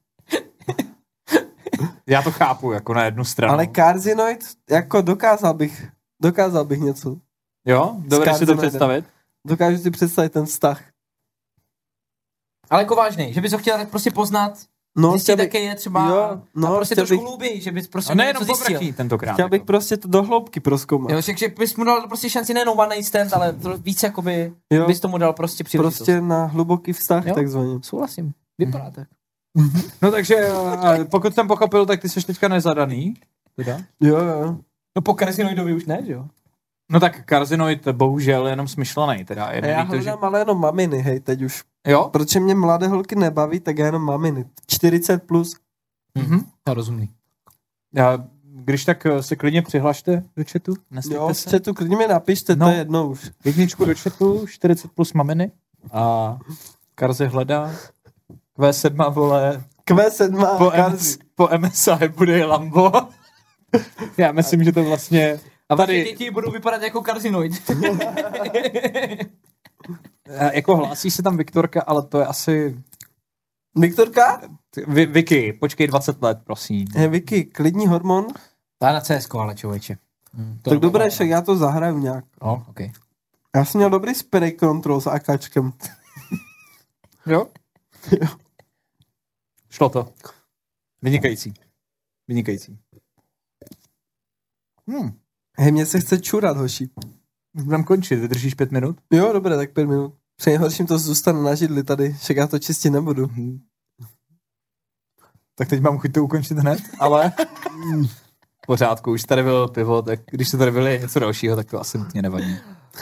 Já to chápu, jako na jednu stranu. Ale Karzinoid, jako dokázal bych něco. Jo? Dovedeš si to představit? Dokážu si představit ten vztah. Ale jako vážný, že bys ho chtěl prostě poznat, zjistit, jaký je třeba a prostě trošku hluběji, že bys prostě nejenom něco zjistil. povrchní tentokrát. Chtěl bych prostě to do hloubky prozkoumat. Jo, že bys mu dal prostě šanci nejenom one night stand, ale víc jakoby, bys tomu dal prostě příležitost. Prostě na hluboký vztah, jo? takzvaně. Souhlasím, vypadá tak. No takže, pokud jsem pochopil, tak ty jsi teďka nezadaný. Teda? Jo. No po Karzinoidovi už ne, že jo? No tak Karzinoid bohužel jenom smyšlenej, teda. Já hledám ale jenom maminy, hej, teď už. Jo? Protože mě mladé holky nebaví, tak já jenom maminy. 40 plus. Já rozumný. Když tak se klidně přihlašte do chatu. Jo, v chatu klidně mi napište, to je jedno už. 1 do chatu, 40 plus maminy. A Karze hledá. Q7 vole. Q7 po MSI bude Lambo. Já myslím, že to vlastně... A tady děti budou vypadat jako Karzinoid. Jako hlásí se tam Viktorka, ale to je asi... Viktorka? Vicky, počkej 20 let, prosím. Vicky, klidní hormon? To je na CSko, ale člověče. Tak dobré, však já to zahraju nějak. Okay. Já jsem měl dobrý spray control s AKčkem. Jo? Šlo to. Vynikající. Hej, mně se chce čurat, hoši. Budeme končit, vydržíš 5 minut? Jo, dobré, tak 5 minut. Přinejhorším to zůstane na židli tady, však já to čistit nebudu. Tak teď mám chuť to ukončit hned, ale v pořádku, už tady bylo pivo, tak když se tady byli něco dalšího, tak to asi nutně nevadí.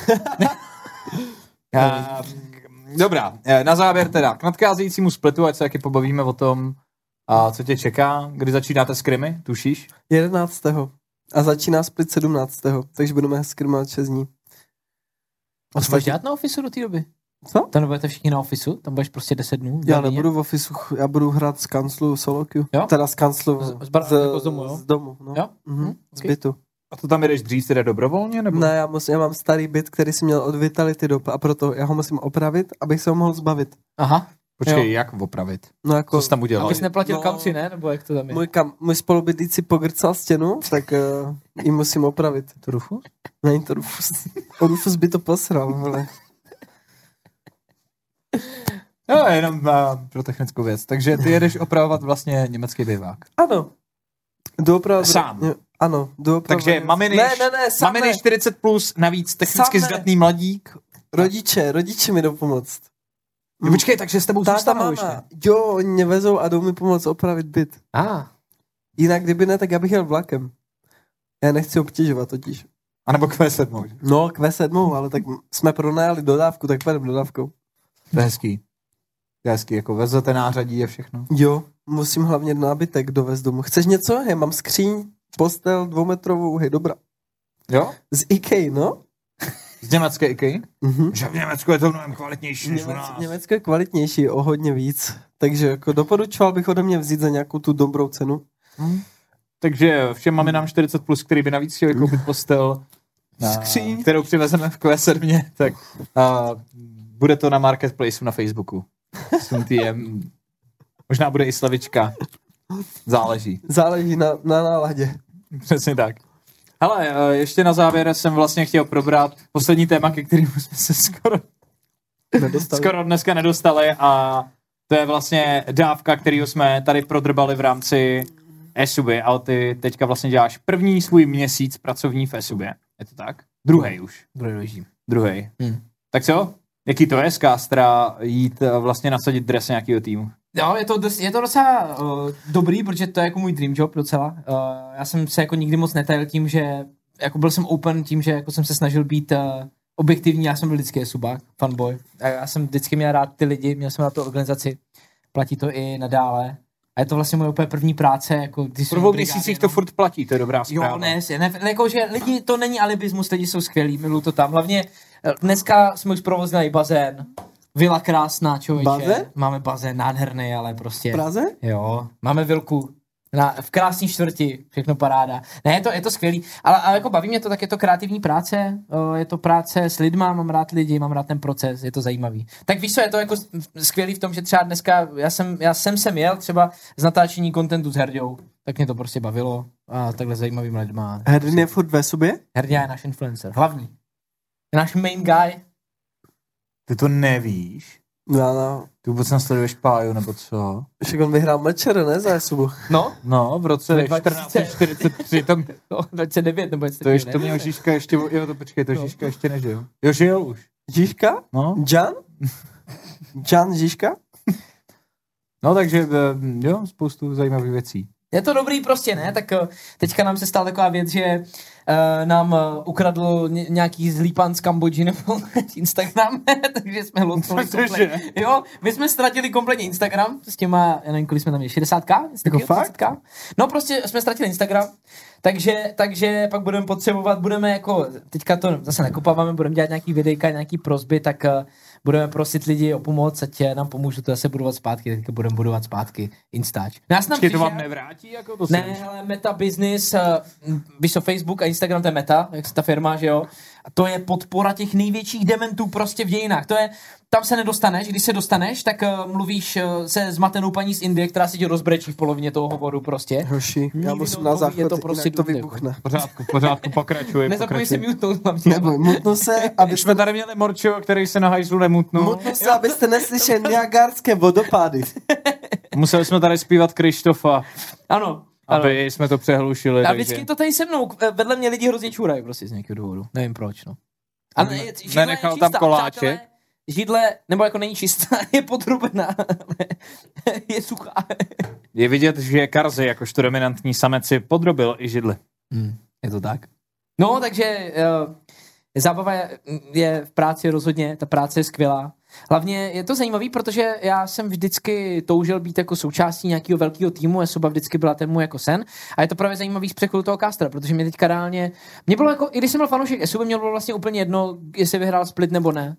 Dobrá, na závěr teda, k nadcházejícímu splitu, ať se taky pobavíme o tom, a co tě čeká, kdy začínáte skrimy, tušíš? 11. A začíná split 17. Takže budeme skrimovat 6 dní. A co budeš dělat na Officeu do té doby? Co? Tam nebudete všichni na Officeu? Tam budeš prostě 10 dnů? Já nebudu v Officeu, já budu hrát z kanclu solo queue. Teda z kanclu z domu, jo? Z domu, no. Jo? Z bytu. A to tam jdeš dřív teda dobrovolně? Nebo? Ne, já mám starý byt, který jsem měl od Vitality dob a proto já ho musím opravit, abych se ho mohl zbavit. Aha. Počkej, jak opravit? No jako, co jsi tam udělal? Abys neplatil kauci, ne? Nebo jak to tam je? Můj spolubydlící pogrcal stěnu, tak ji musím opravit. To Rufus? Není to Rufus. Rufus by to posral, vole. Jo, jenom pro technickou věc. Takže ty jedeš opravovat vlastně německý bivák. Ano. Jdu opravovat... Sám. Ano, jdu opravovat... Takže maminy 40 plus, navíc technicky zdatný mladík. Rodiče mi jdou pomoct. Počkej, takže s tebou zůstanou ještě. Jo, oni mě vezou a jdou mi pomoct opravit byt. Jinak kdyby ne, tak já bych jel vlakem. Já nechci obtěžovat totiž. A nebo Q7. No, Q7, ale tak jsme pronajali dodávku, tak půjdeme dodávkou. To je hezký. Jako vezete nářadí a všechno. Jo, musím hlavně nábytek dovést domů. Chceš něco? Hej, mám skříň, postel 2metrovou, hej, dobrá. Jo? Z IKEA, no? Z německé IKEA? Že v Německu je to mnohem kvalitnější než u nás. Německo je kvalitnější, o hodně víc. Takže jako doporučoval bych ode mě vzít za nějakou tu dobrou cenu. Takže všem maminám 40 plus, který by navíc chtěli koupit postel, skříň, kterou přivezeme v Q7, tak bude to na marketplaceu na Facebooku. Možná bude i slavička. Záleží. Záleží na náladě. Přesně tak. Hele, ještě na závěr jsem vlastně chtěl probrat poslední téma, ke kterému jsme se skoro dneska nedostali, a to je vlastně dávka, kterou jsme tady prodrbali v rámci eSuby, ale ty teďka vlastně děláš první svůj měsíc pracovní v eSubě. Je to tak? Druhý už. Druhý. Tak co? Jaký to je z Castra jít vlastně nasadit dres nějakého týmu? Jo, je to docela dobrý, protože to je jako můj dream job docela. Já jsem se jako nikdy moc netajil tím, že jako byl jsem open tím, že jako jsem se snažil být objektivní, já jsem byl vždycky subák, fanboy. Já jsem vždycky měl rád ty lidi, měl jsem rád tu organizaci, platí to i nadále. A je to vlastně moje úplně první práce. Jako, v 2 měsících to furt platí, to je dobrá zpráva. Jo, ne, jako, že lidi, to není alibismus, lidi jsou skvělí, miluji to tam. Hlavně dneska jsme už provoznili bazén, Vila krásná, člověče. Bazén? Máme bazén nádherný, ale prostě... V Praze? Jo, máme vilku. V krásné čtvrti, všechno paráda. Ne, je to skvělý, ale jako baví mě to, tak je to kreativní práce, je to práce s lidma, mám rád lidi, mám rád ten proces, je to zajímavý. Tak víš co, je to jako skvělý v tom, že třeba dneska, já jsem sem jel třeba z natáčení kontentu s Herďou, tak mě to prostě bavilo a takhle zajímavým lidma. Herdin je furt ve sobě? Herďa je náš influencer, hlavní. Je náš main guy. Ty to nevíš? No. Ty vůbec nasleduješ Páju, nebo co? Však on vyhrál Mečer, ne, za Esubu. No, v roce 1443 tam... No, 29 nebo 20. To ještě to měl Žižka ještě... Jo, to počkej, to Žižka ještě nežil. Jo, žil už. Žižka? No. Jan Žižka? No, takže jo, spoustu zajímavých věcí. Je to dobrý prostě, ne? Tak teďka nám se stala taková věc, že nám ukradl nějaký zlý pán z Kambodži nebo Instagram, takže jsme lontnuli kompletně. Jo, my jsme ztratili kompletně Instagram s těma, já nevím, kolik jsme tam měli, 60k? Jako fakt? No prostě jsme ztratili Instagram, takže pak budeme jako, teďka to zase nekopáváme, budeme dělat nějaký videjka, nějaký prosby, tak budeme prosit lidi o pomoc, ať nám pomůžu to zase budovat zpátky, teďka budeme budovat zpátky Instač. To vám nevrátí? Jako to ne, ale Meta Business, víš co, Facebook a Instagram, to je Meta, jak se ta firma, že jo, a to je podpora těch největších dementů prostě v dějinách, to je, tam se nedostaneš, když se dostaneš, tak mluvíš se zmatenou paní z Indie, která si tě rozbrečí v polovině toho hovoru prostě. Hoši, já musím na záchod, je to prostě to vybuchne. V pořádku, pokračuj. Nezapomeň se mutnout hlavně. Nebo mutnu se, aby jsme tady měli Morčo, který se na hajzlu nemutnul. Mutnu se, abyste neslyšeli Niagarské vodopády. Museli jsme tady zpívat Krištofa. Ano. Aby jsme to přehlušili. A vždycky to tady se mnou, vedle mě lidi hrozně čůrají prostě z nějakého důvodu. Nevím proč, no. Ale nenechal tam koláče. Židle, nebo jako není čistá, je podrubená, je suchá. Je vidět, že Karzy, jakožto dominantní samec, si podrobil i židli. Je to tak. No, takže zábava je v práci rozhodně, ta práce je skvělá. Hlavně je to zajímavý, protože já jsem vždycky toužil být jako součástí nějakého velkého týmu, Esuba vždycky byla ten můj jako sen. A je to právě zajímavý z přechodu toho castra, protože mě teďka reálně, mě bylo jako, i když jsem byl fanoušek Esuby, mě bylo vlastně úplně jedno, jestli vyhrál split nebo ne.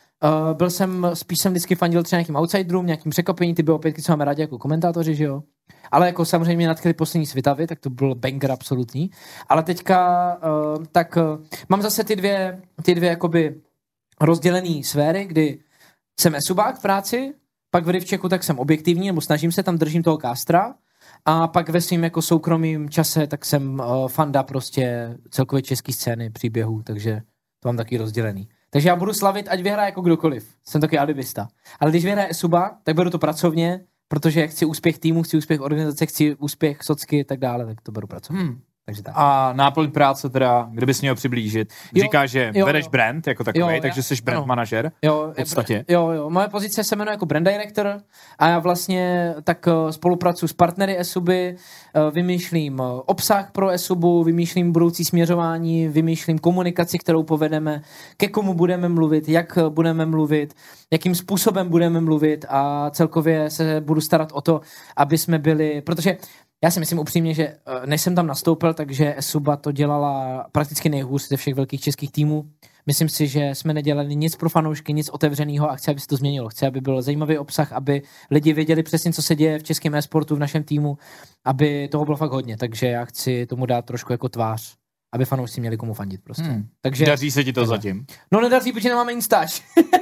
Spíš jsem vždycky fandil třeba nějakým outsiderům, nějakým překvapení, ty bylo 5, co máme rádi jako komentátoři, že jo. Ale jako samozřejmě mě nadchly poslední Svitavy, tak to byl banger absolutní. Ale teďka mám zase ty dvě jakoby rozdělené sféry, kdy jsem esubák v práci, pak v Rivčeku tak jsem objektivní, nebo snažím se, tam držím toho castra, a pak ve svým jako soukromým čase tak jsem fanda prostě celkově české scény, příběhů, takže to mám taky rozdělený. Takže já budu slavit, ať vyhraje jako kdokoliv. Jsem taky alibista. Ale když vyhraje Esuba, tak beru to pracovně, protože chci úspěch týmu, chci úspěch organizace, chci úspěch socky a tak dále, tak to beru pracovně. Takže tak. A náplň práce teda, kdybys měl přiblížit, říkáš, že vedeš brand jako takový, takže jsi brand manažer v podstatě. Jo, moje pozice se jmenuje jako brand director a já vlastně tak spolupracuji s partnery Esuby, vymýšlím obsah pro Esubu, vymýšlím budoucí směřování, vymýšlím komunikaci, kterou povedeme, ke komu budeme mluvit, jak budeme mluvit, jakým způsobem budeme mluvit a celkově se budu starat o to, aby jsme byli, protože já si myslím upřímně, že než jsem tam nastoupil, takže Esuba to dělala prakticky nejhůř ze všech velkých českých týmů. Myslím si, že jsme nedělali nic pro fanoušky, nic otevřeného a chci, aby se to změnilo. Chci, aby byl zajímavý obsah, aby lidi věděli přesně, co se děje v českém e-sportu, v našem týmu, aby toho bylo fakt hodně. Takže já chci tomu dát trošku jako tvář, aby fanoušci měli komu fandit prostě. Takže daří se ti to zatím? No nedaří, protože nemáme Instač.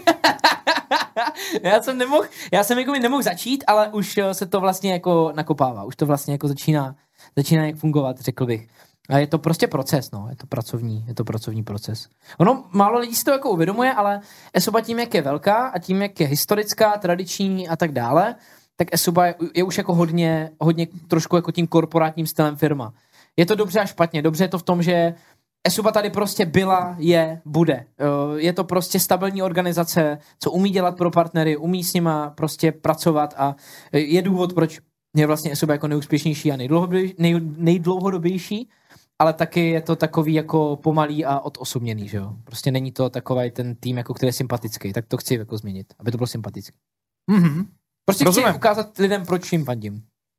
Já jsem jako nemohl začít, ale už se to vlastně jako nakopává. Už to vlastně jako začíná jak fungovat, řekl bych. A je to prostě proces, no. Je to pracovní proces. Ono, málo lidí si to jako uvědomuje, ale Esuba tím, jak je velká a tím, jak je historická, tradiční a tak dále, tak Esuba je už jako hodně trošku jako tím korporátním stylem firma. Je to dobře a špatně. Dobře je to v tom, že Esuba tady prostě byla, bude. Je to prostě stabilní organizace, co umí dělat pro partnery, umí s nima prostě pracovat a je důvod, proč je vlastně Esuba jako nejúspěšnější a nejdlouhodobější, ale taky je to takový jako pomalý a odosobněný, že jo. Prostě není to takový ten tým, jako který je sympatický, tak to chci jako změnit, aby to bylo sympatické. Prostě chci ukázat lidem, proč jim fandím.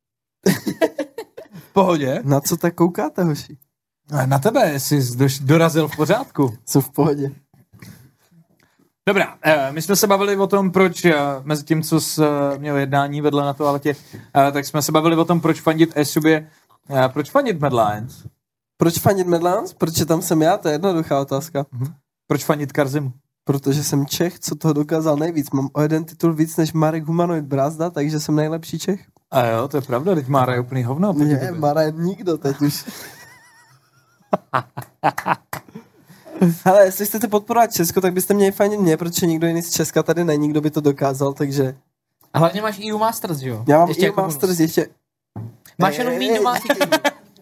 V pohodě. Na co tak koukáte, hoši? Na tebe jsi dorazil v pořádku. Jsem v pohodě. Dobrá, my jsme se bavili o tom, proč mezi tím, co jsi měl jednání vedle na toaletě, tak jsme se bavili o tom, proč fandit e-subě, proč fandit Mad Lions? Proč fandit Mad Lions? Protože tam jsem já, to je jednoduchá otázka. Proč fandit Karzimu? Protože jsem Čech, co toho dokázal nejvíc. Mám o jeden titul víc než Marek Humanoid Brázda, takže jsem nejlepší Čech. A jo, to je pravda, teď Mára je úplný hovno. Ne, Mara je nikdo teď už. Hele, jestli chcete podporovat Česko, tak byste měli fandit mě, protože nikdo jiný z Česka tady není, kdo by to dokázal, takže... A hlavně máš EU Masters, jo? Já mám Ještě EU jako Masters, bonus. ještě... Máš jenom méně domácí titulů.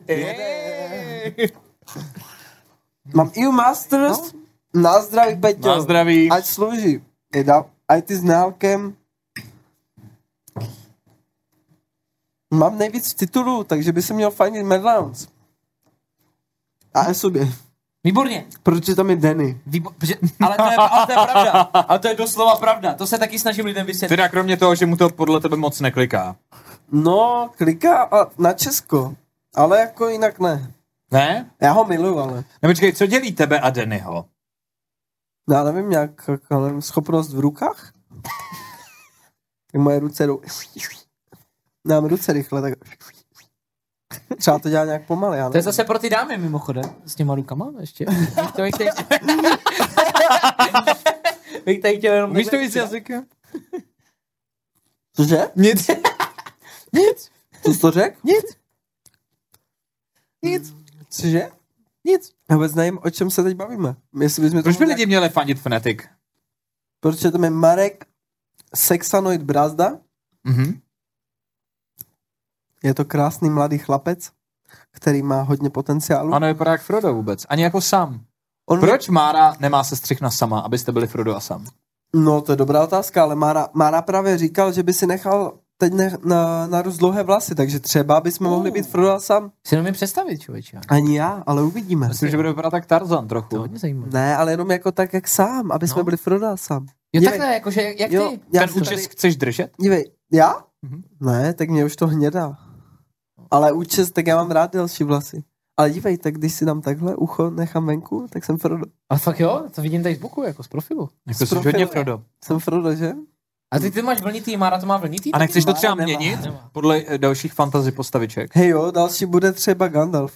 Mám EU Masters, na zdraví, Peťo. Na zdraví. Ať slouží. Ať ty s nálkem. Mám nejvíc titulů, takže by se měl fandit Mad Lions. A e-sobě. Výborně. Protože tam je Danny. Ale to je pravda. Ale to je doslova pravda. To se taky snažím lidem vysvětlit. Teda kromě toho, že mu to podle tebe moc nekliká. No, kliká na Česko. Ale jako jinak ne. Ne? Já ho miluju, ale... No počkej, co dělí tebe a Dannyho? No, já nevím, nějak ale schopnost v rukách? Jak moje ruce jdou... Dám ruce rychle, tak... Třeba to dělá nějak pomaly, já To je nevím. zase pro ty dámy mimochodem. S těma rukama ještě. Bych tady chtěl jenom... Víš to víc jazyka? Cože? Nic. Nic. Co jsi to řekl? Nic. Nic. Cože? Nic. Já vůbec nevím, o čem se teď bavíme. Jestli bychom Proč by tomu lidi měli fandit Fnatic? Protože tam je Marek Sexanoid Brázda. Mhm. Je to krásný mladý chlapec, který má hodně potenciálu. Ano, vypadá jak Frodo vůbec. Ani jako Sam. On Proč Mára nemá sestřih na Sama, abyste byli Frodo a Sam? No, to je dobrá otázka, ale Mára právě říkal, že by si nechal teď narůst dlouhé vlasy, takže třeba bychom mohli být Frodo a Sam. Si nemůžu představit, člověče. Ani já, ale uvidíme. Myslím, že bude vypadat tak Tarzan To je trochu. hodně zajímavé. Ne, ale jenom jako tak, jak sám, aby jsme No. byli Frodo a Sam. Jo, Dívej. takhle, jakože, jak Jo, ty? já Ten si účes chceš držet? Dívej, já? Mhm. Ne, tak mě už to hnědá. Ale účes, tak já mám rád delší vlasy. Ale dívej, tak když si dám takhle ucho, nechám venku, tak jsem Frodo. Ale fakt jo, to vidím tady z boku, jako z profilu. Jako jsi profilu. hodně Frodo. Jsem Frodo, že? A ty máš vlnitý, Mára to má vlnitý? A nechceš to Mára třeba nemá. měnit Nemá. podle dalších fantasy postaviček? Hej jo, další bude třeba Gandalf.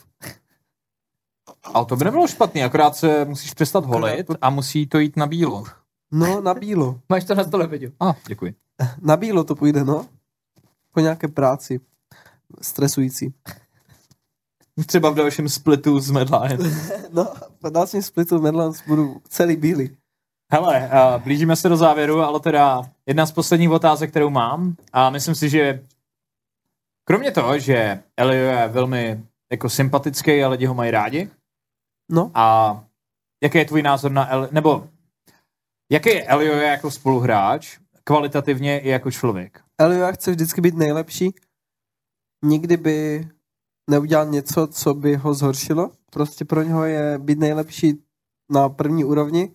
A to by nebylo špatný, akorát se musíš přestat holit a musí to jít na bílo. No, na bílo. Máš to na stole, Peťo. Děkuji. Na bílo to půjde, no. Po nějaké práci. Stresující. Třeba v dalším splitu s Mad Lions. No, po dalším splitu Medlands budu celý bílý. Hele, blížíme se do závěru, ale teda jedna z posledních otázek, kterou mám, a myslím si, že kromě toho, že Elio je velmi jako sympatický a lidi ho mají rádi, No, a jaký je tvůj názor na Elio, nebo jaký je Elio jako spoluhráč, kvalitativně i jako člověk? Elio chce vždycky být nejlepší. Nikdy by neudělal něco, co by ho zhoršilo. Prostě pro něho je být nejlepší na první úrovni.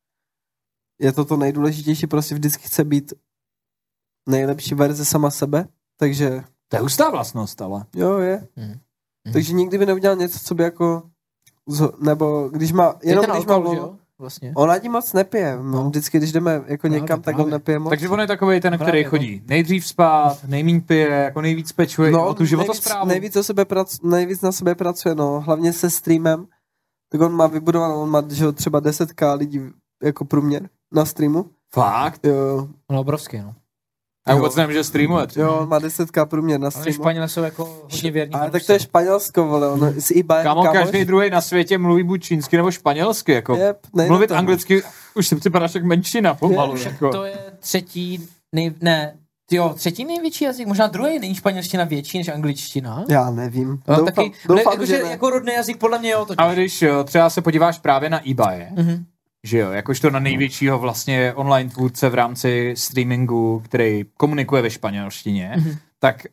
Je to nejdůležitější, prostě vždycky chce být nejlepší verze sama sebe. Takže To je hustá vlastnost, ale. jo, je. Takže nikdy by neudělal něco, co by jako nebo když má, jenom když má volno. Vlastně. On ani moc nepije. No. Vždycky, když jdeme jako někam, tak on nepije moc. Takže on je takovej ten, který Právě, chodí nejdřív spát, nejmíň pije, jako nejvíc pečuje o tu životosprávu. Nejvíc na sebe pracuje, no. Hlavně se streamem. Tak on má vybudovanou, on má že, třeba 10k lidí jako průměr na streamu. Fakt? Jo, On je obrovský, no. Já vůbec nevím, že streamuje. jo, on má 10k průměr na Ale streamu. Španělé jsou jako hodně věrní. Ale tak to je Španělsko, vole. On si i Kámo, každý druhý na světě mluví buď čínsky nebo španělsky, jako. Mluvit anglicky už si připadáš jak menšina pomalu. Jako. To je třetí třetí největší jazyk, možná druhý, není španělština větší než angličtina. Já nevím. No, Doufám, jako, že ne. jako rodný jazyk podle mě jo. Ale když třeba se podíváš právě na eBay, Mhm. že jo, jakožto na největšího vlastně online tvůrce v rámci streamingu, který komunikuje ve španělštině, tak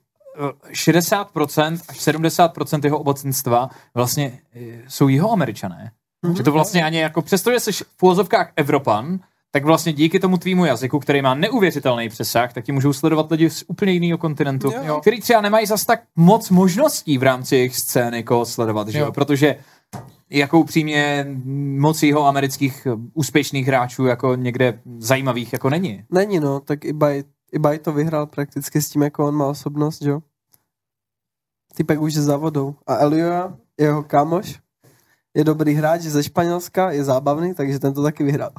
60% až 70% jeho obecenstva vlastně jsou jihoameričané. Že to vlastně ani jako, přestože jsi v úvozovkách Evropan, tak vlastně díky tomu tvýmu jazyku, který má neuvěřitelný přesah, tak ti můžou sledovat lidi z úplně jiného kontinentu, Jo. který třeba nemají zas tak moc možností v rámci jejich scény koho sledovat, že jo? Jo. Protože jako upřímně moc jeho amerických úspěšných hráčů jako někde zajímavých jako není. Není, no, tak Ibaj to vyhrál prakticky s tím, jako on má osobnost, jo. Typek už je za vodou. A Elioja, jeho kámoš, je dobrý hráč ze Španělska, je zábavný, takže ten to taky vyhrál.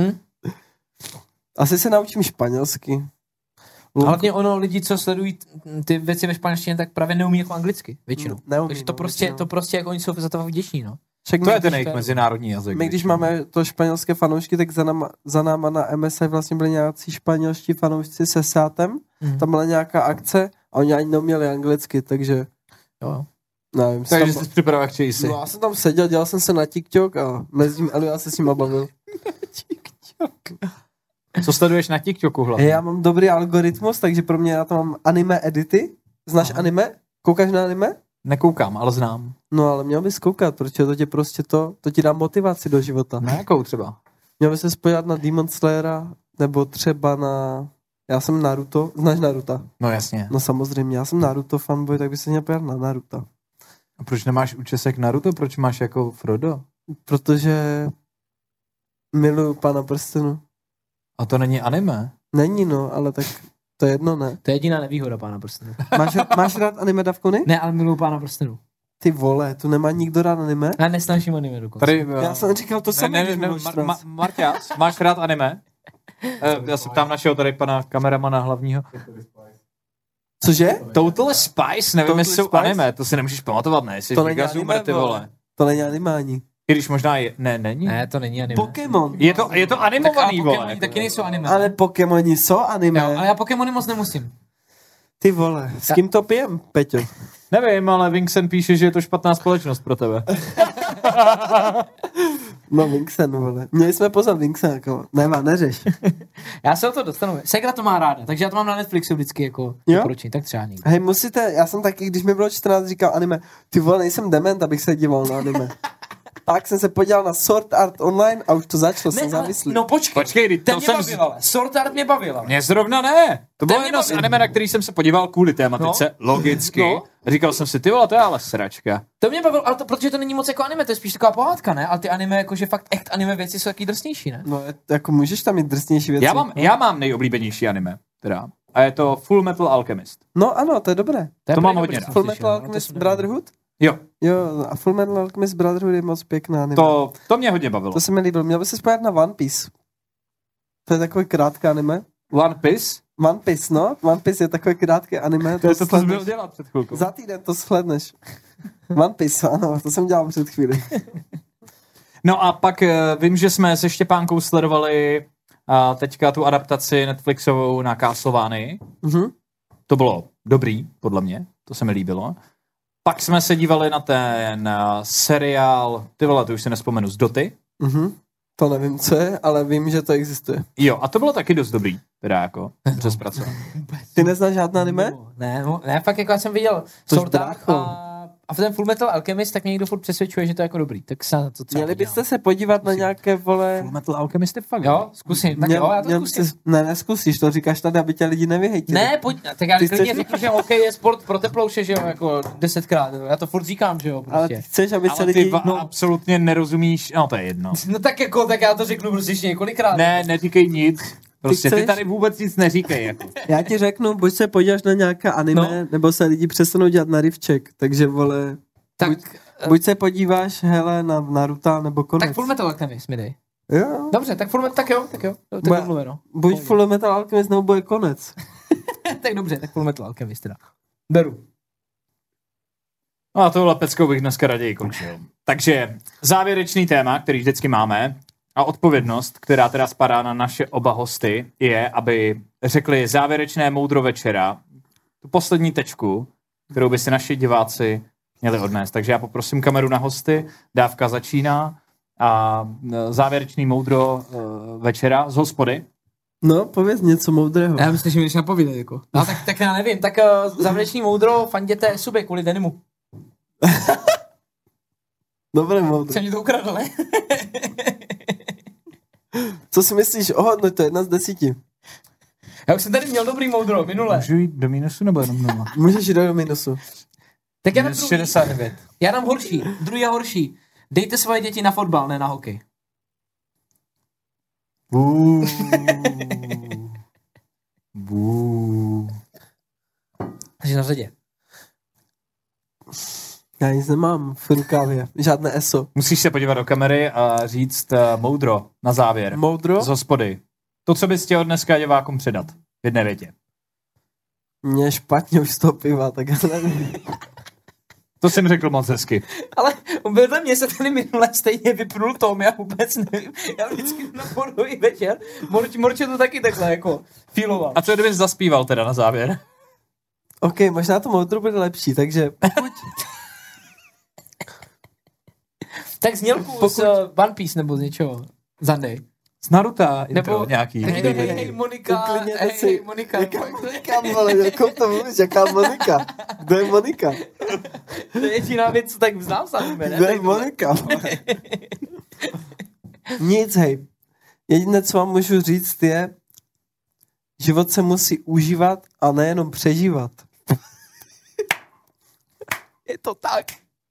Asi se naučím španělsky. Hlavně lidi, co sledují ty věci ve španělštině, tak právě neumí jako anglicky, většinou. Neumí, takže to prostě jako oni jsou za to vděční, no. Však To je ten jejich mezinárodní jazyk. My, když máme to španělské fanoušky, tak za náma na MSI vlastně byli nějací španělští fanoušci se sátem. Tam byla nějaká akce a oni ani neuměli anglicky, takže... Jo. Nevím. Takže jsi připravil jak čejsi. No, já jsem tam seděl, dělal jsem se na TikTok a mezi tím Elio se s ním bavil. Co sleduješ na TikToku hlavně? Já mám dobrý algoritmus, takže pro mě já tam mám anime edity. Znáš anime? Koukáš na anime? Nekoukám, ale znám. No ale měl bys koukat, protože to tě prostě to ti dá motivaci do života. Na jakou třeba? Měl bys se spojit na Demon Slayera, nebo třeba na... Já jsem Naruto, znáš Naruta? No jasně. No samozřejmě, já jsem Naruto fanboy, tak bys se měl pojít na Naruta. A proč nemáš účesek Naruto? Proč máš jako Frodo? Protože miluju Pána prstenu. A to není anime? Není no, ale tak to je jedno, ne? To je jediná nevýhoda Pána prstenů. Máš rád anime, Davkony? Ne, ale miluju Pána prstenů. Ty vole, tu nemá nikdo rád anime? Já nesnáším anime dokonce. Tady, Já jsem říkal to samé. Marťas, máš rád anime? Já se ptám našeho tady pana kameramana hlavního. Cože? Total Spice, nevím, Total jestli jsou Spice? anime, to si nemůžeš pamatovat, ne? Jsi To není Gigazoomer, anime, ty vole. To není anime ani. I když možná je, ne, není. Ne, to není anime. Pokémon. Je to animovaný, vole. Pokémoni taky nejsou anime. Ale Pokémoni jsou anime. Jo, ale já Pokémony moc nemusím. Ty vole, s kým to pijem, Peťo? Nevím, ale Vincent píše, že je to špatná společnost pro tebe. No Vincent, vole. Měli jsme pozvat Vincent, jako. Nemá, neřeš. Já se o to dostanu. Segra to má ráda, takže já to mám na Netflixu vždycky jako doporučení, tak třeba někdy. Hej, musíte, já jsem taky, když mi bylo 14, říkal anime, ty vole, nejsem dement, abych se díval na anime. Tak jsem se podíval na Sword Art Online a už to začalo, jsem závislý. No počkej, to mě jsem bavila, ale Sword Art mě bavila. Mě zrovna ne. To bylo mě jedno z bavilo. anime, na který jsem se podíval kvůli tématice, logicky. No. Říkal jsem si, ty vole, to je ale sračka. To mě bavilo, ale to, protože to není moc jako anime, to je spíš taková pohádka, ne? Ale ty anime, jakože fakt echt anime věci jsou taky drsnější, ne? No, jako můžeš tam mít drsnější věci. Já mám nejoblíbenější anime, teda. A je to Full Metal Alchemist. No ano, to je dobré. To mám hodně rád. Full Metal Alchemist Brotherhood? Jo, Jo, a Full Metal Alchemist Brotherhood je moc pěkná anime. to mě hodně bavilo. To se mi líbilo. Měl by se spojit na One Piece. To je takový krátké anime. One Piece? One Piece, no. One Piece je takové krátké anime. To je to, co jsi byl dělat před chvilkou. Za týden to shledneš. One Piece, ano, to jsem dělal před chvíli. No a pak vím, že jsme se Štěpánkou sledovali teďka tu adaptaci Netflixovou na Castlevanii. To bylo dobrý, podle mě. To se mi líbilo. Pak jsme se dívali na ten seriál, ty vole, to už si nespomenu, z Doty. To nevím, co je, ale vím, že to existuje. Jo, a to bylo taky dost dobrý, teda jako, přes pracovat. Ty neznáš žádné anime? Ne, fakt jako já jsem viděl Sword Art a v ten Full Metal Alchemist, tak mě někdo furt přesvědčuje, že to je jako dobrý. Tak se na to třeba Měli byste se podívat na nějaké, vole... Full Metal Alchemist je fakt. Jo, zkusím. Tak jo, já to zkusím. Ne, neskusíš, to říkáš tady, aby tě lidi nevyhejtili. Ne, pojď, tak já Ty klidně chceš- řeknu, že hokej je sport pro teplouše, že jo, jako 10krát. Já to furt říkám, že jo, Ale prostě. ty chceš, aby se Ale lidi... ty absolutně nerozumíš, no to je jedno. No tak jako, tak já to řeknu prostě ještě několikrát. Ne, neříkej nic. Prostě ty chceš- tady vůbec nic neříkej. Jako. Já ti řeknu, buď se podíváš na nějaké anime, nebo se lidi přestanou dělat na rivček, takže vole... Tak, Buď se podíváš, hele, na Naruto, nebo konec. tak Full Metal Alchemist mi dej. Jo. Dobře, tak Full Metal, tak jo, tak Bude- domluveno. Buď Full Metal Alchemist, nebo bude konec. Tak dobře, tak Full Metal Alchemist teda. Beru. No a tohle peckou bych dneska raději končil. Takže závěrečný téma, který vždycky máme, a odpovědnost, která teda spadá na naše oba hosty, je, aby řekli závěrečné moudro večera, tu poslední tečku, kterou by si naši diváci měli odnést. Takže já poprosím kameru na hosty, dávka začíná a závěrečný moudro večera z hospody. No, pověz něco moudrého. Já myslím, že mi jdeš napovídat, jako. No tak já nevím, tak závěrečný moudro fanděte Subě kvůli denimu. Dobré moudro. Jsem mi to ukradl, ne? Co si myslíš o hodnotě 1 z 10? Já už jsem tady měl dobrý moudro, minule. Můžu jít do mínusu nebo jenom nula? Můžeš jít do minusu. Tak já dám Minus druhý. 69. Já dám horší, druhý je horší. Dejte svoje děti na fotbal, ne na hokej. Takže na řadě. Já nic nemám v rukávě, žádné ESO. Musíš se podívat do kamery a říct moudro na závěr. Moudro? Z hospody. To, co bys chtěl dneska divákům předat. V jedné větě. Mně je špatně už z toho piva, tak já nevím. To jsem řekl moc hezky. Ale vedle mě se tady minule stejně vypnul Tom, já vůbec nevím. Já vždycky jdu na podový večer. Morče to taky takhle jako feeloval. A co kdybys zaspíval teda na závěr? OK, možná to moudro bude lepší, takže pokud... Tak znělku z One Piece nebo z něčeho. Zandej. Z Naruta. Nebo nějaký. Hej, Monika, Uklidněte si. hej, Monika. Jaká Monika, vole, jakou to mluvíš, jaká Monika? Kdo je Monika? To je jediná věc, co tak znám sám, ne? Kdo je Monika? Nic, hej. Jediné, co vám můžu říct, je, život se musí užívat a nejenom přežívat. Je to tak.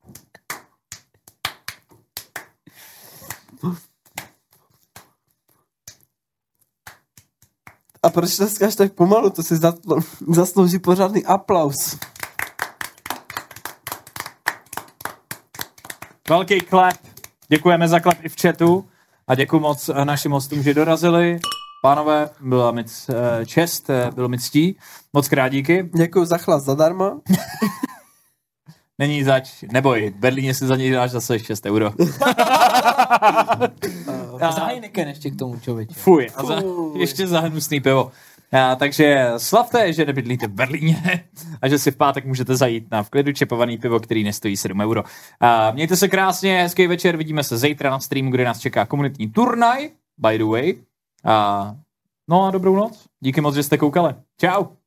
A proč dneska až tak pomalu? To si zaslouží pořádný aplaus. Velký klep. Děkujeme za klep i v chatu. A děkuji moc našim hostům, že dorazili. Pánové, byla mi čest, bylo mi ctí. Moc krát díky. Děkuji za chlas zadarmo. Není zač, neboj, v Berlíně si za něj dáš zase 6 euro. A za Heineken ještě k tomu, člověče. Fuj, a ještě za hnusný pivo. Takže slavte, že nebydlíte v Berlíně a že si v pátek můžete zajít na v klidu čepovaný pivo, který nestojí 7 euro. Mějte se krásně, hezký večer, vidíme se zítra na streamu, kde nás čeká komunitní turnaj, by the way. No a dobrou noc. Díky moc, že jste koukali. Čau.